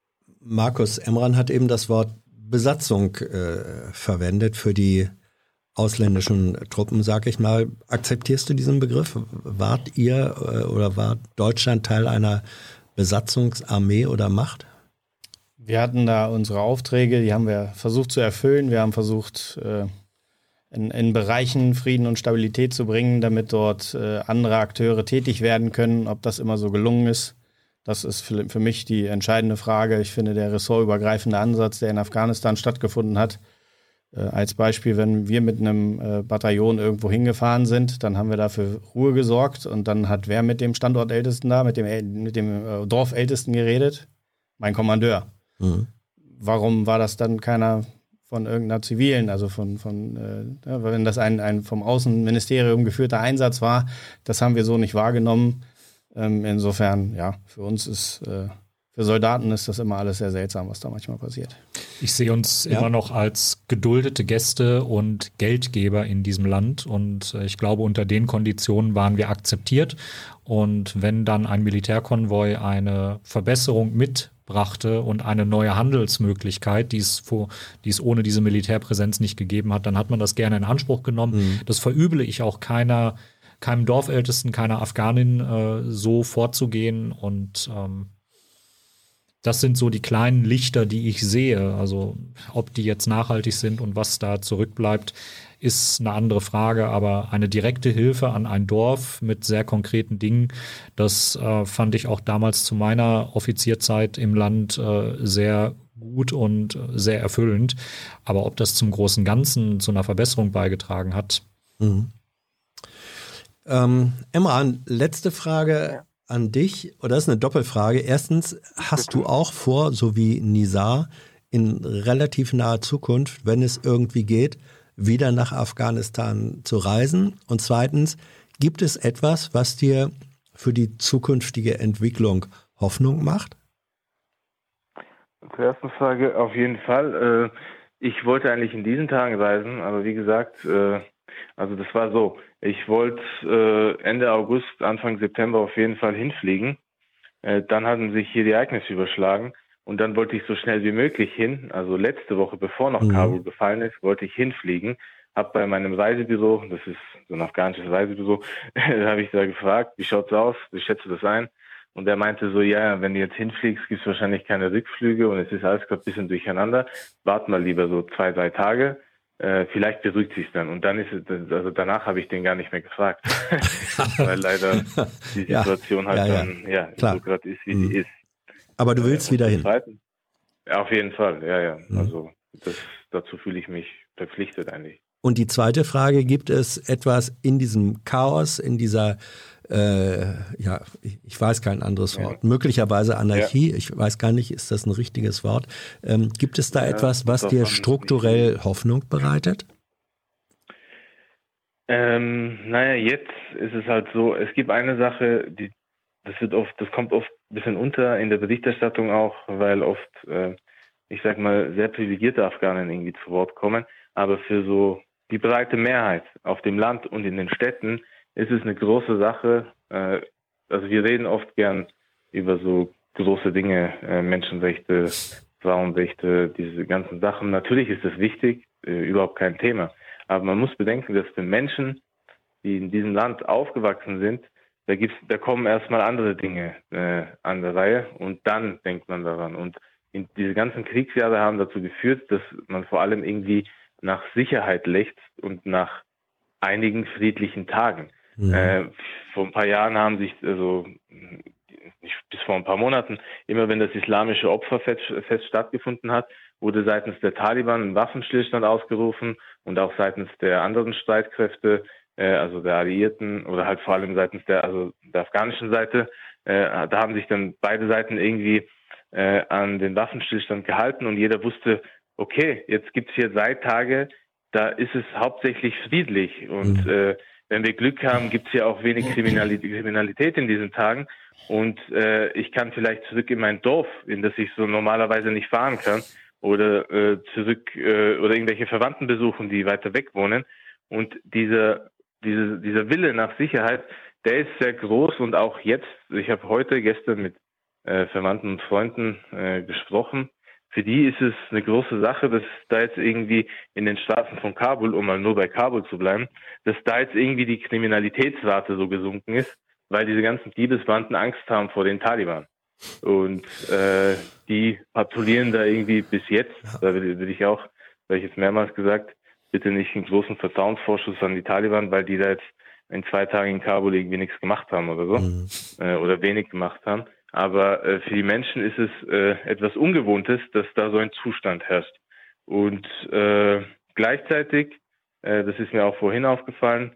Markus Emran hat eben das Wort Besatzung äh, verwendet für die ausländischen Truppen, sag ich mal. Akzeptierst du diesen Begriff? Wart ihr äh, oder war Deutschland Teil einer Besatzungsarmee oder Macht? Wir hatten da unsere Aufträge, die haben wir versucht zu erfüllen. Wir haben versucht, äh, in, in Bereichen Frieden und Stabilität zu bringen, damit dort äh, andere Akteure tätig werden können. Ob das immer so gelungen ist, das ist für, für mich die entscheidende Frage. Ich finde, der ressortübergreifende Ansatz, der in Afghanistan stattgefunden hat, äh, als Beispiel, wenn wir mit einem äh, Bataillon irgendwo hingefahren sind, dann haben wir dafür Ruhe gesorgt und dann hat wer mit dem Standortältesten da, mit dem, mit dem äh, Dorfältesten geredet? Mein Kommandeur. Mhm. Warum war das dann keiner von irgendeiner zivilen, also von, von äh, ja, wenn das ein, ein vom Außenministerium geführter Einsatz war, das haben wir so nicht wahrgenommen. Ähm, insofern, ja, für uns ist, äh, für Soldaten ist das immer alles sehr seltsam, was da manchmal passiert. Ich sehe uns ja. immer noch als geduldete Gäste und Geldgeber in diesem Land und äh, ich glaube, unter den Konditionen waren wir akzeptiert und wenn dann ein Militärkonvoi eine Verbesserung mitbrachte und eine neue Handelsmöglichkeit, die es, vor, die es ohne diese Militärpräsenz nicht gegeben hat, dann hat man das gerne in Anspruch genommen. Mhm. Das verüble ich auch keiner keinem Dorfältesten, keiner Afghanin äh, so vorzugehen und ähm, das sind so die kleinen Lichter, die ich sehe. Also ob die jetzt nachhaltig sind und was da zurückbleibt, ist eine andere Frage. Aber eine direkte Hilfe an ein Dorf mit sehr konkreten Dingen, das äh, fand ich auch damals zu meiner Offizierzeit im Land äh, sehr gut und sehr erfüllend. Aber ob das zum großen Ganzen zu einer Verbesserung beigetragen hat, mhm. Ähm, Emran, letzte Frage an dich, oder das ist eine Doppelfrage. Erstens, hast du auch vor, so wie Nizar, in relativ naher Zukunft, wenn es irgendwie geht, wieder nach Afghanistan zu reisen? Und zweitens, gibt es etwas, was dir für die zukünftige Entwicklung Hoffnung macht? Zur ersten Frage auf jeden Fall. Ich wollte eigentlich in diesen Tagen reisen, aber wie gesagt, also das war so, ich wollte Ende August, Anfang September auf jeden Fall hinfliegen. Dann hatten sich hier die Ereignisse überschlagen und dann wollte ich so schnell wie möglich hin, also letzte Woche, bevor noch mhm. Kabul gefallen ist, wollte ich hinfliegen. Hab bei meinem Reisebüro, das ist so ein afghanisches Reisebüro, da habe ich da gefragt, wie schaut's aus, wie schätzt du das ein? Und er meinte so, ja, wenn du jetzt hinfliegst, gibt's wahrscheinlich keine Rückflüge und es ist alles gerade ein bisschen durcheinander. Wart mal lieber so zwei, drei Tage, äh, vielleicht beruhigt sich's dann. Und dann ist es, also danach habe ich den gar nicht mehr gefragt, weil leider die Situation ja, halt ja, dann, ja, ja so gerade ist, wie mhm. sie ist. Aber du willst äh, wieder hin? Zweiten, ja, auf jeden Fall, ja, ja. Mhm. Also das, dazu fühle ich mich verpflichtet eigentlich. Und die zweite Frage, gibt es etwas in diesem Chaos, in dieser, äh, ja, ich weiß kein anderes Wort, ja. möglicherweise Anarchie, ja. ich weiß gar nicht, ist das ein richtiges Wort, ähm, gibt es da ja, etwas, was dir strukturell Hoffnung bereitet? Ähm, naja, jetzt ist es halt so, es gibt eine Sache, die, das wird oft, das kommt oft ein bisschen unter in der Berichterstattung auch, weil oft, äh, ich sag mal, sehr privilegierte Afghanen irgendwie zu Wort kommen, aber für so die breite Mehrheit auf dem Land und in den Städten ist es eine große Sache. Äh, also wir reden oft gern über so große Dinge, äh, Menschenrechte, Frauenrechte, diese ganzen Sachen. Natürlich ist das wichtig, äh, überhaupt kein Thema. Aber man muss bedenken, dass für Menschen, die in diesem Land aufgewachsen sind, da gibt's, da kommen erstmal andere Dinge äh, an der Reihe und dann denkt man daran. Und in, diese ganzen Kriegsjahre haben dazu geführt, dass man vor allem irgendwie nach Sicherheit lechzt und nach einigen friedlichen Tagen. Mhm. Äh, vor ein paar Jahren haben sich, also bis vor ein paar Monaten, immer wenn das islamische Opferfest Fest stattgefunden hat, wurde seitens der Taliban ein Waffenstillstand ausgerufen und auch seitens der anderen Streitkräfte, äh, also der Alliierten oder halt vor allem seitens der, also der afghanischen Seite, äh, da haben sich dann beide Seiten irgendwie äh, an den Waffenstillstand gehalten und jeder wusste, okay, jetzt gibt's hier drei Tage, da ist es hauptsächlich friedlich und mhm. äh, wenn wir Glück haben, gibt's hier auch wenig Kriminalität, Kriminalität in diesen Tagen und äh, ich kann vielleicht zurück in mein Dorf, in das ich so normalerweise nicht fahren kann oder äh, zurück äh, oder irgendwelche Verwandten besuchen, die weiter weg wohnen und dieser diese, dieser Wille nach Sicherheit, der ist sehr groß und auch jetzt, ich habe heute, gestern mit äh, Verwandten und Freunden äh, gesprochen. Für die ist es eine große Sache, dass da jetzt irgendwie in den Straßen von Kabul, um mal nur bei Kabul zu bleiben, dass da jetzt irgendwie die Kriminalitätsrate so gesunken ist, weil diese ganzen Diebesbanden Angst haben vor den Taliban. Und äh, die patrouillieren da irgendwie bis jetzt, da will, will ich auch, da habe ich jetzt mehrmals gesagt, bitte nicht einen großen Vertrauensvorschuss an die Taliban, weil die da jetzt in zwei Tagen in Kabul irgendwie nichts gemacht haben oder so, mhm. äh, oder wenig gemacht haben. Aber äh, für die Menschen ist es äh, etwas Ungewohntes, dass da so ein Zustand herrscht. Und äh, gleichzeitig, äh, das ist mir auch vorhin aufgefallen,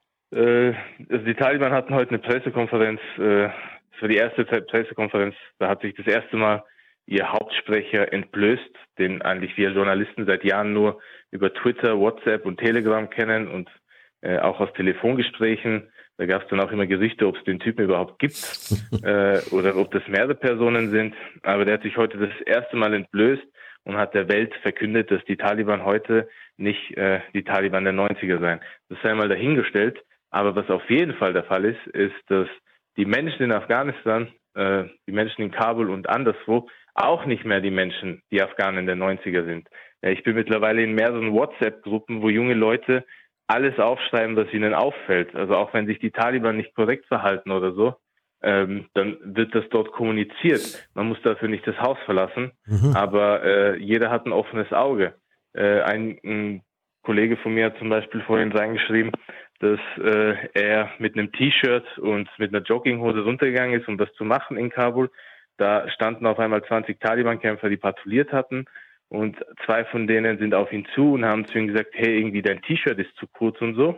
äh, also die Taliban hatten heute eine Pressekonferenz, äh, das war die erste Pressekonferenz, da hat sich das erste Mal ihr Hauptsprecher entblößt, den eigentlich wir Journalisten seit Jahren nur über Twitter, WhatsApp und Telegram kennen und äh, auch aus Telefongesprächen. Da gab es dann auch immer Gerüchte, ob es den Typen überhaupt gibt äh, oder ob das mehrere Personen sind. Aber der hat sich heute das erste Mal entblößt und hat der Welt verkündet, dass die Taliban heute nicht äh, die Taliban der neunziger seien. Das sei mal dahingestellt. Aber was auf jeden Fall der Fall ist, ist, dass die Menschen in Afghanistan, äh, die Menschen in Kabul und anderswo auch nicht mehr die Menschen, die Afghanen der neunziger sind. Ja, ich bin mittlerweile in mehreren WhatsApp-Gruppen, wo junge Leute alles aufschreiben, was ihnen auffällt. Also auch wenn sich die Taliban nicht korrekt verhalten oder so, ähm, dann wird das dort kommuniziert. Man muss dafür nicht das Haus verlassen, mhm. aber äh, jeder hat ein offenes Auge. Äh, ein, ein Kollege von mir hat zum Beispiel vorhin reingeschrieben, dass äh, er mit einem T-Shirt und mit einer Jogginghose runtergegangen ist, um das zu machen in Kabul. Da standen auf einmal zwanzig Taliban-Kämpfer, die patrouilliert hatten. Und zwei von denen sind auf ihn zu und haben zu ihm gesagt, hey, irgendwie dein T-Shirt ist zu kurz und so.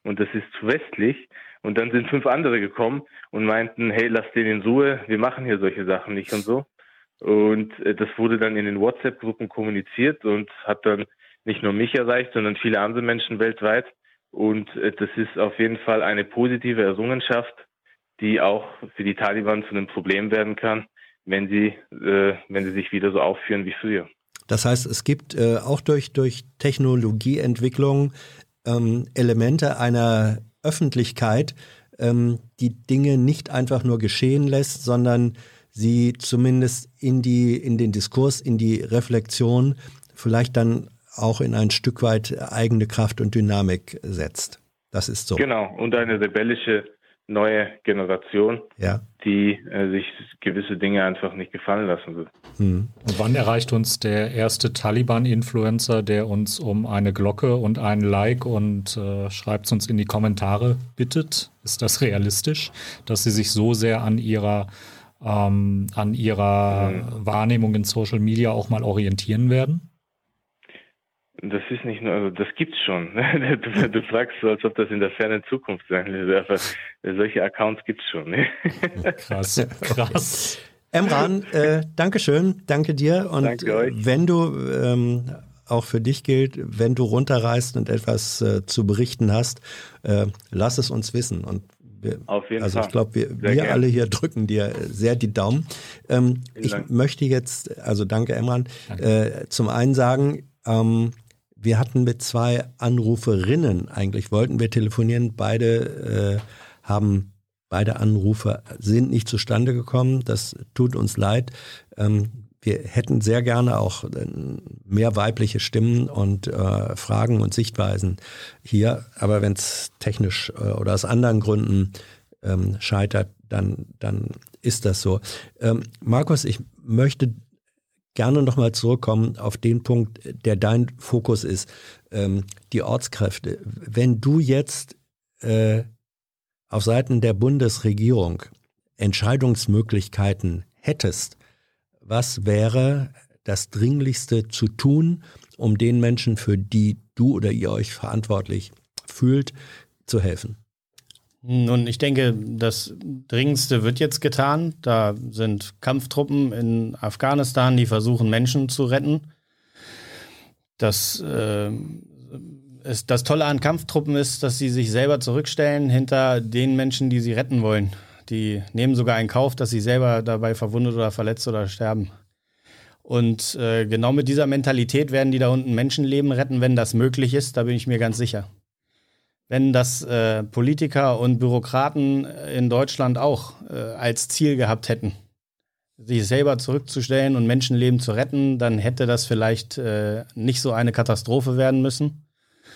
und das ist zu westlich. Und dann sind fünf andere gekommen und meinten, hey, lass den in Ruhe, wir machen hier solche Sachen nicht und so. Und äh, das wurde dann in den WhatsApp-Gruppen kommuniziert und hat dann nicht nur mich erreicht, sondern viele andere Menschen weltweit. Und äh, das ist auf jeden Fall eine positive Errungenschaft, die auch für die Taliban zu einem Problem werden kann, wenn sie, äh, wenn sie sich wieder so aufführen wie früher. Das heißt, es gibt äh, auch durch, durch Technologieentwicklung ähm, Elemente einer Öffentlichkeit, ähm, die Dinge nicht einfach nur geschehen lässt, sondern sie zumindest in die, in den Diskurs, in die Reflexion, vielleicht dann auch in ein Stück weit eigene Kraft und Dynamik setzt. Das ist so. Genau, und eine rebellische neue Generation, ja. die äh, sich gewisse Dinge einfach nicht gefallen lassen will. Hm. Und wann erreicht uns der erste Taliban-Influencer, der uns um eine Glocke und ein Like und äh, schreibt es uns in die Kommentare bittet? Ist das realistisch, dass sie sich so sehr an ihrer, ähm, an ihrer hm. Wahrnehmung in Social Media auch mal orientieren werden? Das ist nicht nur, also das gibt's schon. Du, du fragst so, als ob das in der fernen Zukunft sein würde, aber solche Accounts gibt's schon. Krass, krass. Emran, äh, Dankeschön, danke dir. Und danke euch. Wenn du, ähm, auch für dich gilt, wenn du runterreist und etwas äh, zu berichten hast, äh, lass es uns wissen. Und wir, Auf jeden also Fall. ich glaube, wir, wir gern. alle hier drücken dir sehr die Daumen. Ähm, ich Dank. möchte jetzt, also danke Emran, äh, zum einen sagen, ähm, wir hatten mit zwei Anruferinnen, eigentlich wollten wir telefonieren, beide äh, haben, beide Anrufe sind nicht zustande gekommen, das tut uns leid. Ähm, wir hätten sehr gerne auch mehr weibliche Stimmen und äh, Fragen und Sichtweisen hier, aber wenn es technisch äh, oder aus anderen Gründen ähm, scheitert, dann, dann ist das so. Ähm, Markus, ich möchte gerne nochmal zurückkommen auf den Punkt, der dein Fokus ist, ähm, die Ortskräfte. Wenn du jetzt äh, auf Seiten der Bundesregierung Entscheidungsmöglichkeiten hättest, was wäre das Dringlichste zu tun, um den Menschen, für die du oder ihr euch verantwortlich fühlt, zu helfen? Nun, ich denke, das Dringendste wird jetzt getan. Da sind Kampftruppen in Afghanistan, die versuchen, Menschen zu retten. Das, äh, ist, das Tolle an Kampftruppen ist, dass sie sich selber zurückstellen hinter den Menschen, die sie retten wollen. Die nehmen sogar in Kauf, dass sie selber dabei verwundet oder verletzt oder sterben. Und äh, genau mit dieser Mentalität werden die da unten Menschenleben retten, wenn das möglich ist. Da bin ich mir ganz sicher. Wenn das äh, Politiker und Bürokraten in Deutschland auch äh, als Ziel gehabt hätten, sich selber zurückzustellen und Menschenleben zu retten, dann hätte das vielleicht äh, nicht so eine Katastrophe werden müssen.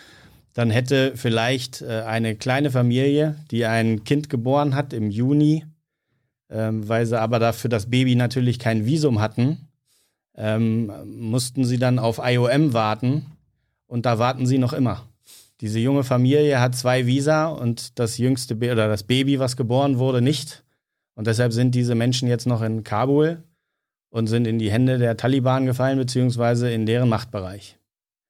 Dann hätte vielleicht äh, eine kleine Familie, die ein Kind geboren hat im Juni, ähm, weil sie aber dafür das Baby natürlich kein Visum hatten, ähm, mussten sie dann auf I O M warten und da warten sie noch immer. Diese junge Familie hat zwei Visa und das jüngste Be- oder das Baby, was geboren wurde, nicht. Und deshalb sind diese Menschen jetzt noch in Kabul und sind in die Hände der Taliban gefallen, beziehungsweise in deren Machtbereich.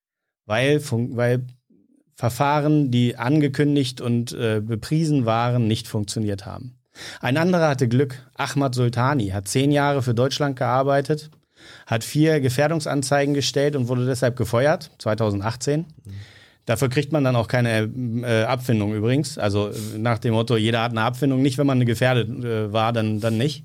Weil, weil Verfahren, die angekündigt und äh, bepriesen waren, nicht funktioniert haben. Ein anderer hatte Glück. Ahmad Soltani hat zehn Jahre für Deutschland gearbeitet, hat vier Gefährdungsanzeigen gestellt und wurde deshalb gefeuert, zweitausendachtzehn. Mhm. Dafür kriegt man dann auch keine äh, Abfindung übrigens. Also nach dem Motto, jeder hat eine Abfindung. Nicht, wenn man gefährdet äh, war, dann, dann nicht.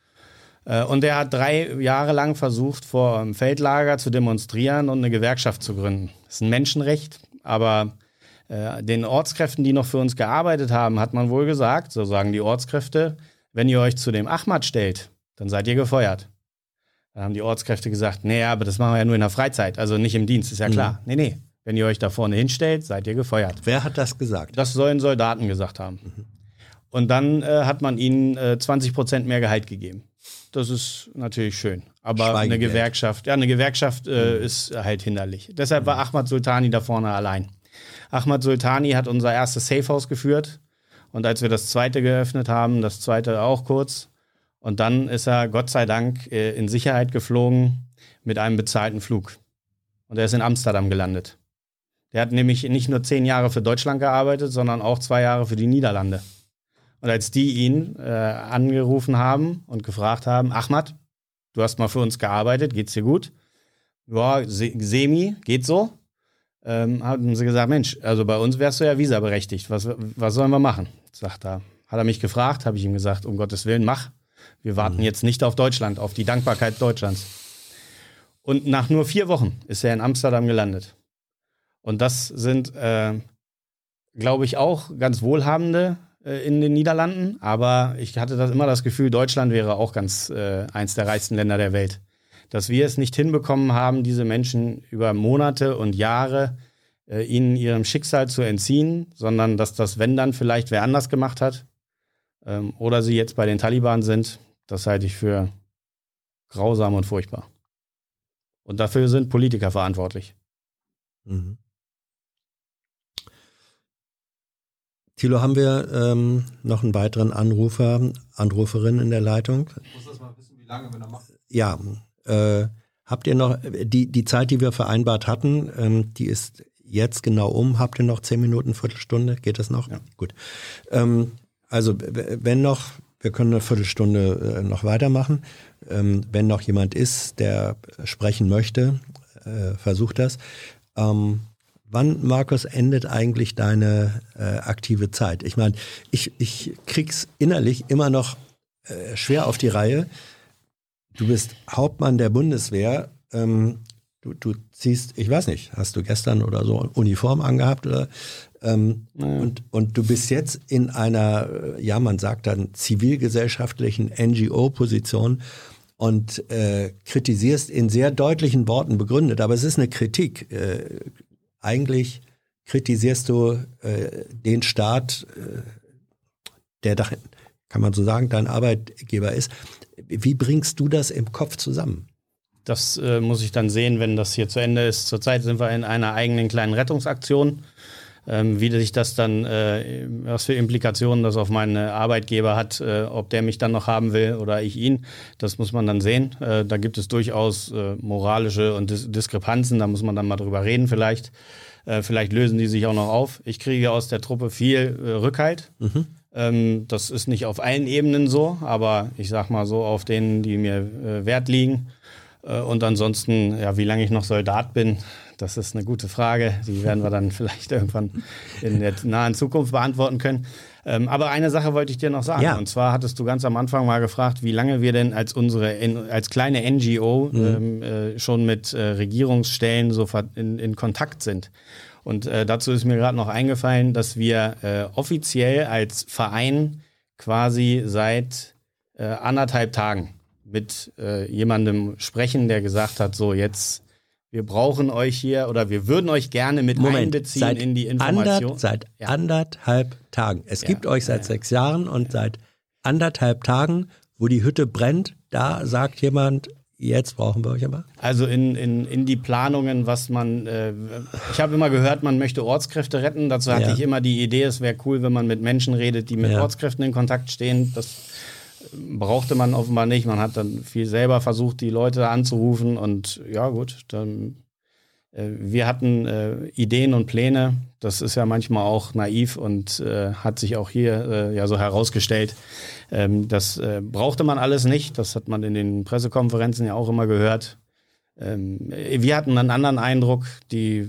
Äh, und er hat drei Jahre lang versucht, vor einem Feldlager zu demonstrieren und eine Gewerkschaft zu gründen. Das ist ein Menschenrecht, aber äh, den Ortskräften, die noch für uns gearbeitet haben, hat man wohl gesagt, so sagen die Ortskräfte, wenn ihr euch zu dem Ahmad stellt, dann seid ihr gefeuert. Dann haben die Ortskräfte gesagt, nee, aber das machen wir ja nur in der Freizeit, also nicht im Dienst, ist ja klar. Mhm. Nee, nee. Wenn ihr euch da vorne hinstellt, seid ihr gefeuert. Wer hat das gesagt? Das sollen Soldaten gesagt haben. Mhm. Und dann äh, hat man ihnen äh, zwanzig Prozent mehr Gehalt gegeben. Das ist natürlich schön. Aber eine Gewerkschaft, ja, eine Gewerkschaft äh, mhm. ist halt hinderlich. Deshalb mhm. war Ahmad Soltani da vorne allein. Ahmad Soltani hat unser erstes Safehouse geführt. Und als wir das zweite geöffnet haben, das zweite auch kurz. Und dann ist er, Gott sei Dank, äh, in Sicherheit geflogen mit einem bezahlten Flug. Und er ist in Amsterdam gelandet. Der hat nämlich nicht nur zehn Jahre für Deutschland gearbeitet, sondern auch zwei Jahre für die Niederlande. Und als die ihn äh, angerufen haben und gefragt haben, Ahmad, du hast mal für uns gearbeitet, geht's dir gut? Ja, se- semi, geht so. Ähm, haben sie gesagt, Mensch, also bei uns wärst du ja visaberechtigt. Was, was sollen wir machen? Sagt er. Hat er mich gefragt, habe ich ihm gesagt, um Gottes Willen, mach. Wir warten mhm. jetzt nicht auf Deutschland, auf die Dankbarkeit Deutschlands. Und nach nur vier Wochen ist er in Amsterdam gelandet. Und das sind, äh, glaube ich, auch ganz Wohlhabende äh, in den Niederlanden. Aber ich hatte das immer das Gefühl, Deutschland wäre auch ganz äh, eins der reichsten Länder der Welt. Dass wir es nicht hinbekommen haben, diese Menschen über Monate und Jahre äh, ihnen ihrem Schicksal zu entziehen, sondern dass das, wenn dann vielleicht wer anders gemacht hat ähm, oder sie jetzt bei den Taliban sind, das halte ich für grausam und furchtbar. Und dafür sind Politiker verantwortlich. Mhm. Thilo, haben wir ähm, noch einen weiteren Anrufer, Anruferin in der Leitung? Ich muss das mal wissen, wie lange wir noch machen. Ja, äh, habt ihr noch, die, die Zeit, die wir vereinbart hatten, ähm, die ist jetzt genau um. Habt ihr noch zehn Minuten, Viertelstunde? Geht das noch? Ja. Gut. Ähm, also w- wenn noch, wir können eine Viertelstunde äh, noch weitermachen. Ähm, wenn noch jemand ist, der sprechen möchte, äh, versucht das. Ähm, Wann, Markus, endet eigentlich deine äh, aktive Zeit? Ich meine, ich, ich krieg's innerlich immer noch äh, schwer auf die Reihe. Du bist Hauptmann der Bundeswehr. Ähm, du, du ziehst, ich weiß nicht, hast du gestern oder so Uniform angehabt? Oder, ähm, naja. und, und du bist jetzt in einer, ja, man sagt dann, zivilgesellschaftlichen N G O-Position und äh, kritisierst in sehr deutlichen Worten begründet. Aber es ist eine Kritik. Äh, Eigentlich kritisierst du äh, den Staat, äh, der, da, kann man so sagen, dein Arbeitgeber ist. Wie bringst du das im Kopf zusammen? Das äh, muss ich dann sehen, wenn das hier zu Ende ist. Zurzeit sind wir in einer eigenen kleinen Rettungsaktion. Ähm, wie sich das dann, äh, was für Implikationen das auf meinen Arbeitgeber hat, äh, ob der mich dann noch haben will oder ich ihn, das muss man dann sehen. Äh, da gibt es durchaus äh, moralische und Dis- Diskrepanzen, da muss man dann mal drüber reden vielleicht. Äh, vielleicht lösen die sich auch noch auf. Ich kriege aus der Truppe viel äh, Rückhalt. Mhm. Ähm, das ist nicht auf allen Ebenen so, aber ich sag mal so auf denen, die mir äh, Wert liegen. Äh, und ansonsten, ja, wie lange ich noch Soldat bin, das ist eine gute Frage. Die werden wir dann vielleicht irgendwann in der nahen Zukunft beantworten können. Ähm, aber eine Sache wollte ich dir noch sagen. Ja. Und zwar hattest du ganz am Anfang mal gefragt, wie lange wir denn als unsere als kleine N G O mhm. ähm, äh, schon mit äh, Regierungsstellen so in, in Kontakt sind. Und äh, dazu ist mir gerade noch eingefallen, dass wir äh, offiziell als Verein quasi seit äh, anderthalb Tagen mit äh, jemandem sprechen, der gesagt hat, so jetzt wir brauchen euch hier oder wir würden euch gerne mit Moment, einbeziehen seit in die Information. Andert, seit ja. anderthalb Tagen. Es Ja, gibt euch seit ja, sechs Jahren und seit anderthalb Tagen, wo die Hütte brennt, da sagt jemand, jetzt brauchen wir euch aber. Also in, in, in die Planungen, was man, äh, ich habe immer gehört, man möchte Ortskräfte retten. Dazu hatte Ja. ich immer die Idee, es wäre cool, wenn man mit Menschen redet, die mit Ja. Ortskräften in Kontakt stehen. Das brauchte man offenbar nicht. Man hat dann viel selber versucht, die Leute anzurufen und ja gut, dann äh, wir hatten äh, Ideen und Pläne. Das ist ja manchmal auch naiv und äh, hat sich auch hier äh, ja so herausgestellt. Ähm, das äh, brauchte man alles nicht. Das hat man in den Pressekonferenzen ja auch immer gehört. Ähm, wir hatten einen anderen Eindruck. Die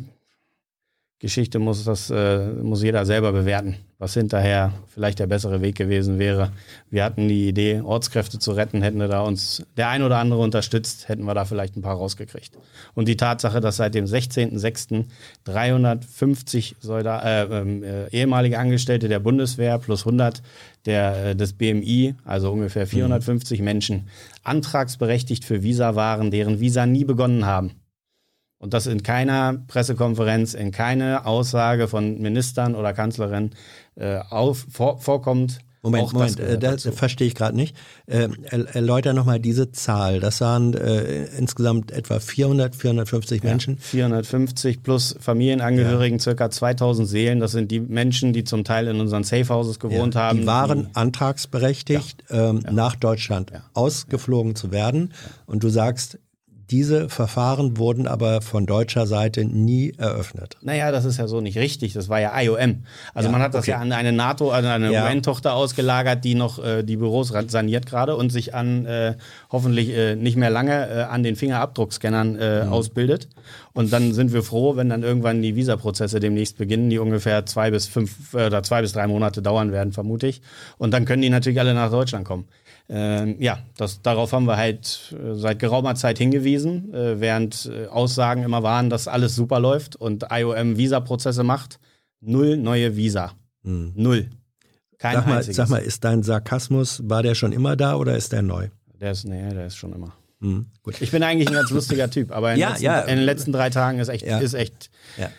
Geschichte muss das äh, muss jeder selber bewerten, was hinterher vielleicht der bessere Weg gewesen wäre. Wir hatten die Idee, Ortskräfte zu retten, hätten wir da uns der ein oder andere unterstützt, hätten wir da vielleicht ein paar rausgekriegt. Und die Tatsache, dass seit dem sechzehnten sechsten dreihundertfünfzig Soldat, äh, äh, ehemalige Angestellte der Bundeswehr plus hundert der, äh, des B M I, also ungefähr vierhundertfünfzig mhm. Menschen, antragsberechtigt für Visa waren, deren Visa nie begonnen haben. Und das in keiner Pressekonferenz, in keiner Aussage von Ministern oder Kanzlerin äh, auf, vor, vorkommt. Moment, Auch Moment, das, äh, das verstehe ich gerade nicht. Äh, er, erläuter nochmal diese Zahl. Das waren äh, insgesamt etwa vierhundert, vierhundertfünfzig ja, Menschen. vierhundertfünfzig plus Familienangehörigen, ja. circa zweitausend Seelen. Das sind die Menschen, die zum Teil in unseren Safehouses gewohnt ja, haben. Die waren die, antragsberechtigt, ja. Ähm, ja. nach Deutschland ja. ausgeflogen ja. zu werden. Und du sagst, diese Verfahren wurden aber von deutscher Seite nie eröffnet. Naja, das ist ja so nicht richtig. Das war ja I O M. Also Ja, man hat das okay. ja an eine NATO, an eine Ja. U N-Tochter ausgelagert, die noch äh, die Büros saniert gerade und sich an äh, hoffentlich äh, nicht mehr lange äh, an den Fingerabdruckscannern äh, Mhm. ausbildet. Und dann sind wir froh, wenn dann irgendwann die Visaprozesse demnächst beginnen, die ungefähr zwei bis fünf äh, oder zwei bis drei Monate dauern werden, vermute ich. Und dann können die natürlich alle nach Deutschland kommen. Ähm, ja, das, darauf haben wir halt äh, seit geraumer Zeit hingewiesen, äh, während äh, Aussagen immer waren, dass alles super läuft und I O M Visa-Prozesse macht. Null neue Visa. Hm. Null. Kein Sag mal, einziges. sag mal, ist dein Sarkasmus, war der schon immer da oder ist der neu? Der ist, nee, der ist schon immer. Hm, gut. Ich bin eigentlich ein ganz lustiger Typ, aber in, Ja, den letzten, ja. in den letzten drei Tagen ist echt, Ja. ist echt Ja.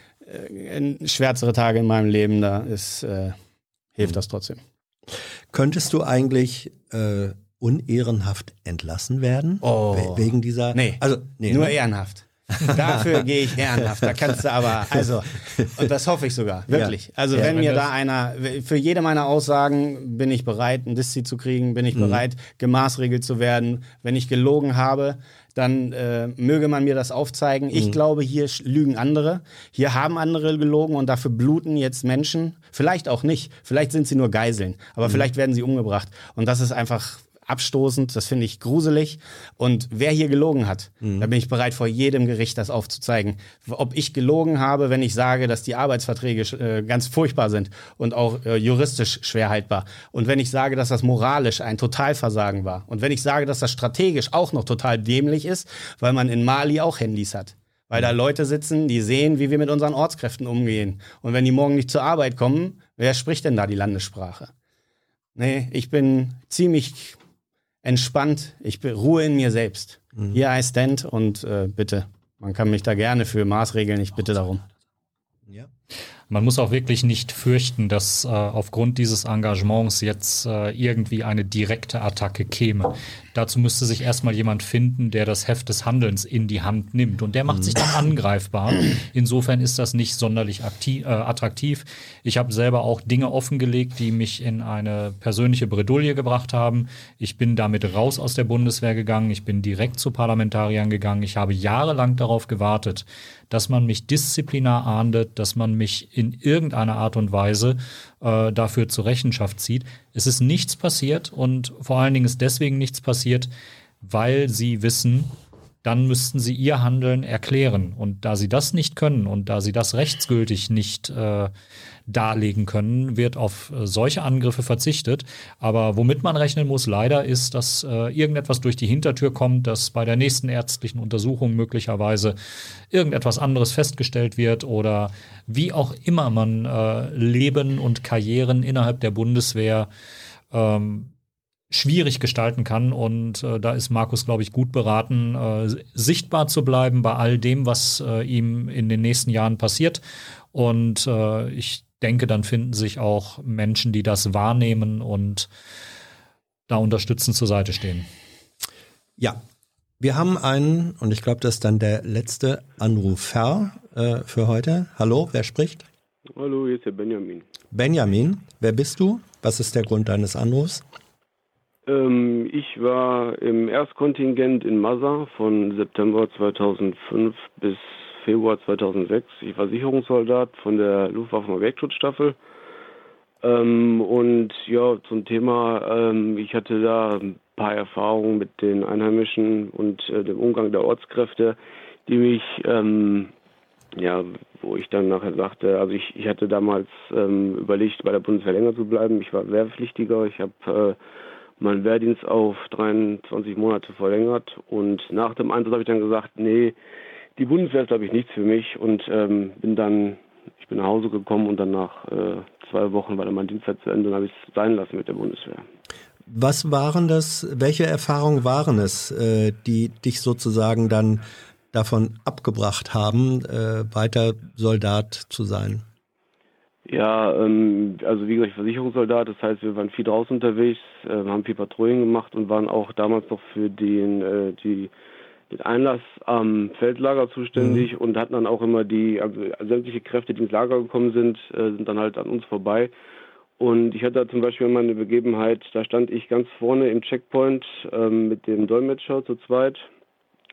äh, schwärzere Tage in meinem Leben, da ist, äh, hilft Hm. das trotzdem. Könntest du eigentlich äh, unehrenhaft entlassen werden? Oh. We- Wegen dieser. Nee, also, nee nur ne? ehrenhaft. Dafür gehe ich ehrenhaft. Da kannst du aber, also, und das hoffe ich sogar, wirklich. Also, Ja, wenn wenn mir das- da einer, für jede meiner Aussagen bin ich bereit, ein Diszi zu kriegen, bin ich Mhm. bereit, gemaßregelt zu werden. Wenn ich gelogen habe, dann äh, möge man mir das aufzeigen. Ich Mhm. glaube, hier sch- lügen andere. Hier haben andere gelogen und dafür bluten jetzt Menschen. Vielleicht auch nicht. Vielleicht sind sie nur Geiseln. Aber Mhm. vielleicht werden sie umgebracht. Und das ist einfach abstoßend, das finde ich gruselig. Und wer hier gelogen hat, Mhm. da bin ich bereit, vor jedem Gericht das aufzuzeigen. Ob ich gelogen habe, wenn ich sage, dass die Arbeitsverträge äh, ganz furchtbar sind und auch äh, juristisch schwer haltbar. Und wenn ich sage, dass das moralisch ein Totalversagen war. Und wenn ich sage, dass das strategisch auch noch total dämlich ist, weil man in Mali auch Handys hat. Weil da Leute sitzen, die sehen, wie wir mit unseren Ortskräften umgehen. Und wenn die morgen nicht zur Arbeit kommen, wer spricht denn da die Landessprache? Nee, ich bin ziemlich entspannt, ich beruhe in mir selbst. Mhm. Hier I stand und äh, bitte, man kann mich da gerne für maßregeln, ich bitte darum. Ja. Man muss auch wirklich nicht fürchten, dass äh, aufgrund dieses Engagements jetzt äh, irgendwie eine direkte Attacke käme. Dazu müsste sich erstmal jemand finden, der das Heft des Handelns in die Hand nimmt. Und der macht sich dann angreifbar. Insofern ist das nicht sonderlich aktiv, äh, attraktiv. Ich habe selber auch Dinge offengelegt, die mich in eine persönliche Bredouille gebracht haben. Ich bin damit raus aus der Bundeswehr gegangen. Ich bin direkt zu Parlamentariern gegangen. Ich habe jahrelang darauf gewartet, dass man mich disziplinar ahndet, dass man mich in irgendeiner Art und Weise äh, dafür zur Rechenschaft zieht. Es ist nichts passiert und vor allen Dingen ist deswegen nichts passiert, weil sie wissen, dann müssten sie ihr Handeln erklären. Und da sie das nicht können und da sie das rechtsgültig nicht äh, darlegen können, wird auf äh, solche Angriffe verzichtet. Aber womit man rechnen muss, leider, ist, dass äh, irgendetwas durch die Hintertür kommt, dass bei der nächsten ärztlichen Untersuchung möglicherweise irgendetwas anderes festgestellt wird oder wie auch immer man äh, Leben und Karrieren innerhalb der Bundeswehr ähm, schwierig gestalten kann. Und äh, da ist Markus, glaube ich, gut beraten, äh, sichtbar zu bleiben bei all dem, was äh, ihm in den nächsten Jahren passiert. Und äh, ich denke, dann finden sich auch Menschen, die das wahrnehmen und da unterstützend zur Seite stehen. Ja, wir haben einen, und ich glaube, das ist dann der letzte Anrufer äh, für heute. Hallo, wer spricht? Hallo, hier ist der Benjamin. Benjamin, wer bist du? Was ist der Grund deines Anrufs? Ähm, ich war im Erstkontingent in Massa von September zweitausendfünf bis Februar zweitausendsechs. Ich war Sicherungssoldat von der Luftwaffen-Objektschutzstaffel. Ähm, und ja, zum Thema, ähm, ich hatte da ein paar Erfahrungen mit den Einheimischen und äh, dem Umgang der Ortskräfte, die mich, ähm, ja, wo ich dann nachher sagte, also ich, ich hatte damals ähm, überlegt, bei der Bundeswehr länger zu bleiben. Ich war Wehrpflichtiger, ich habe äh, meinen Wehrdienst auf dreiundzwanzig Monate verlängert und nach dem Einsatz habe ich dann gesagt, nee, die Bundeswehr ist, glaube ich, nichts für mich und ähm, bin dann, ich bin nach Hause gekommen und dann nach äh, zwei Wochen war dann mein Dienstzeit zu Ende und habe ich es sein lassen mit der Bundeswehr. Was waren das, welche Erfahrungen waren es, äh, die dich sozusagen dann davon abgebracht haben, äh, weiter Soldat zu sein? Ja, ähm, also wie gesagt, ich war Versicherungssoldat, das heißt, wir waren viel draußen unterwegs, äh, haben viel Patrouillen gemacht und waren auch damals noch für den, äh, die, den Einlass am Feldlager zuständig mhm. und hatten dann auch immer die, also sämtliche Kräfte, die ins Lager gekommen sind, äh, sind dann halt an uns vorbei. Und ich hatte da zum Beispiel mal eine Begebenheit, da stand ich ganz vorne im Checkpoint ähm, mit dem Dolmetscher zu zweit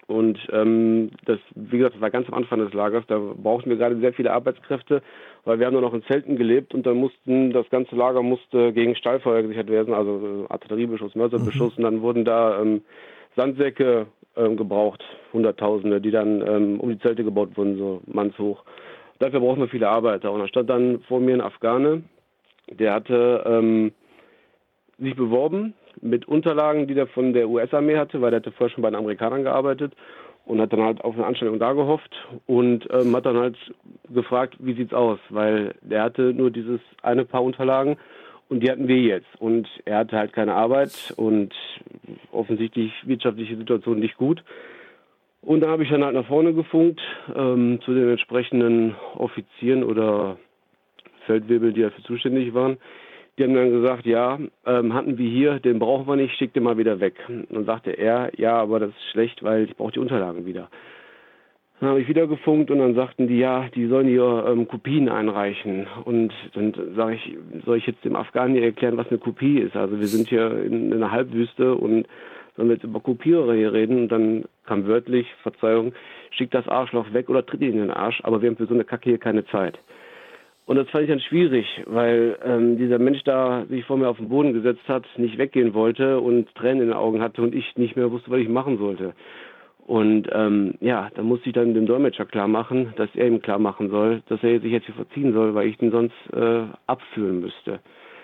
Und ähm, das, wie gesagt, das war ganz am Anfang des Lagers, da brauchten wir gerade sehr viele Arbeitskräfte, weil wir haben nur noch in Zelten gelebt und dann mussten, das ganze Lager musste gegen Stallfeuer gesichert werden, also Artilleriebeschuss, Mörserbeschuss, mhm. und dann wurden da ähm, Sandsäcke ähm, gebraucht, Hunderttausende, die dann ähm, um die Zelte gebaut wurden, so mannshoch. Dafür brauchen wir viele Arbeiter. Und da stand dann vor mir ein Afghane, der hatte ähm, sich beworben mit Unterlagen, die der von der U S-Armee hatte, weil der hatte vorher schon bei den Amerikanern gearbeitet und hat dann halt auf eine Anstellung da gehofft und ähm, hat dann halt gefragt, wie sieht's aus, weil der hatte nur dieses eine Paar Unterlagen und die hatten wir jetzt und er hatte halt keine Arbeit und offensichtlich wirtschaftliche Situation nicht gut. Und dann habe ich dann halt nach vorne gefunkt ähm, zu den entsprechenden Offizieren oder Feldwebel, die dafür zuständig waren. Die haben dann gesagt, ja, ähm, hatten wir hier, den brauchen wir nicht, schick den mal wieder weg. Und dann sagte er, ja, aber das ist schlecht, weil ich brauche die Unterlagen wieder. Dann habe ich wieder gefunkt und dann sagten die, ja, die sollen hier ähm, Kopien einreichen. Und dann sage ich, soll ich jetzt dem Afghanen erklären, was eine Kopie ist? Also wir sind hier in, in einer Halbwüste und sollen wir jetzt über Kopierer hier reden? Und dann kam wörtlich, Verzeihung, schick das Arschloch weg oder tritt ihn in den Arsch, aber wir haben für so eine Kacke hier keine Zeit. Und das fand ich dann schwierig, weil ähm, dieser Mensch da sich vor mir auf den Boden gesetzt hat, nicht weggehen wollte und Tränen in den Augen hatte und ich nicht mehr wusste, was ich machen sollte. Und ähm, ja, da musste ich dann dem Dolmetscher klar machen, dass er ihm klar machen soll, dass er sich jetzt hier verziehen soll, weil ich den sonst äh, abführen müsste.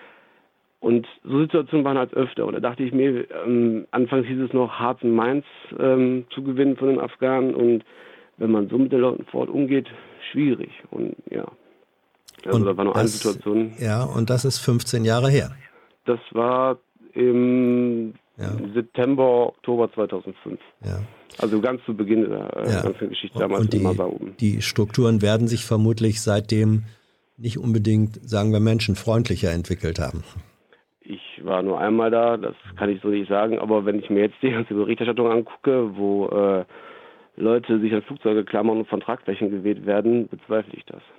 Und so Situationen waren halt öfter. Und da dachte ich mir, ähm, anfangs hieß es noch, Hearts and Minds ähm, zu gewinnen von den Afghanen. Und wenn man so mit den Leuten vor Ort umgeht, schwierig. Und ja. Also und da war noch eine das, Situation. Ja, und das ist fünfzehn Jahre her. Das war im ja. September, Oktober zweitausendfünf. Ja. Also ganz zu Beginn der äh, ja. ganzen Geschichte damals und die, in Masa oben. Die Strukturen werden sich vermutlich seitdem nicht unbedingt, sagen wir, menschenfreundlicher entwickelt haben. Ich war nur einmal da, das kann ich so nicht sagen, aber wenn ich mir jetzt die ganze Berichterstattung angucke, wo äh, Leute sich an Flugzeuge klammern und von Tragflächen geweht werden, bezweifle ich das.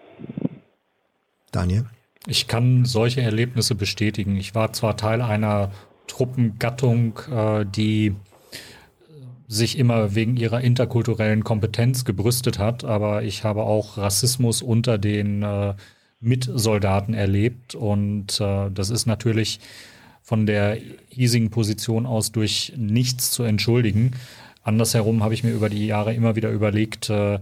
Daniel? Ich kann solche Erlebnisse bestätigen. Ich war zwar Teil einer Truppengattung, äh, die sich immer wegen ihrer interkulturellen Kompetenz gebrüstet hat, aber ich habe auch Rassismus unter den äh, Mitsoldaten erlebt und äh, das ist natürlich von der hiesigen Position aus durch nichts zu entschuldigen. Andersherum habe ich mir über die Jahre immer wieder überlegt, äh,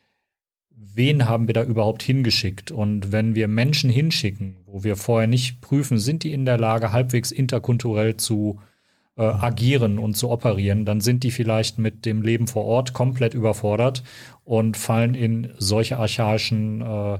wen haben wir da überhaupt hingeschickt? Und wenn wir Menschen hinschicken, wo wir vorher nicht prüfen, sind die in der Lage, halbwegs interkulturell zu äh, agieren und zu operieren, dann sind die vielleicht mit dem Leben vor Ort komplett überfordert und fallen in solche archaischen äh,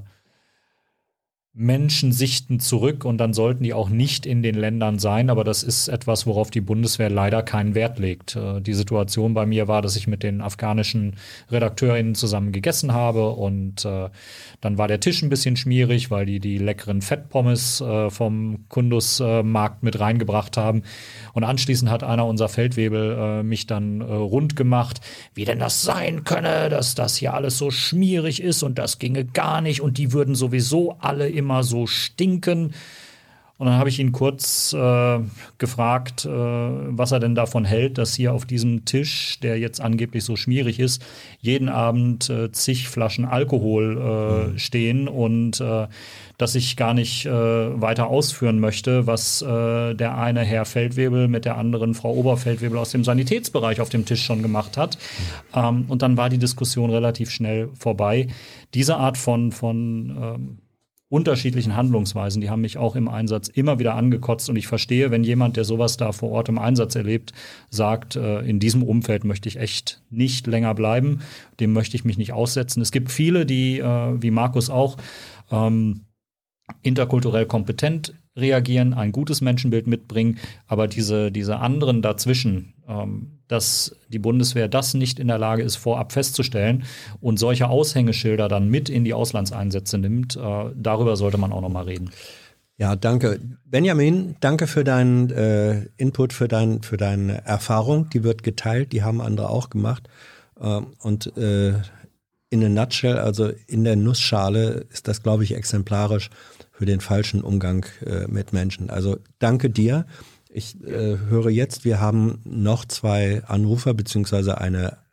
Menschensichten zurück und dann sollten die auch nicht in den Ländern sein, aber das ist etwas, worauf die Bundeswehr leider keinen Wert legt. Die Situation bei mir war, dass ich mit den afghanischen RedakteurInnen zusammen gegessen habe und äh, dann war der Tisch ein bisschen schmierig, weil die die leckeren Fettpommes äh, vom Kundus-Markt mit reingebracht haben und anschließend hat einer unserer Feldwebel äh, mich dann äh, rund gemacht, wie denn das sein könne, dass das hier alles so schmierig ist und das ginge gar nicht und die würden sowieso alle im immer so stinken. Und dann habe ich ihn kurz äh, gefragt, äh, was er denn davon hält, dass hier auf diesem Tisch, der jetzt angeblich so schmierig ist, jeden Abend äh, zig Flaschen Alkohol äh, mhm. stehen und äh, dass ich gar nicht äh, weiter ausführen möchte, was äh, der eine Herr Feldwebel mit der anderen Frau Oberfeldwebel aus dem Sanitätsbereich auf dem Tisch schon gemacht hat. Mhm. Ähm, und dann war die Diskussion relativ schnell vorbei. Diese Art von, von ähm, unterschiedlichen Handlungsweisen, die haben mich auch im Einsatz immer wieder angekotzt und ich verstehe, wenn jemand, der sowas da vor Ort im Einsatz erlebt, sagt, äh, in diesem Umfeld möchte ich echt nicht länger bleiben, dem möchte ich mich nicht aussetzen. Es gibt viele, die, äh, wie Markus auch, ähm, interkulturell kompetent reagieren, ein gutes Menschenbild mitbringen, aber diese, diese anderen dazwischen, ähm, dass die Bundeswehr das nicht in der Lage ist, vorab festzustellen und solche Aushängeschilder dann mit in die Auslandseinsätze nimmt, äh, darüber sollte man auch noch mal reden. Ja, danke. Benjamin, danke für deinen äh, Input, für, dein, für deine Erfahrung. Die wird geteilt, die haben andere auch gemacht. Ähm, und äh, in a nutshell, also in der Nussschale, ist das, glaube ich, exemplarisch für den falschen Umgang äh, mit Menschen. Also danke dir. Ich äh, höre jetzt, wir haben noch zwei Anrufer beziehungsweise eine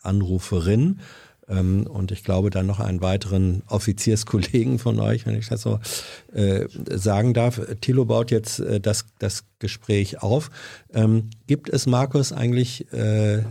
Anruferin. Ähm, und ich glaube dann noch einen weiteren Offizierskollegen von euch, wenn ich das so äh, sagen darf. Thilo baut jetzt äh, das, das Gespräch auf. Ähm, gibt es, Markus, eigentlich äh,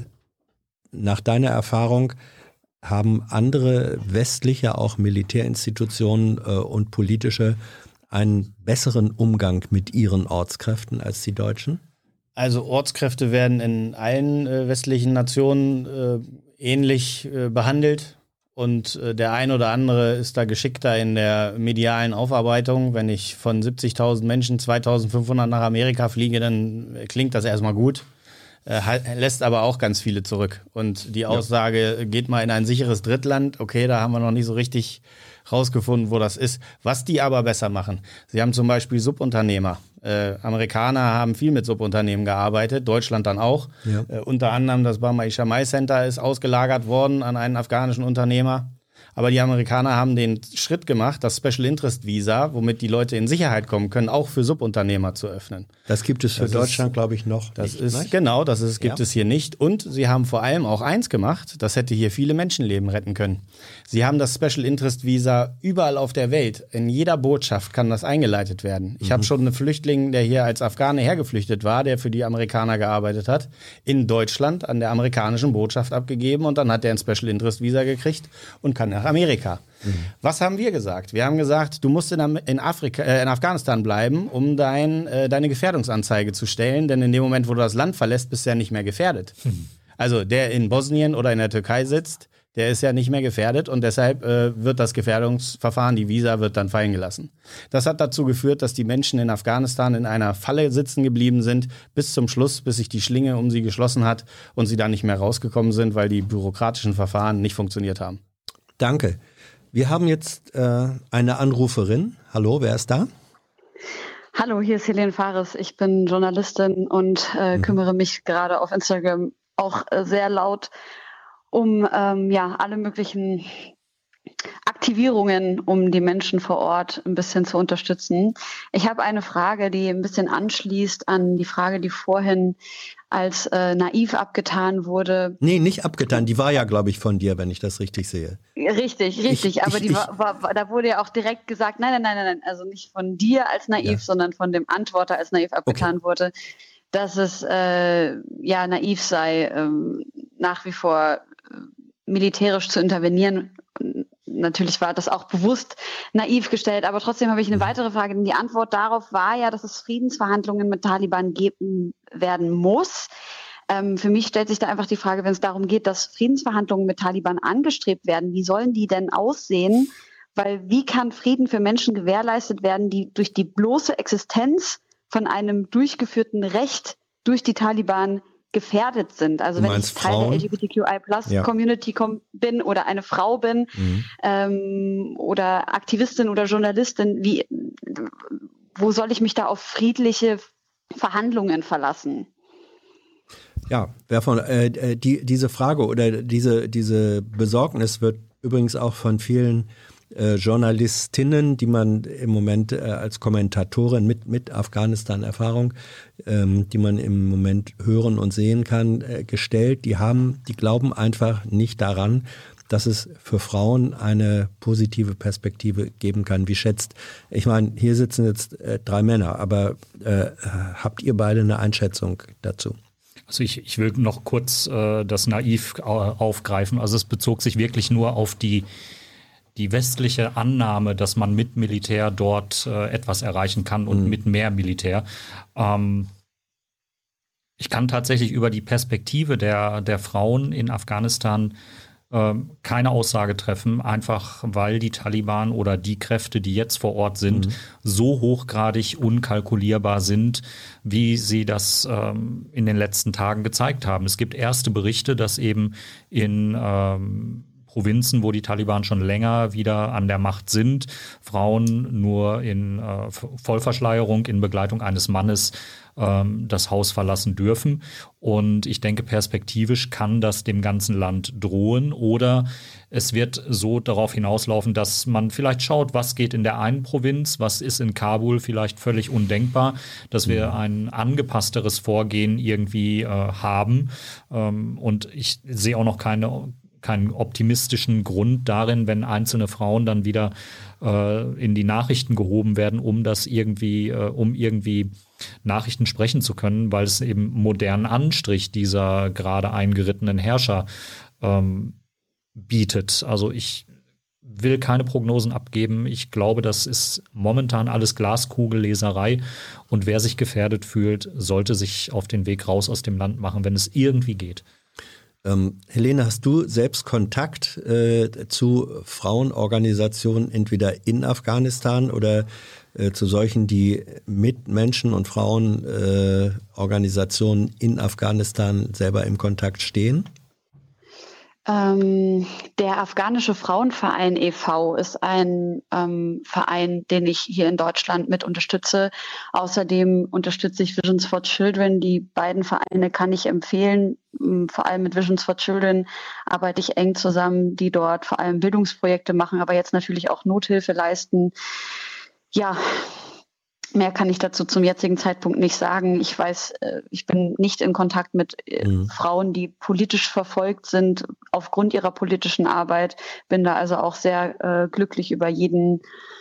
nach deiner Erfahrung, haben andere westliche, auch Militärinstitutionen äh, und politische einen besseren Umgang mit ihren Ortskräften als die Deutschen? Also Ortskräfte werden in allen äh, westlichen Nationen äh, ähnlich äh, behandelt und äh, der ein oder andere ist da geschickter in der medialen Aufarbeitung. Wenn ich von siebzigtausend Menschen zweitausendfünfhundert nach Amerika fliege, dann klingt das erstmal gut, äh, lässt aber auch ganz viele zurück. Und die Aussage, ja. geht mal in ein sicheres Drittland, okay, da haben wir noch nicht so richtig rausgefunden, wo das ist. Was die aber besser machen, sie haben zum Beispiel Subunternehmer. Äh, Amerikaner haben viel mit Subunternehmen gearbeitet, Deutschland dann auch. Ja. Äh, unter anderem das Bama Ishamai Center ist ausgelagert worden an einen afghanischen Unternehmer. Aber die Amerikaner haben den Schritt gemacht, das Special Interest Visa, womit die Leute in Sicherheit kommen können, auch für Subunternehmer zu öffnen. Das gibt es für das Deutschland, glaube ich, noch das nicht. Ist, nicht? Genau, das ist, gibt ja. es hier nicht. Und sie haben vor allem auch eins gemacht, das hätte hier viele Menschenleben retten können. Sie haben das Special Interest Visa überall auf der Welt. In jeder Botschaft kann das eingeleitet werden. Ich mhm. habe schon einen Flüchtling, der hier als Afghane hergeflüchtet war, der für die Amerikaner gearbeitet hat, in Deutschland an der amerikanischen Botschaft abgegeben und dann hat er ein Special Interest Visa gekriegt und kann nach Amerika. Mhm. Was haben wir gesagt? Wir haben gesagt, du musst in, in, Afrika, äh, in Afghanistan bleiben, um dein, äh, deine Gefährdungsanzeige zu stellen, denn in dem Moment, wo du das Land verlässt, bist du ja nicht mehr gefährdet. Mhm. Also der in Bosnien oder in der Türkei sitzt, der ist ja nicht mehr gefährdet und deshalb äh, wird das Gefährdungsverfahren, die Visa, wird dann fallen gelassen. Das hat dazu geführt, dass die Menschen in Afghanistan in einer Falle sitzen geblieben sind, bis zum Schluss, bis sich die Schlinge um sie geschlossen hat und sie dann nicht mehr rausgekommen sind, weil die bürokratischen Verfahren nicht funktioniert haben. Danke. Wir haben jetzt äh, eine Anruferin. Hallo, wer ist da? Hallo, hier ist Helene Fares. Ich bin Journalistin und äh, mhm. kümmere mich gerade auf Instagram auch äh, sehr laut um ähm, ja, alle möglichen Aktivierungen, um die Menschen vor Ort ein bisschen zu unterstützen. Ich habe eine Frage, die ein bisschen anschließt an die Frage, die vorhin als äh, naiv abgetan wurde. Nee, nicht abgetan. Die war ja, glaube ich, von dir, wenn ich das richtig sehe. Richtig, richtig. Ich, aber ich, die ich, war, war, da wurde ja auch direkt gesagt, nein, nein, nein, nein, nein, also nicht von dir als naiv, ja. sondern von dem Antworter als naiv abgetan okay. wurde, dass es äh, ja naiv sei, ähm, nach wie vor äh, militärisch zu intervenieren. Natürlich war das auch bewusst naiv gestellt, aber trotzdem habe ich eine weitere Frage. Denn die Antwort darauf war ja, dass es Friedensverhandlungen mit Taliban geben werden muss. Ähm, für mich stellt sich da einfach die Frage, wenn es darum geht, dass Friedensverhandlungen mit Taliban angestrebt werden, wie sollen die denn aussehen? Weil wie kann Frieden für Menschen gewährleistet werden, die durch die bloße Existenz von einem durchgeführten Recht durch die Taliban gefährdet sind. Also wenn ich Teil der L G B T Q I Plus ja. Community bin oder eine Frau bin mhm. ähm, oder Aktivistin oder Journalistin, wie, wo soll ich mich da auf friedliche Verhandlungen verlassen? Ja, wer von, äh, die, diese Frage oder diese, diese Besorgnis wird übrigens auch von vielen Äh, Journalistinnen, die man im Moment äh, als Kommentatorin mit, mit Afghanistan-Erfahrung, ähm, die man im Moment hören und sehen kann, äh, gestellt. Die haben, die glauben einfach nicht daran, dass es für Frauen eine positive Perspektive geben kann. Wie schätzt, ich meine, hier sitzen jetzt äh, drei Männer, aber äh, habt ihr beide eine Einschätzung dazu? Also ich, ich will noch kurz äh, das Naiv aufgreifen. Also es bezog sich wirklich nur auf die Die westliche Annahme, dass man mit Militär dort äh, etwas erreichen kann und mhm. mit mehr Militär. Ähm, ich kann tatsächlich über die Perspektive der, der Frauen in Afghanistan äh, keine Aussage treffen, einfach weil die Taliban oder die Kräfte, die jetzt vor Ort sind, mhm. so hochgradig unkalkulierbar sind, wie sie das ähm, in den letzten Tagen gezeigt haben. Es gibt erste Berichte, dass eben in ähm, Provinzen, wo die Taliban schon länger wieder an der Macht sind, Frauen nur in äh, Vollverschleierung in Begleitung eines Mannes ähm, das Haus verlassen dürfen. Und ich denke, perspektivisch kann das dem ganzen Land drohen oder es wird so darauf hinauslaufen, dass man vielleicht schaut, was geht in der einen Provinz, was ist in Kabul vielleicht völlig undenkbar, dass wir ein angepassteres Vorgehen irgendwie äh, haben. Ähm, und ich sehe auch noch keine keinen optimistischen Grund darin, wenn einzelne Frauen dann wieder äh, in die Nachrichten gehoben werden, um das irgendwie, äh, um irgendwie Nachrichten sprechen zu können, weil es eben modernen Anstrich dieser gerade eingerittenen Herrscher ähm, bietet. Also ich will keine Prognosen abgeben. Ich glaube, das ist momentan alles Glaskugelleserei und wer sich gefährdet fühlt, sollte sich auf den Weg raus aus dem Land machen, wenn es irgendwie geht. Ähm, Helene, hast du selbst Kontakt äh, zu Frauenorganisationen entweder in Afghanistan oder äh, zu solchen, die mit Menschen und Frauenorganisationen äh, in Afghanistan selber im Kontakt stehen? Ähm, der Afghanische Frauenverein e V ist ein ähm, Verein, den ich hier in Deutschland mit unterstütze. Außerdem unterstütze ich Visions for Children. Die beiden Vereine kann ich empfehlen. Vor allem mit Visions for Children arbeite ich eng zusammen, die dort vor allem Bildungsprojekte machen, aber jetzt natürlich auch Nothilfe leisten. Ja, mehr kann ich dazu zum jetzigen Zeitpunkt nicht sagen. Ich weiß, ich bin nicht in Kontakt mit mhm. Frauen, die politisch verfolgt sind aufgrund ihrer politischen Arbeit. Bin da also auch sehr äh, glücklich über jeden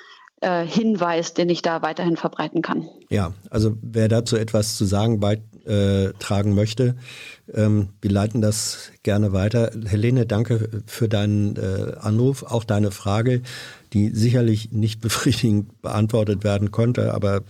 äh, Hinweis, den ich da weiterhin verbreiten kann. Ja, also wer dazu etwas zu sagen beitragen möchte, ähm, wir leiten das gerne weiter. Helene, danke für deinen äh, Anruf, auch deine Frage, die sicherlich nicht befriedigend beantwortet werden konnte, aber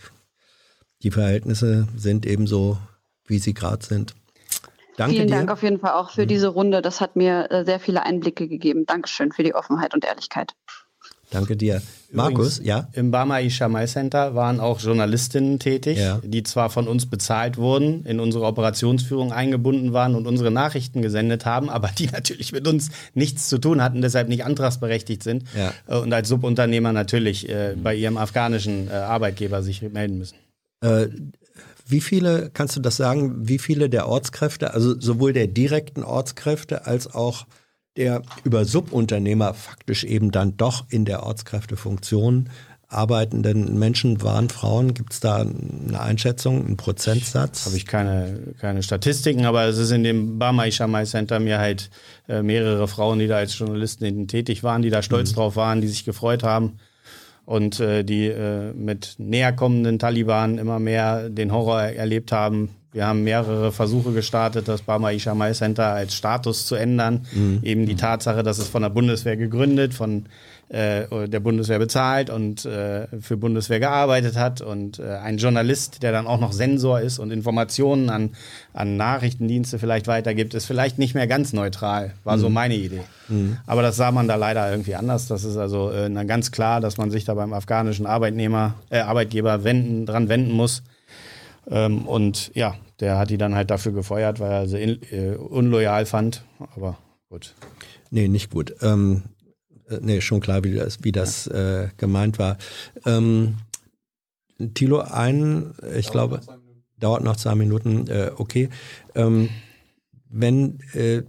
die Verhältnisse sind eben so, wie sie gerade sind. Danke Vielen dir. Dank auf jeden Fall auch für mhm. diese Runde. Das hat mir äh, sehr viele Einblicke gegeben. Dankeschön für die Offenheit und Ehrlichkeit. Danke dir. Markus, Übrigens, ja? Im Bama-i-Shamai Center waren auch Journalistinnen tätig, ja. die zwar von uns bezahlt wurden, in unsere Operationsführung eingebunden waren und unsere Nachrichten gesendet haben, aber die natürlich mit uns nichts zu tun hatten, deshalb nicht antragsberechtigt sind ja. und als Subunternehmer natürlich äh, bei ihrem afghanischen äh, Arbeitgeber sich melden müssen. Äh, wie viele, kannst du das sagen, wie viele der Ortskräfte, also sowohl der direkten Ortskräfte als auch der über Subunternehmer faktisch eben dann doch in der Ortskräftefunktion arbeitenden Menschen waren Frauen? Gibt es da eine Einschätzung, einen Prozentsatz? Habe ich keine, keine Statistiken, aber es ist in dem Bama-i-Shamai Center mir halt äh, mehrere Frauen, die da als Journalisten tätig waren, die da stolz mhm. drauf waren, die sich gefreut haben und äh, die äh, mit näher kommenden Taliban immer mehr den Horror erlebt haben. Wir haben mehrere Versuche gestartet, das Bama-i-Shamai Center als Status zu ändern. Mhm. Eben die Tatsache, dass es von der Bundeswehr gegründet, von äh, der Bundeswehr bezahlt und äh, für Bundeswehr gearbeitet hat. Und äh, ein Journalist, der dann auch noch Sensor ist und Informationen an, an Nachrichtendienste vielleicht weitergibt, ist vielleicht nicht mehr ganz neutral. War mhm. so meine Idee. Mhm. Aber das sah man da leider irgendwie anders. Das ist also äh, ganz klar, dass man sich da beim afghanischen Arbeitnehmer, äh, Arbeitgeber wenden, dran wenden muss. Ähm, und ja, der hat die dann halt dafür gefeuert, weil er sie in, äh, unloyal fand. Aber gut. Nee, nicht gut. Ähm, äh, nee, schon klar, wie das, wie das äh, gemeint war. Ähm, Thilo, ein, ich dauert glaube, noch dauert noch zwei Minuten. Äh, okay. Ähm, wenn, äh,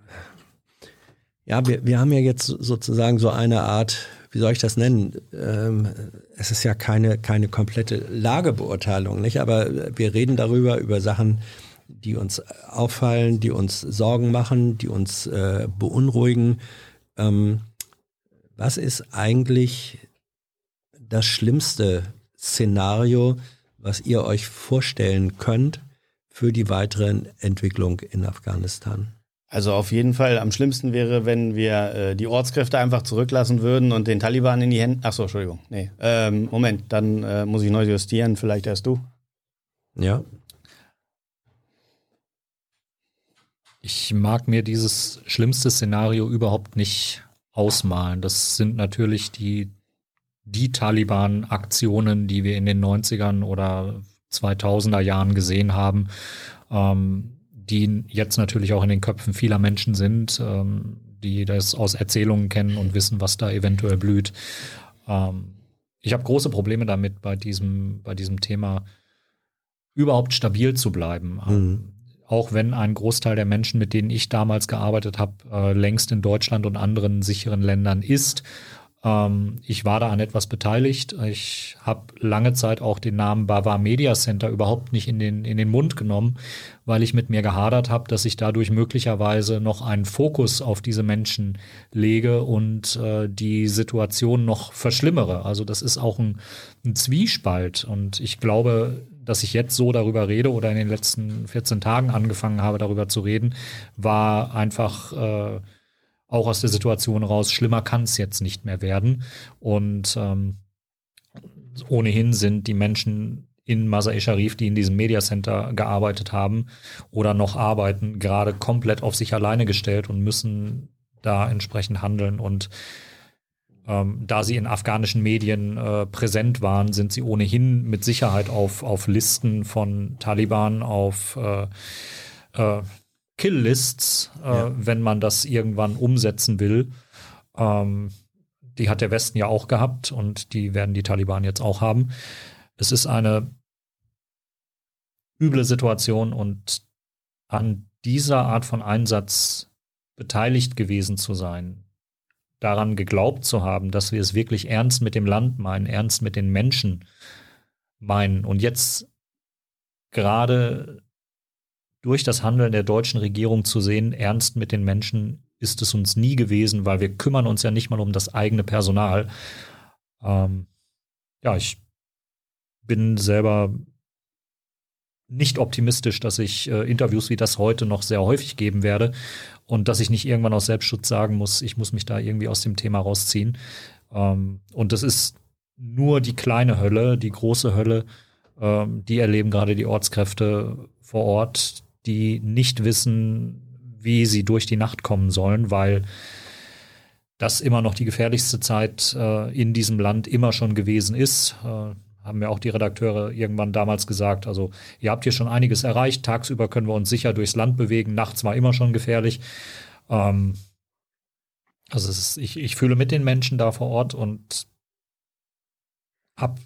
ja, wir, wir haben ja jetzt sozusagen so eine Art, wie soll ich das nennen? Ähm, es ist ja keine, keine komplette Lagebeurteilung, nicht? Aber wir reden darüber, über Sachen, die uns auffallen, die uns Sorgen machen, die uns äh, beunruhigen. Ähm, was ist eigentlich das schlimmste Szenario, was ihr euch vorstellen könnt für die weitere Entwicklung in Afghanistan? Also auf jeden Fall am schlimmsten wäre, wenn wir äh, die Ortskräfte einfach zurücklassen würden und den Taliban in die Hände... Achso, Entschuldigung. Nee. Ähm, Moment, dann äh, muss ich neu justieren. Vielleicht erst du. Ja. Ich mag mir dieses schlimmste Szenario überhaupt nicht ausmalen. Das sind natürlich die, die Taliban-Aktionen, die wir in den neunzigern oder zweitausender Jahren gesehen haben, ähm, die jetzt natürlich auch in den Köpfen vieler Menschen sind. Ähm, die das aus Erzählungen kennen und wissen, was da eventuell blüht. Ähm, ich habe große Probleme damit, bei diesem, bei diesem Thema überhaupt stabil zu bleiben. Mhm. Ähm, auch wenn ein Großteil der Menschen, mit denen ich damals gearbeitet habe, äh, längst in Deutschland und anderen sicheren Ländern ist. Ähm, ich war da an etwas beteiligt. Ich habe lange Zeit auch den Namen Bavar Media Center überhaupt nicht in den, in den Mund genommen, weil ich mit mir gehadert habe, dass ich dadurch möglicherweise noch einen Fokus auf diese Menschen lege und äh, die Situation noch verschlimmere. Also das ist auch ein, ein Zwiespalt. Und ich glaube, dass ich jetzt so darüber rede oder in den letzten vierzehn Tagen angefangen habe, darüber zu reden, war einfach äh, auch aus der Situation raus, schlimmer kann es jetzt nicht mehr werden. Und ähm, ohnehin sind die Menschen in Mazar-e Sharif, die in diesem Media Center gearbeitet haben oder noch arbeiten, gerade komplett auf sich alleine gestellt und müssen da entsprechend handeln. Und ähm, da sie in afghanischen Medien äh, präsent waren, sind sie ohnehin mit Sicherheit auf, auf Listen von Taliban, auf äh, äh, Kill-Lists, äh, ja. wenn man das irgendwann umsetzen will. Ähm, die hat der Westen ja auch gehabt und die werden die Taliban jetzt auch haben. Es ist eine üble Situation und an dieser Art von Einsatz beteiligt gewesen zu sein, daran geglaubt zu haben, dass wir es wirklich ernst mit dem Land meinen, ernst mit den Menschen meinen und jetzt gerade durch das Handeln der deutschen Regierung zu sehen, ernst mit den Menschen ist es uns nie gewesen, weil wir kümmern uns ja nicht mal um das eigene Personal. Ähm, ja, ich bin selber nicht optimistisch, dass ich äh, Interviews wie das heute noch sehr häufig geben werde und dass ich nicht irgendwann aus Selbstschutz sagen muss, ich muss mich da irgendwie aus dem Thema rausziehen. Ähm, und das ist nur die kleine Hölle, die große Hölle, ähm, die erleben gerade die Ortskräfte vor Ort, die nicht wissen, wie sie durch die Nacht kommen sollen, weil das immer noch die gefährlichste Zeit äh, in diesem Land immer schon gewesen ist. Äh, haben mir auch die Redakteure irgendwann damals gesagt, also ihr habt hier schon einiges erreicht, tagsüber können wir uns sicher durchs Land bewegen, nachts war immer schon gefährlich. Ähm, also es ist, ich, ich fühle mit den Menschen da vor Ort und hab,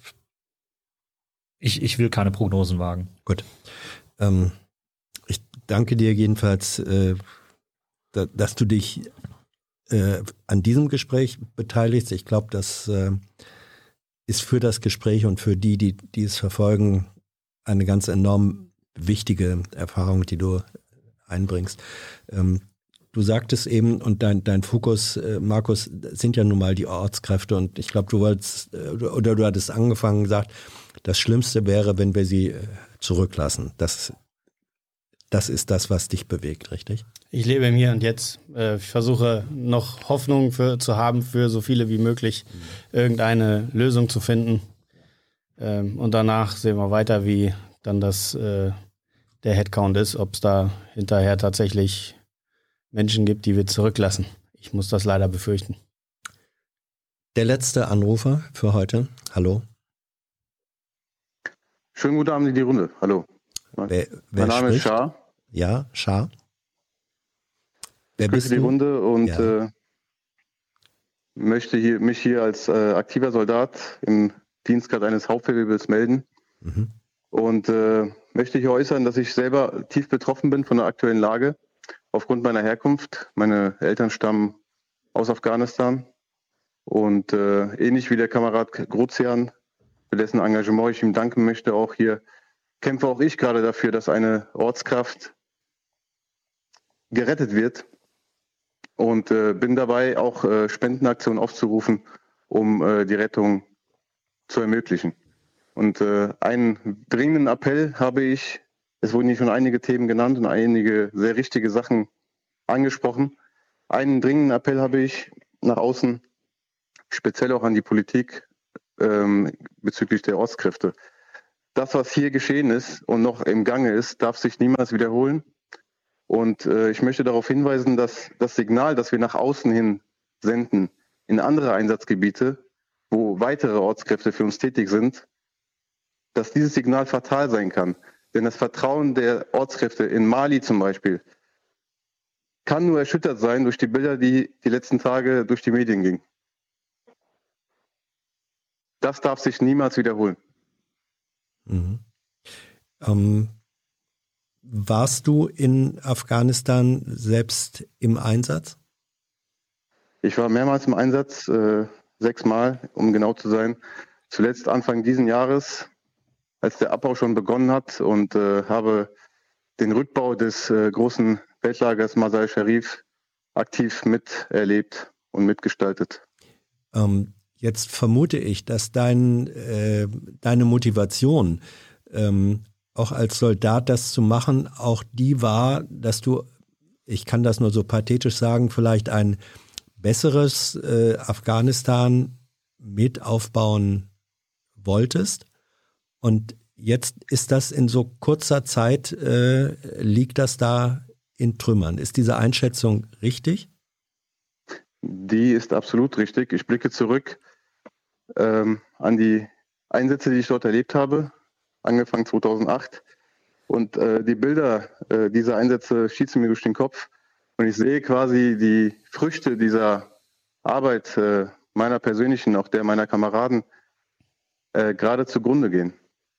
ich, ich will keine Prognosen wagen. Gut. Ähm, ich danke dir jedenfalls, äh, da, dass du dich äh, an diesem Gespräch beteiligst. Ich glaube, das äh, ist für das Gespräch und für die, die, die es verfolgen, eine ganz enorm wichtige Erfahrung, die du einbringst. Ähm, du sagtest eben, und dein, dein Fokus, äh, Markus, sind ja nun mal die Ortskräfte und ich glaube, du wolltest, äh, oder du hattest angefangen gesagt, das Schlimmste wäre, wenn wir sie äh, zurücklassen. Das, das ist das, was dich bewegt, richtig? Ich lebe im Hier und Jetzt. Ich versuche noch Hoffnung für, zu haben, für so viele wie möglich irgendeine Lösung zu finden. Und danach sehen wir weiter, wie dann das der Headcount ist, ob es da hinterher tatsächlich Menschen gibt, die wir zurücklassen. Ich muss das leider befürchten. Der letzte Anrufer für heute. Hallo. Schönen guten Abend in die Runde. Hallo. Wer, wer mein Name spricht? ist Schar. Ja, Schar. Wer ich bist die du? Runde und ja. äh, möchte hier, mich hier als äh, aktiver Soldat im Dienstgrad eines Hauptfeldwebels melden mhm. und äh, möchte hier äußern, dass ich selber tief betroffen bin von der aktuellen Lage aufgrund meiner Herkunft. Meine Eltern stammen aus Afghanistan und äh, ähnlich wie der Kamerad Grozian, für dessen Engagement ich ihm danken möchte, auch hier kämpfe auch ich gerade dafür, dass eine Ortskraft gerettet wird. Und äh, bin dabei, auch äh, Spendenaktionen aufzurufen, um äh, die Rettung zu ermöglichen. Und äh, einen dringenden Appell habe ich, es wurden hier schon einige Themen genannt und einige sehr richtige Sachen angesprochen. Einen dringenden Appell habe ich nach außen, speziell auch an die Politik ähm, bezüglich der Ortskräfte. Das, was hier geschehen ist und noch im Gange ist, darf sich niemals wiederholen. Und äh, ich möchte darauf hinweisen, dass das Signal, das wir nach außen hin senden, in andere Einsatzgebiete, wo weitere Ortskräfte für uns tätig sind, dass dieses Signal fatal sein kann. Denn das Vertrauen der Ortskräfte in Mali zum Beispiel kann nur erschüttert sein durch die Bilder, die die letzten Tage durch die Medien gingen. Das darf sich niemals wiederholen. Mhm. Ähm, warst du in Afghanistan selbst im Einsatz? Ich war mehrmals im Einsatz, äh, sechsmal, um genau zu sein. Zuletzt Anfang diesen Jahres, als der Abbau schon begonnen hat, und äh, habe den Rückbau des äh, großen Feldlagers Mazar-e Sharif aktiv miterlebt und mitgestaltet. Ähm, jetzt vermute ich, dass dein, äh, deine Motivation, ähm, auch als Soldat das zu machen, auch die war, dass du, ich kann das nur so pathetisch sagen, vielleicht ein besseres äh, Afghanistan mit aufbauen wolltest. Und jetzt ist das in so kurzer Zeit, äh, liegt das da in Trümmern. Ist diese Einschätzung richtig? Die ist absolut richtig. Ich blicke zurück ähm, an die Einsätze, die ich dort erlebt habe, angefangen zweitausendacht. Und äh, die Bilder äh, dieser Einsätze schießen mir durch den Kopf. Und ich sehe quasi die Früchte dieser Arbeit äh, meiner persönlichen, auch der meiner Kameraden, äh, gerade zugrunde gehen.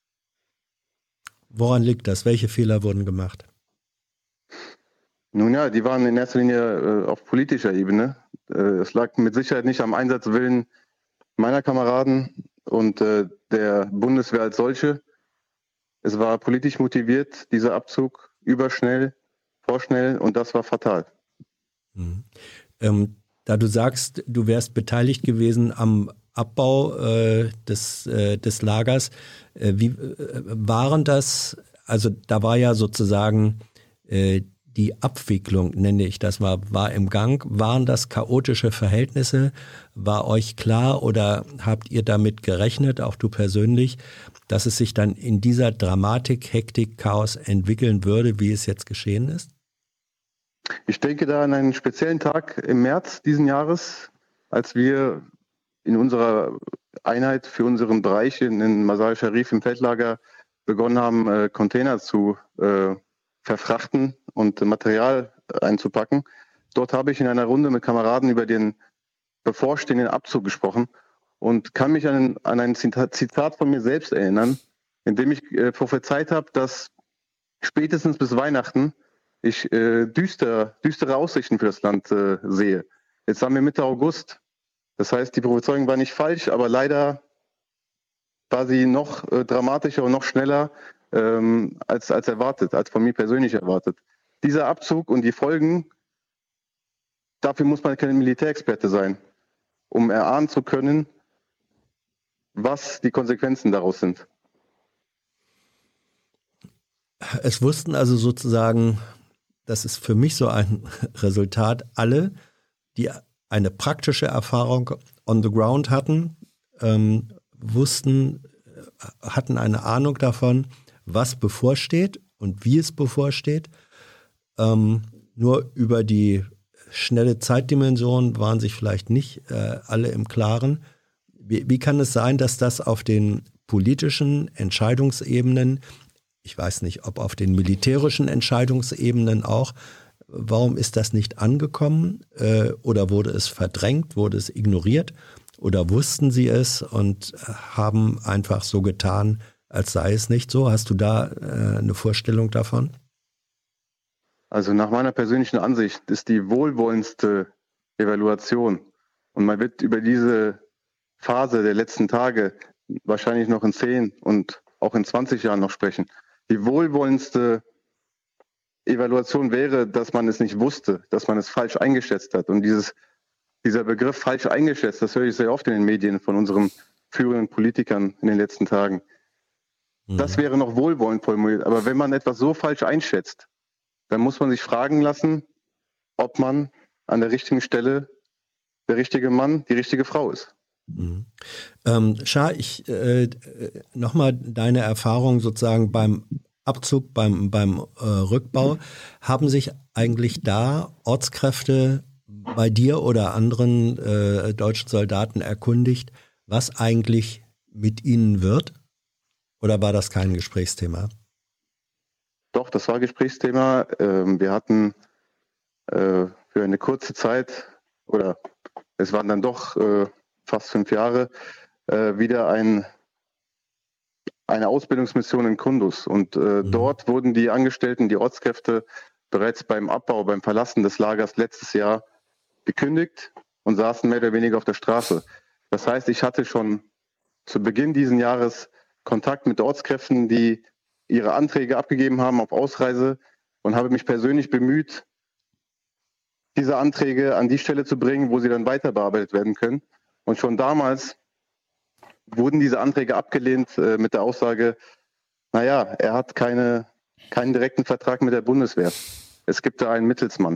Woran liegt das? Welche Fehler wurden gemacht? Nun ja, die waren in erster Linie äh, auf politischer Ebene. Äh, es lag mit Sicherheit nicht am Einsatzwillen meiner Kameraden und äh, der Bundeswehr als solche. Es war politisch motiviert, dieser Abzug, überschnell, vorschnell, und das war fatal. Mhm. Ähm, da du sagst, du wärst beteiligt gewesen am Abbau äh, des, äh, des Lagers, äh, wie äh, waren das, also da war ja sozusagen äh, die Abwicklung, nenne ich das mal, war im Gang. Waren das chaotische Verhältnisse? War euch klar oder habt ihr damit gerechnet, auch du persönlich, dass es sich dann in dieser Dramatik, Hektik, Chaos entwickeln würde, wie es jetzt geschehen ist? Ich denke da an einen speziellen Tag im März diesen Jahres, als wir in unserer Einheit für unseren Bereich in Mazar-e Sharif im Feldlager begonnen haben, äh, Container zu äh, verfrachten und Material einzupacken. Dort habe ich in einer Runde mit Kameraden über den bevorstehenden Abzug gesprochen und kann mich an, an ein Zitat von mir selbst erinnern, in dem ich äh, prophezeit habe, dass spätestens bis Weihnachten ich äh, düster, düstere Aussichten für das Land äh, sehe. Jetzt haben wir Mitte August. Das heißt, die Prophezeiung war nicht falsch, aber leider war sie noch äh, dramatischer und noch schneller ähm, als, als erwartet, als von mir persönlich erwartet. Dieser Abzug und die Folgen, dafür muss man kein Militärexperte sein, um erahnen zu können, was die Konsequenzen daraus sind. Es wussten also sozusagen, das ist für mich so ein Resultat, alle, die eine praktische Erfahrung on the ground hatten, ähm, wussten, hatten eine Ahnung davon, was bevorsteht und wie es bevorsteht. Ähm, nur über die schnelle Zeitdimension waren sich vielleicht nicht äh, alle im Klaren. Wie, wie kann es sein, dass das auf den politischen Entscheidungsebenen, ich weiß nicht, ob auf den militärischen Entscheidungsebenen auch, warum ist das nicht angekommen äh, oder wurde es verdrängt, wurde es ignoriert oder wussten sie es und haben einfach so getan, als sei es nicht so? Hast du da äh, eine Vorstellung davon? Also nach meiner persönlichen Ansicht ist die wohlwollendste Evaluation, und man wird über diese Phase der letzten Tage wahrscheinlich noch in zehn und auch in zwanzig Jahren noch sprechen. Die wohlwollendste Evaluation wäre, dass man es nicht wusste, dass man es falsch eingeschätzt hat. Und dieses, dieser Begriff falsch eingeschätzt, das höre ich sehr oft in den Medien von unseren führenden Politikern in den letzten Tagen. Mhm. Das wäre noch wohlwollend formuliert. Aber wenn man etwas so falsch einschätzt, dann muss man sich fragen lassen, ob man an der richtigen Stelle der richtige Mann, die richtige Frau ist. Mhm. Ähm, Shah, ich äh, nochmal deine Erfahrung sozusagen beim Abzug, beim, beim äh, Rückbau. Haben sich eigentlich da Ortskräfte bei dir oder anderen äh, deutschen Soldaten erkundigt, was eigentlich mit ihnen wird? Oder war das kein Gesprächsthema? Doch, das war Gesprächsthema. Ähm, wir hatten äh, für eine kurze Zeit, oder es waren dann doch äh, fast fünf Jahre, äh, wieder ein, eine Ausbildungsmission in Kunduz. Und äh, mhm. dort wurden die Angestellten, die Ortskräfte, bereits beim Abbau, beim Verlassen des Lagers letztes Jahr gekündigt und saßen mehr oder weniger auf der Straße. Das heißt, ich hatte schon zu Beginn dieses Jahres Kontakt mit Ortskräften, die ihre Anträge abgegeben haben auf Ausreise, und habe mich persönlich bemüht, diese Anträge an die Stelle zu bringen, wo sie dann weiter bearbeitet werden können. Und schon damals wurden diese Anträge abgelehnt äh, mit der Aussage, naja, er hat keine, keinen direkten Vertrag mit der Bundeswehr. Es gibt da einen Mittelsmann.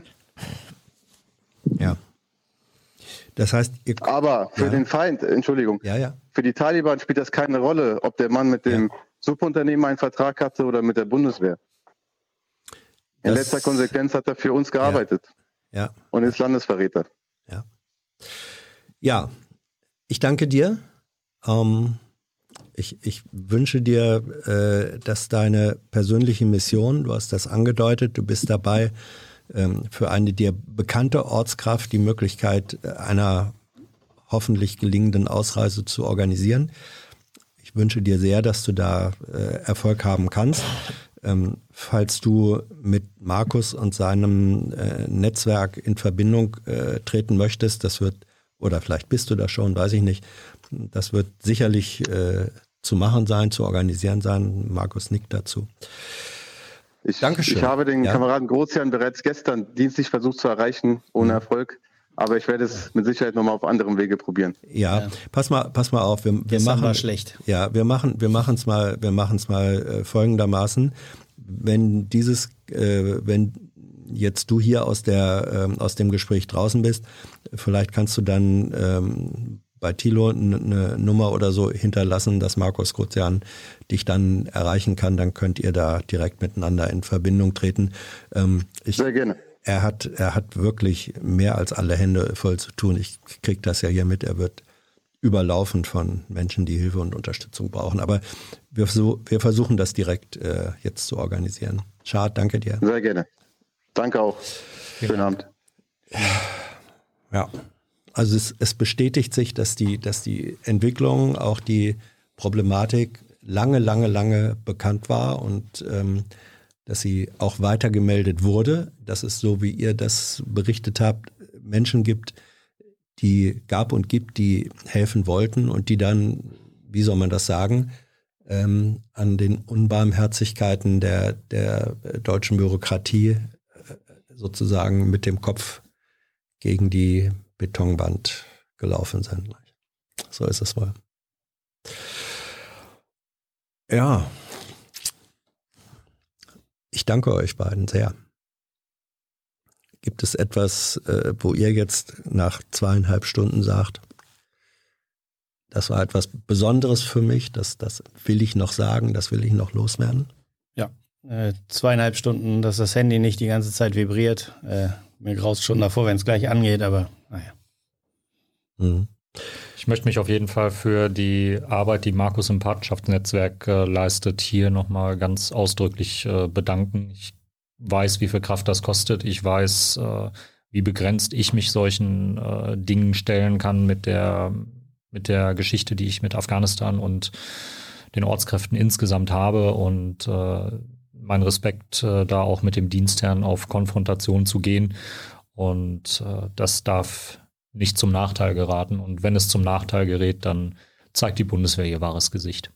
Ja. Das heißt, ihr, aber für ja. den Feind, Entschuldigung, ja, ja. für die Taliban spielt das keine Rolle, ob der Mann mit dem ja. Subunternehmen einen Vertrag hatte oder mit der Bundeswehr. In das, letzter Konsequenz hat er für uns gearbeitet. Ja. ja. Und ist Landesverräter. Ja. Ja, ich danke dir. Ähm, ich, ich wünsche dir, äh, dass deine persönliche Mission, du hast das angedeutet, du bist dabei, ähm, für eine dir bekannte Ortskraft die Möglichkeit einer hoffentlich gelingenden Ausreise zu organisieren. Ich wünsche dir sehr, dass du da äh, Erfolg haben kannst. Ähm, falls du mit Markus und seinem äh, Netzwerk in Verbindung äh, treten möchtest, das wird, oder vielleicht bist du da schon, weiß ich nicht, das wird sicherlich äh, zu machen sein, zu organisieren sein. Markus nickt dazu. Ich, Dankeschön. Ich habe den ja. Kameraden Grozian bereits gestern dienstlich versucht zu erreichen, ohne mhm. Erfolg. Aber ich werde es mit Sicherheit nochmal auf anderem Wege probieren. Ja, ja, pass mal, pass mal auf. Wir, wir machen, war schlecht. Ja, wir machen, wir machen es mal, wir machen es mal äh, folgendermaßen. Wenn dieses, äh, wenn jetzt du hier aus der, äh, aus dem Gespräch draußen bist, vielleicht kannst du dann ähm, bei Thilo eine Nummer oder so hinterlassen, dass Markus Grozian dich dann erreichen kann. Dann könnt ihr da direkt miteinander in Verbindung treten. Ähm, ich, Sehr gerne. Er hat, er hat wirklich mehr als alle Hände voll zu tun. Ich kriege das ja hier mit. Er wird überlaufen von Menschen, die Hilfe und Unterstützung brauchen. Aber wir, wir versuchen das direkt äh, jetzt zu organisieren. Schad, danke dir. Sehr gerne. Danke auch. Schönen Abend. Ja, also es, es bestätigt sich, dass die, dass die Entwicklung, auch die Problematik lange, lange, lange bekannt war und ähm, dass sie auch weitergemeldet wurde, dass es, so wie ihr das berichtet habt, Menschen gibt, die gab und gibt, die helfen wollten und die dann, wie soll man das sagen, ähm, an den Unbarmherzigkeiten der, der deutschen Bürokratie äh, sozusagen mit dem Kopf gegen die Betonwand gelaufen sind. So ist es wohl. Ja. Ich danke euch beiden sehr. Gibt es etwas, äh, wo ihr jetzt nach zweieinhalb Stunden sagt, das war etwas Besonderes für mich, das, das will ich noch sagen, das will ich noch loswerden? Ja, äh, zweieinhalb Stunden, dass das Handy nicht die ganze Zeit vibriert. Äh, mir graust schon davor, wenn es gleich angeht, aber naja. Mhm. Ich möchte mich auf jeden Fall für die Arbeit, die Markus im Patenschaftsnetzwerk äh, leistet, hier nochmal ganz ausdrücklich äh, bedanken. Ich weiß, wie viel Kraft das kostet. Ich weiß, äh, wie begrenzt ich mich solchen äh, Dingen stellen kann mit der, mit der Geschichte, die ich mit Afghanistan und den Ortskräften insgesamt habe. Und äh, mein Respekt, äh, da auch mit dem Dienstherrn auf Konfrontation zu gehen. Und äh, das darf nicht zum Nachteil geraten. Und wenn es zum Nachteil gerät, dann zeigt die Bundeswehr ihr wahres Gesicht.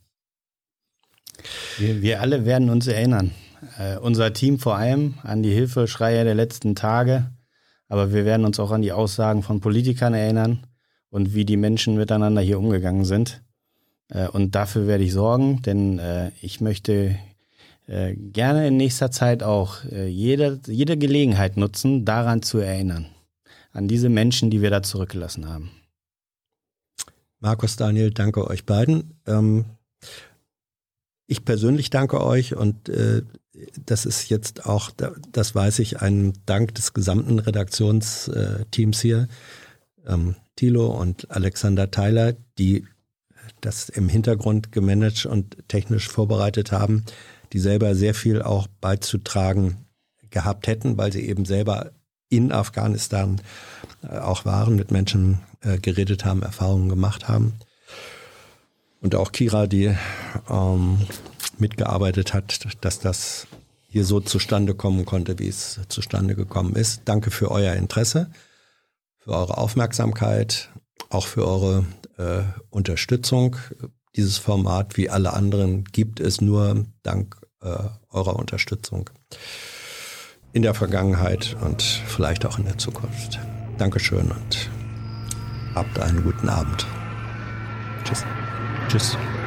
Wir, wir alle werden uns erinnern. Äh, unser Team vor allem an die Hilfeschreie der letzten Tage. Aber wir werden uns auch an die Aussagen von Politikern erinnern und wie die Menschen miteinander hier umgegangen sind. Äh, und dafür werde ich sorgen, denn äh, ich möchte äh, gerne in nächster Zeit auch äh, jede, jede Gelegenheit nutzen, daran zu erinnern. An diese Menschen, die wir da zurückgelassen haben. Markus, Daniel, danke euch beiden. Ähm, ich persönlich danke euch und äh, das ist jetzt auch, das weiß ich, ein Dank des gesamten Redaktionsteams hier. Ähm, Thilo und Alexander Theiler, die das im Hintergrund gemanagt und technisch vorbereitet haben, die selber sehr viel auch beizutragen gehabt hätten, weil sie eben selber in Afghanistan äh, auch waren, mit Menschen äh, geredet haben, Erfahrungen gemacht haben. Und auch Kira, die ähm, mitgearbeitet hat, dass das hier so zustande kommen konnte, wie es zustande gekommen ist. Danke für euer Interesse, für eure Aufmerksamkeit, auch für eure äh, Unterstützung. Dieses Format, wie alle anderen, gibt es nur dank äh, eurer Unterstützung in der Vergangenheit und vielleicht auch in der Zukunft. Dankeschön und habt einen guten Abend. Tschüss. Tschüss.